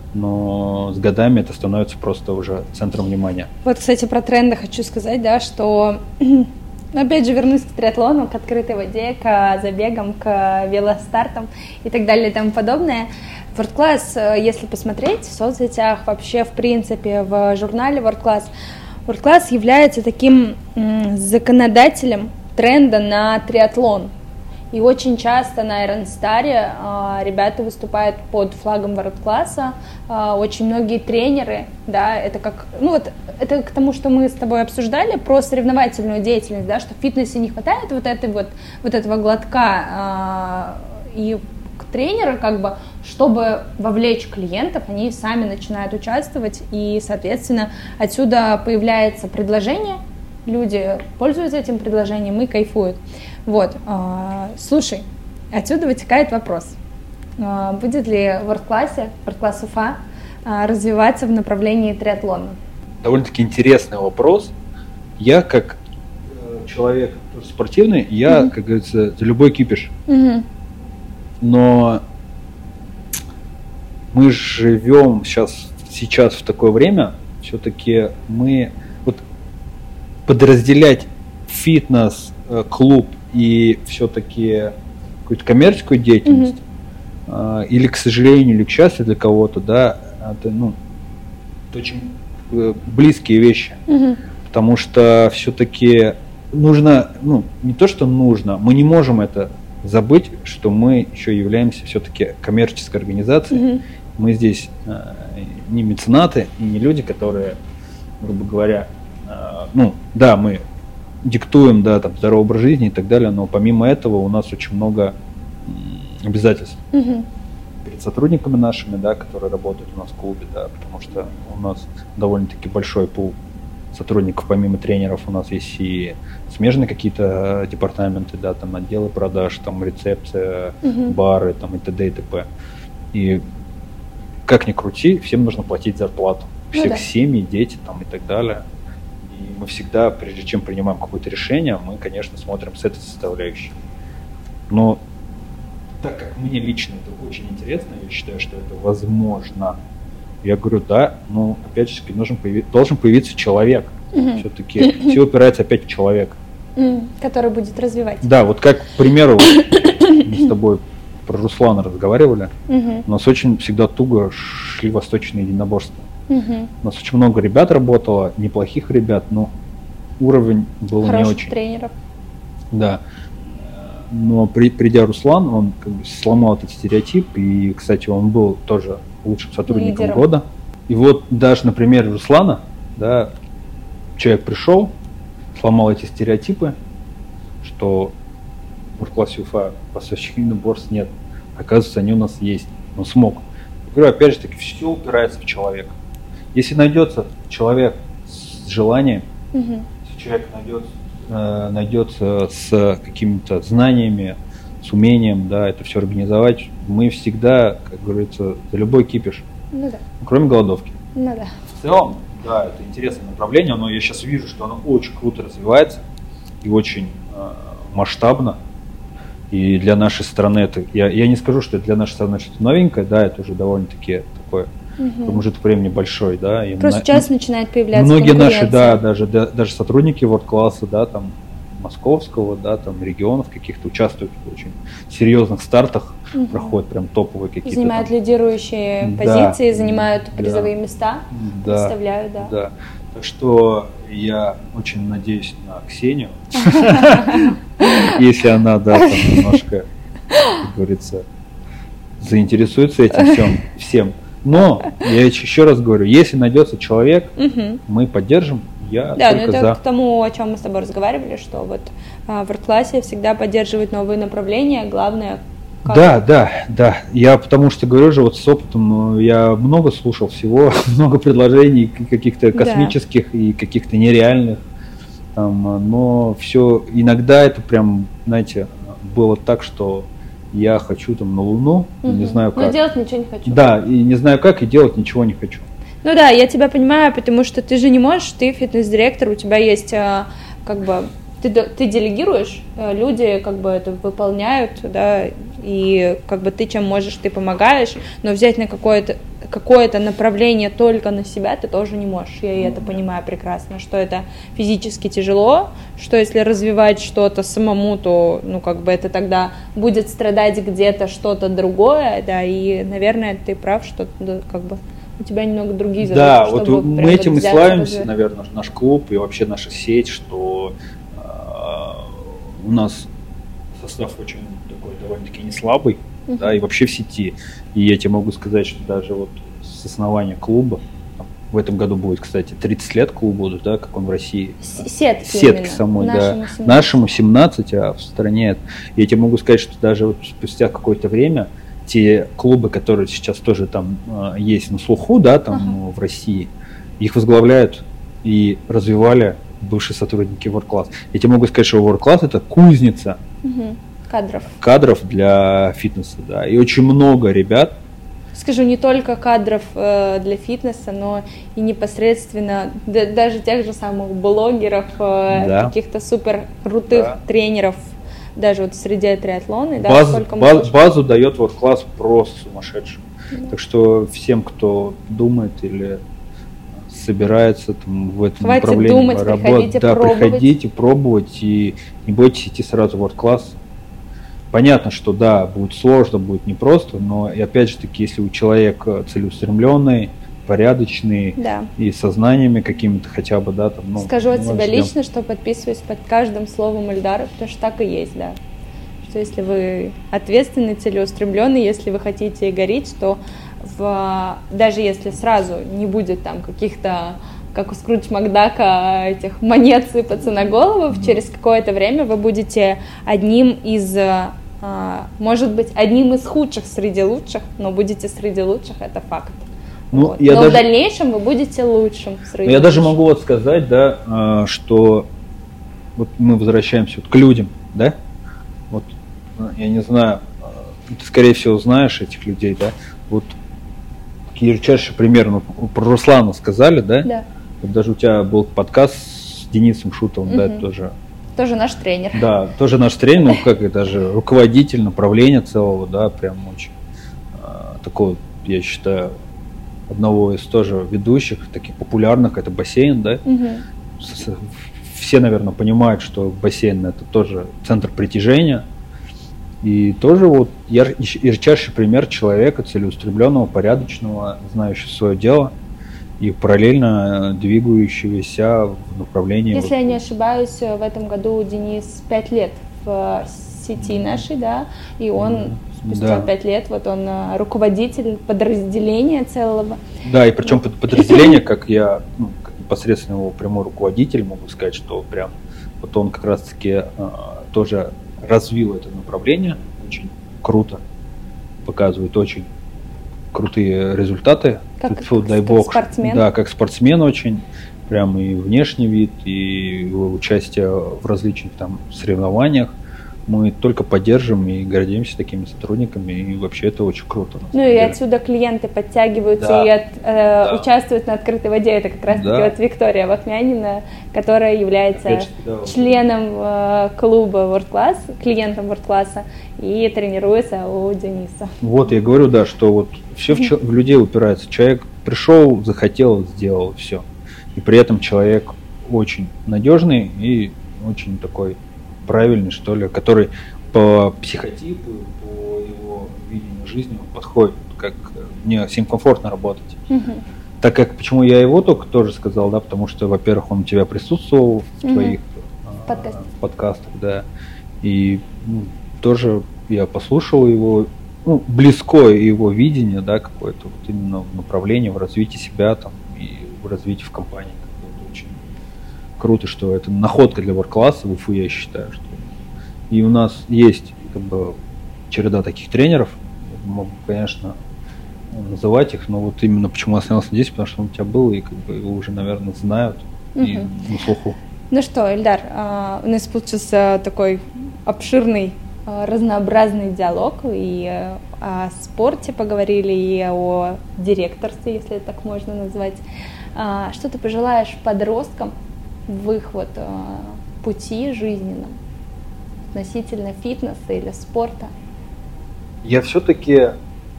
но с годами это становится просто уже центром внимания. Вот, кстати, про тренды хочу сказать, да, что... опять же, вернусь к триатлону, к открытой воде, к забегам, к велостартам и так далее и тому подобное. WorkClass, если посмотреть в соцсетях, вообще, в принципе, в журнале WorkClass является таким законодателем тренда на триатлон. И очень часто на Ironstars ребята выступают под флагом WorkClass, очень многие тренеры, да, это как, это к тому, что мы с тобой обсуждали про соревновательную деятельность, да, что в фитнесе не хватает вот этого глотка, и тренеры, как бы, чтобы вовлечь клиентов, они сами начинают участвовать, и, соответственно, отсюда появляется предложение, люди пользуются этим предложением и кайфуют. Вот, слушай, отсюда вытекает вопрос, будет ли WorkClass Уфа развиваться в направлении триатлона? Довольно-таки интересный вопрос. Я как человек тоже спортивный, я, как говорится, за любой кипиш. Но мы живем сейчас в такое время, все-таки мы подразделять фитнес, клуб и все-таки какую-то коммерческую деятельность, или, к сожалению, или к счастью для кого-то, да, это, это очень близкие вещи, потому что все-таки нужно, не то, что нужно, мы не можем это забыть, что мы еще являемся все-таки коммерческой организацией, мы здесь не меценаты и не люди, которые, грубо говоря, да, мы диктуем, да, там, здоровый образ жизни и так далее, но помимо этого у нас очень много обязательств перед сотрудниками нашими, да, которые работают у нас в клубе, да, потому что у нас довольно-таки большой пул сотрудников, помимо тренеров, у нас есть и смежные какие-то департаменты, да, там отделы продаж, там рецепция, бары, там и т.д. и т.п. И как ни крути, всем нужно платить зарплату. Всех семьи, дети там и так далее. И мы всегда, прежде чем принимаем какое-то решение, мы, конечно, смотрим с этой составляющей. Но так как мне лично это очень интересно, я считаю, что это возможно. Я говорю, да, опять же, должен появиться человек. Все-таки все упирается опять в человека. Который будет развивать. Да, вот как, к примеру, мы с тобой про Руслана разговаривали, у нас очень всегда туго шли восточные единоборства. У нас очень много ребят работало, неплохих ребят, но уровень был хороших не очень. Тренеров. Да. Но придя Руслан, он как бы сломал этот стереотип, и, кстати, он был тоже лучшим сотрудником Лидером. года. И вот даже на примере Руслана, да, человек пришел, сломал эти стереотипы, что в классе УФА восточных единоборств нет. Оказывается, они у нас есть. Он смог. Я говорю, опять же таки, все упирается в человека. Если найдется человек с желанием, если человек найдется с какими-то знаниями, с умением, да, это все организовать, мы всегда, как говорится, за любой кипиш. Ну да. Кроме голодовки. Ну да. В целом, да, это интересное направление, но я сейчас вижу, что оно очень круто развивается и очень масштабно. И для нашей страны это, я не скажу, что это для нашей страны что-то новенькое, да, это уже довольно-таки такое, промежуток времени большой, да. И Просто сейчас начинает появляться многие наши, конкуренция. да, даже сотрудники World-класса, да, там, московского, да, там, регионов каких-то участвуют в очень серьезных стартах, проходят прям топовые какие-то. Занимают там лидирующие позиции, занимают призовые места, представляют, да. Да. Так что я очень надеюсь на Ксению, если она, да, там немножко, как говорится, заинтересуется этим всем. Но, я еще раз говорю, если найдется человек, мы поддержим, я да, только но это за. к тому, о чем мы с тобой разговаривали, что вот в World-классе всегда поддерживают новые направления, главное. Да. Я потому что говорю же, вот с опытом, я много слушал всего, много предложений каких-то космических и каких-то нереальных. Там, но все, иногда это прям, знаете, было так, что я хочу там на Луну, не знаю как. Но делать ничего не хочу. Да, и не знаю как, и делать ничего не хочу. Ну да, я тебя понимаю, потому что ты же не можешь, ты фитнес-директор, у тебя есть как бы, ты делегируешь, люди как бы это выполняют, да, и как бы ты чем можешь, ты помогаешь, но взять на какое-то направление только на себя ты тоже не можешь, я это понимаю прекрасно, что это физически тяжело, что если развивать что-то самому, то, ну, как бы это тогда будет страдать где-то что-то другое, да, и, наверное, ты прав, что, да, как бы у тебя немного другие задачи. Да, вот мы этим и славимся, наверное, наш клуб и вообще наша сеть, что у нас состав очень такой довольно-таки не слабый, да, и вообще в сети. И я тебе могу сказать, что даже вот с основания клуба, в этом году будет, кстати, 30 лет клубу, да, как он в России. Сетки самой, да. Нашему 17, а в стране. Я тебе могу сказать, что даже вот спустя какое-то время те клубы, которые сейчас тоже там есть на слуху, да, там в России, их возглавляют и развивали бывшие сотрудники World-класс. Я тебе могу сказать, что World-класс это кузница кадров для фитнеса, да, и очень много ребят. Скажу, не только кадров для фитнеса, но и непосредственно даже тех же самых блогеров, каких-то супер крутых тренеров, даже вот среди триатлона. Базу дает World-класс просто сумасшедшую. Так что всем, кто думает или собирается там, в этом направлении работать, приходите, пробовать и не бойтесь идти сразу в World-класс. Понятно, что да, будет сложно, будет непросто, но и опять же таки, если у человека целеустремленный, порядочный и со знаниями какими-то хотя бы, да, там, ну, скажу от себя лично, что подписываюсь под каждым словом Ильдара, потому что так и есть, да. Что если вы ответственный, целеустремленный, если вы хотите гореть, то даже если сразу не будет там каких-то, как у Скрудж Макдака, этих монет сыпаться на голову, через какое-то время вы будете одним из, может быть, одним из худших среди лучших, но будете среди лучших, это факт. Ну, вот. Но в дальнейшем вы будете лучшим среди Я даже могу вот сказать, да, что вот мы возвращаемся вот к людям, да, вот, я не знаю, ты, скорее всего, знаешь этих людей, да, вот ярчайший пример, ну, про Руслана сказали, да? Да. Вот даже у тебя был подкаст с Денисом Шутовым, да, тоже наш тренер. Да, тоже наш тренер, ну, как и даже руководитель направления целого, да, прям очень такого, я считаю, одного из тоже ведущих, таких популярных, это бассейн, да, все, наверное, понимают, что бассейн – это тоже центр притяжения. И тоже вот ярчайший пример человека, целеустремленного, порядочного, знающего свое дело и параллельно двигающегося в направлении... Если я не ошибаюсь, в этом году Денис 5 лет в сети нашей, да, и он спустя 5 лет, вот он руководитель подразделения целого. Да, и причем подразделение, как я, как непосредственно его прямой руководитель, могу сказать, что прям вот он как раз-таки тоже развил это направление, очень круто, показывает очень крутые результаты. Как спортсмен. Да, как спортсмен очень, прям и внешний вид, и его участие в различных там соревнованиях. Мы только поддержим и гордимся такими сотрудниками, и вообще это очень круто. Ну и отсюда клиенты подтягиваются и участвуют на открытой воде. Это как раз таки вот Виктория Вахмянина, которая является членом клуба World Class, клиентом World Class, и тренируется у Дениса. Вот я говорю, да, что вот все в людей упирается. Человек пришел, захотел, сделал, все. И при этом человек очень надежный и очень такой правильный, что ли, который по психотипу, по его видению жизни он подходит, как мне с ним комфортно работать. Так как, почему я его только тоже сказал, да, потому что, во-первых, он у тебя присутствовал в твоих подкастах, да, и тоже я послушал его, близкое его видение, да, какое-то вот именно в направлении, в развитии себя там и в развитии в компании. Очень круто, что это находка для ворк-класса в Уфу, я считаю, что и у нас есть как бы череда таких тренеров, могу, конечно, называть их, но вот именно почему остановился здесь, потому что он у тебя был, и как бы его уже, наверное, знают и на слуху. Ну что, Ильдар, у нас получился такой обширный, разнообразный диалог, и о спорте поговорили, и о директорстве, если так можно назвать. Что ты пожелаешь подросткам в их вот пути жизненном относительно фитнеса или спорта? Я все-таки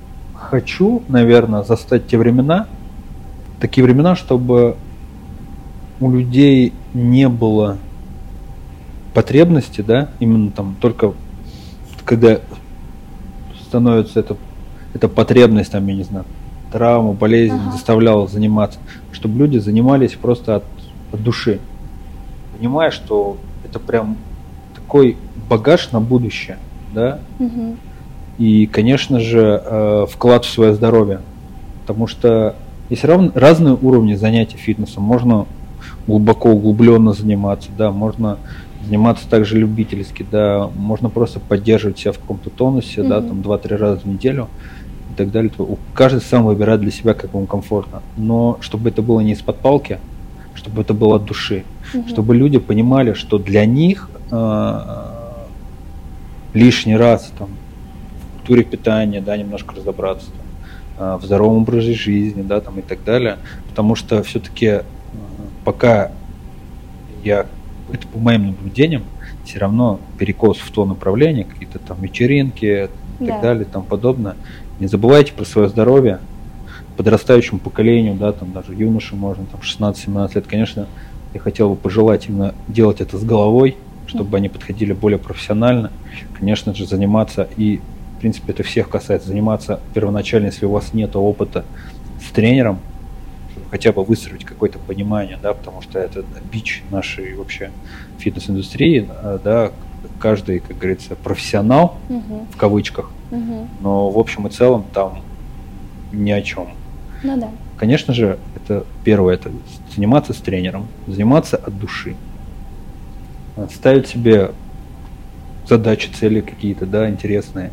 хочу, наверное, застать те времена, такие времена, чтобы у людей не было потребности, да, именно там только когда становится эта потребность, там, я не знаю, травма, болезнь заставляла заниматься, чтобы люди занимались просто от души, понимая, что это прям такой багаж на будущее, да, и, конечно же, вклад в свое здоровье, потому что есть разные уровни занятий фитнесом, можно глубоко, углубленно заниматься, да, можно заниматься также любительски, да, можно просто поддерживать себя в каком-то тонусе, да, там 2-3 раза в неделю и так далее. Каждый сам выбирает для себя, как ему комфортно, но чтобы это было не из-под палки, чтобы это было от души, чтобы люди понимали, что для них лишний раз там в культуре питания, да, немножко разобраться, там, в здоровом образе жизни, да, там и так далее, потому что все-таки пока это по моим наблюдениям, все равно перекос в то направление, какие-то там вечеринки и так далее, и тому подобное. Не забывайте про свое здоровье. Подрастающему поколению, да, там даже юношам можно, там 16-17 лет, конечно, я хотел бы пожелать именно делать это с головой, чтобы они подходили более профессионально. Конечно же, заниматься, и в принципе это всех касается, заниматься первоначально, если у вас нет опыта, с тренером, чтобы хотя бы выстроить какое-то понимание, да, потому что это бич нашей вообще фитнес-индустрии, да, каждый, как говорится, профессионал, в кавычках, но в общем и целом там ни о чем. Ну да. Конечно же, это первое, это заниматься с тренером, заниматься от души, ставить себе задачи, цели какие-то, да, интересные.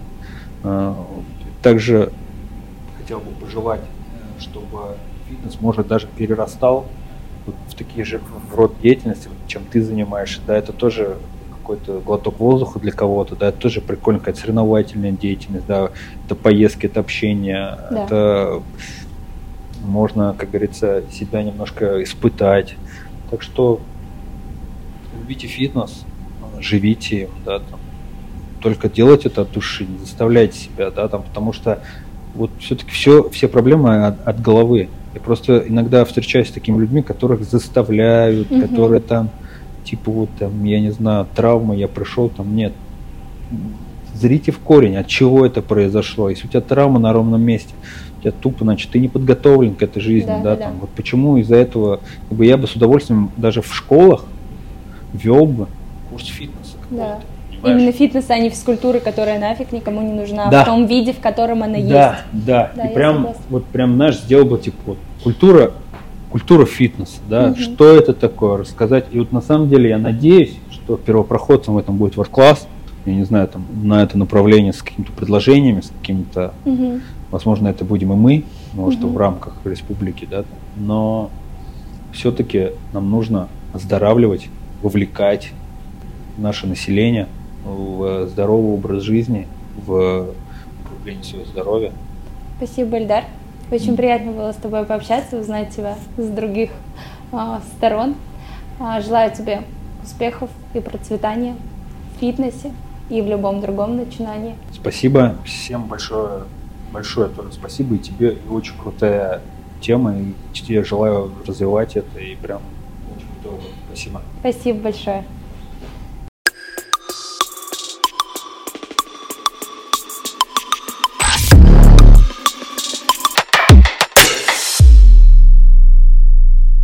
Также хотел бы пожелать, чтобы фитнес, может, даже перерастал в такие же в род деятельности, чем ты занимаешься, да, это тоже какой-то глоток воздуха для кого-то, да, это тоже прикольная какая-то соревновательная деятельность, да, это поездки, это общение, это можно, как говорится, себя немножко испытать. Так что любите фитнес, живите им, да, там, только делайте это от души, не заставляйте себя, да, там, потому что вот все-таки все проблемы от головы. Я просто иногда встречаюсь с такими людьми, которых заставляют, которые там типа вот там, я не знаю, травма, я пришел, там нет. Зрите в корень, от чего это произошло. Если у тебя травма на ровном месте, у тебя тупо, значит, ты не подготовлен к этой жизни, да, там, вот почему из-за этого, как бы я бы с удовольствием даже в школах вел бы курс фитнеса какой-то. Именно фитнеса, а не физкультуры, которая нафиг никому не нужна, да. в том виде, в котором она есть. Да. И прям, вот прям, знаешь, сделал бы, типа, вот, культура фитнеса, да, что это такое, рассказать. И вот на самом деле я надеюсь, что первопроходцем в этом будет WorkClass, я не знаю, там, на это направление с какими-то предложениями, с какими-то, возможно, это будем и мы, может, в рамках республики, да, но все-таки нам нужно оздоравливать, вовлекать наше население в здоровый образ жизни, в укрепление своего здоровья. Спасибо, Эльдар. Очень приятно было с тобой пообщаться, узнать тебя с других сторон. Желаю тебе успехов и процветания в фитнесе и в любом другом начинании. Спасибо всем большое тоже спасибо и тебе. И очень крутая тема, и я желаю развивать это, и прям очень круто. Спасибо. Спасибо большое.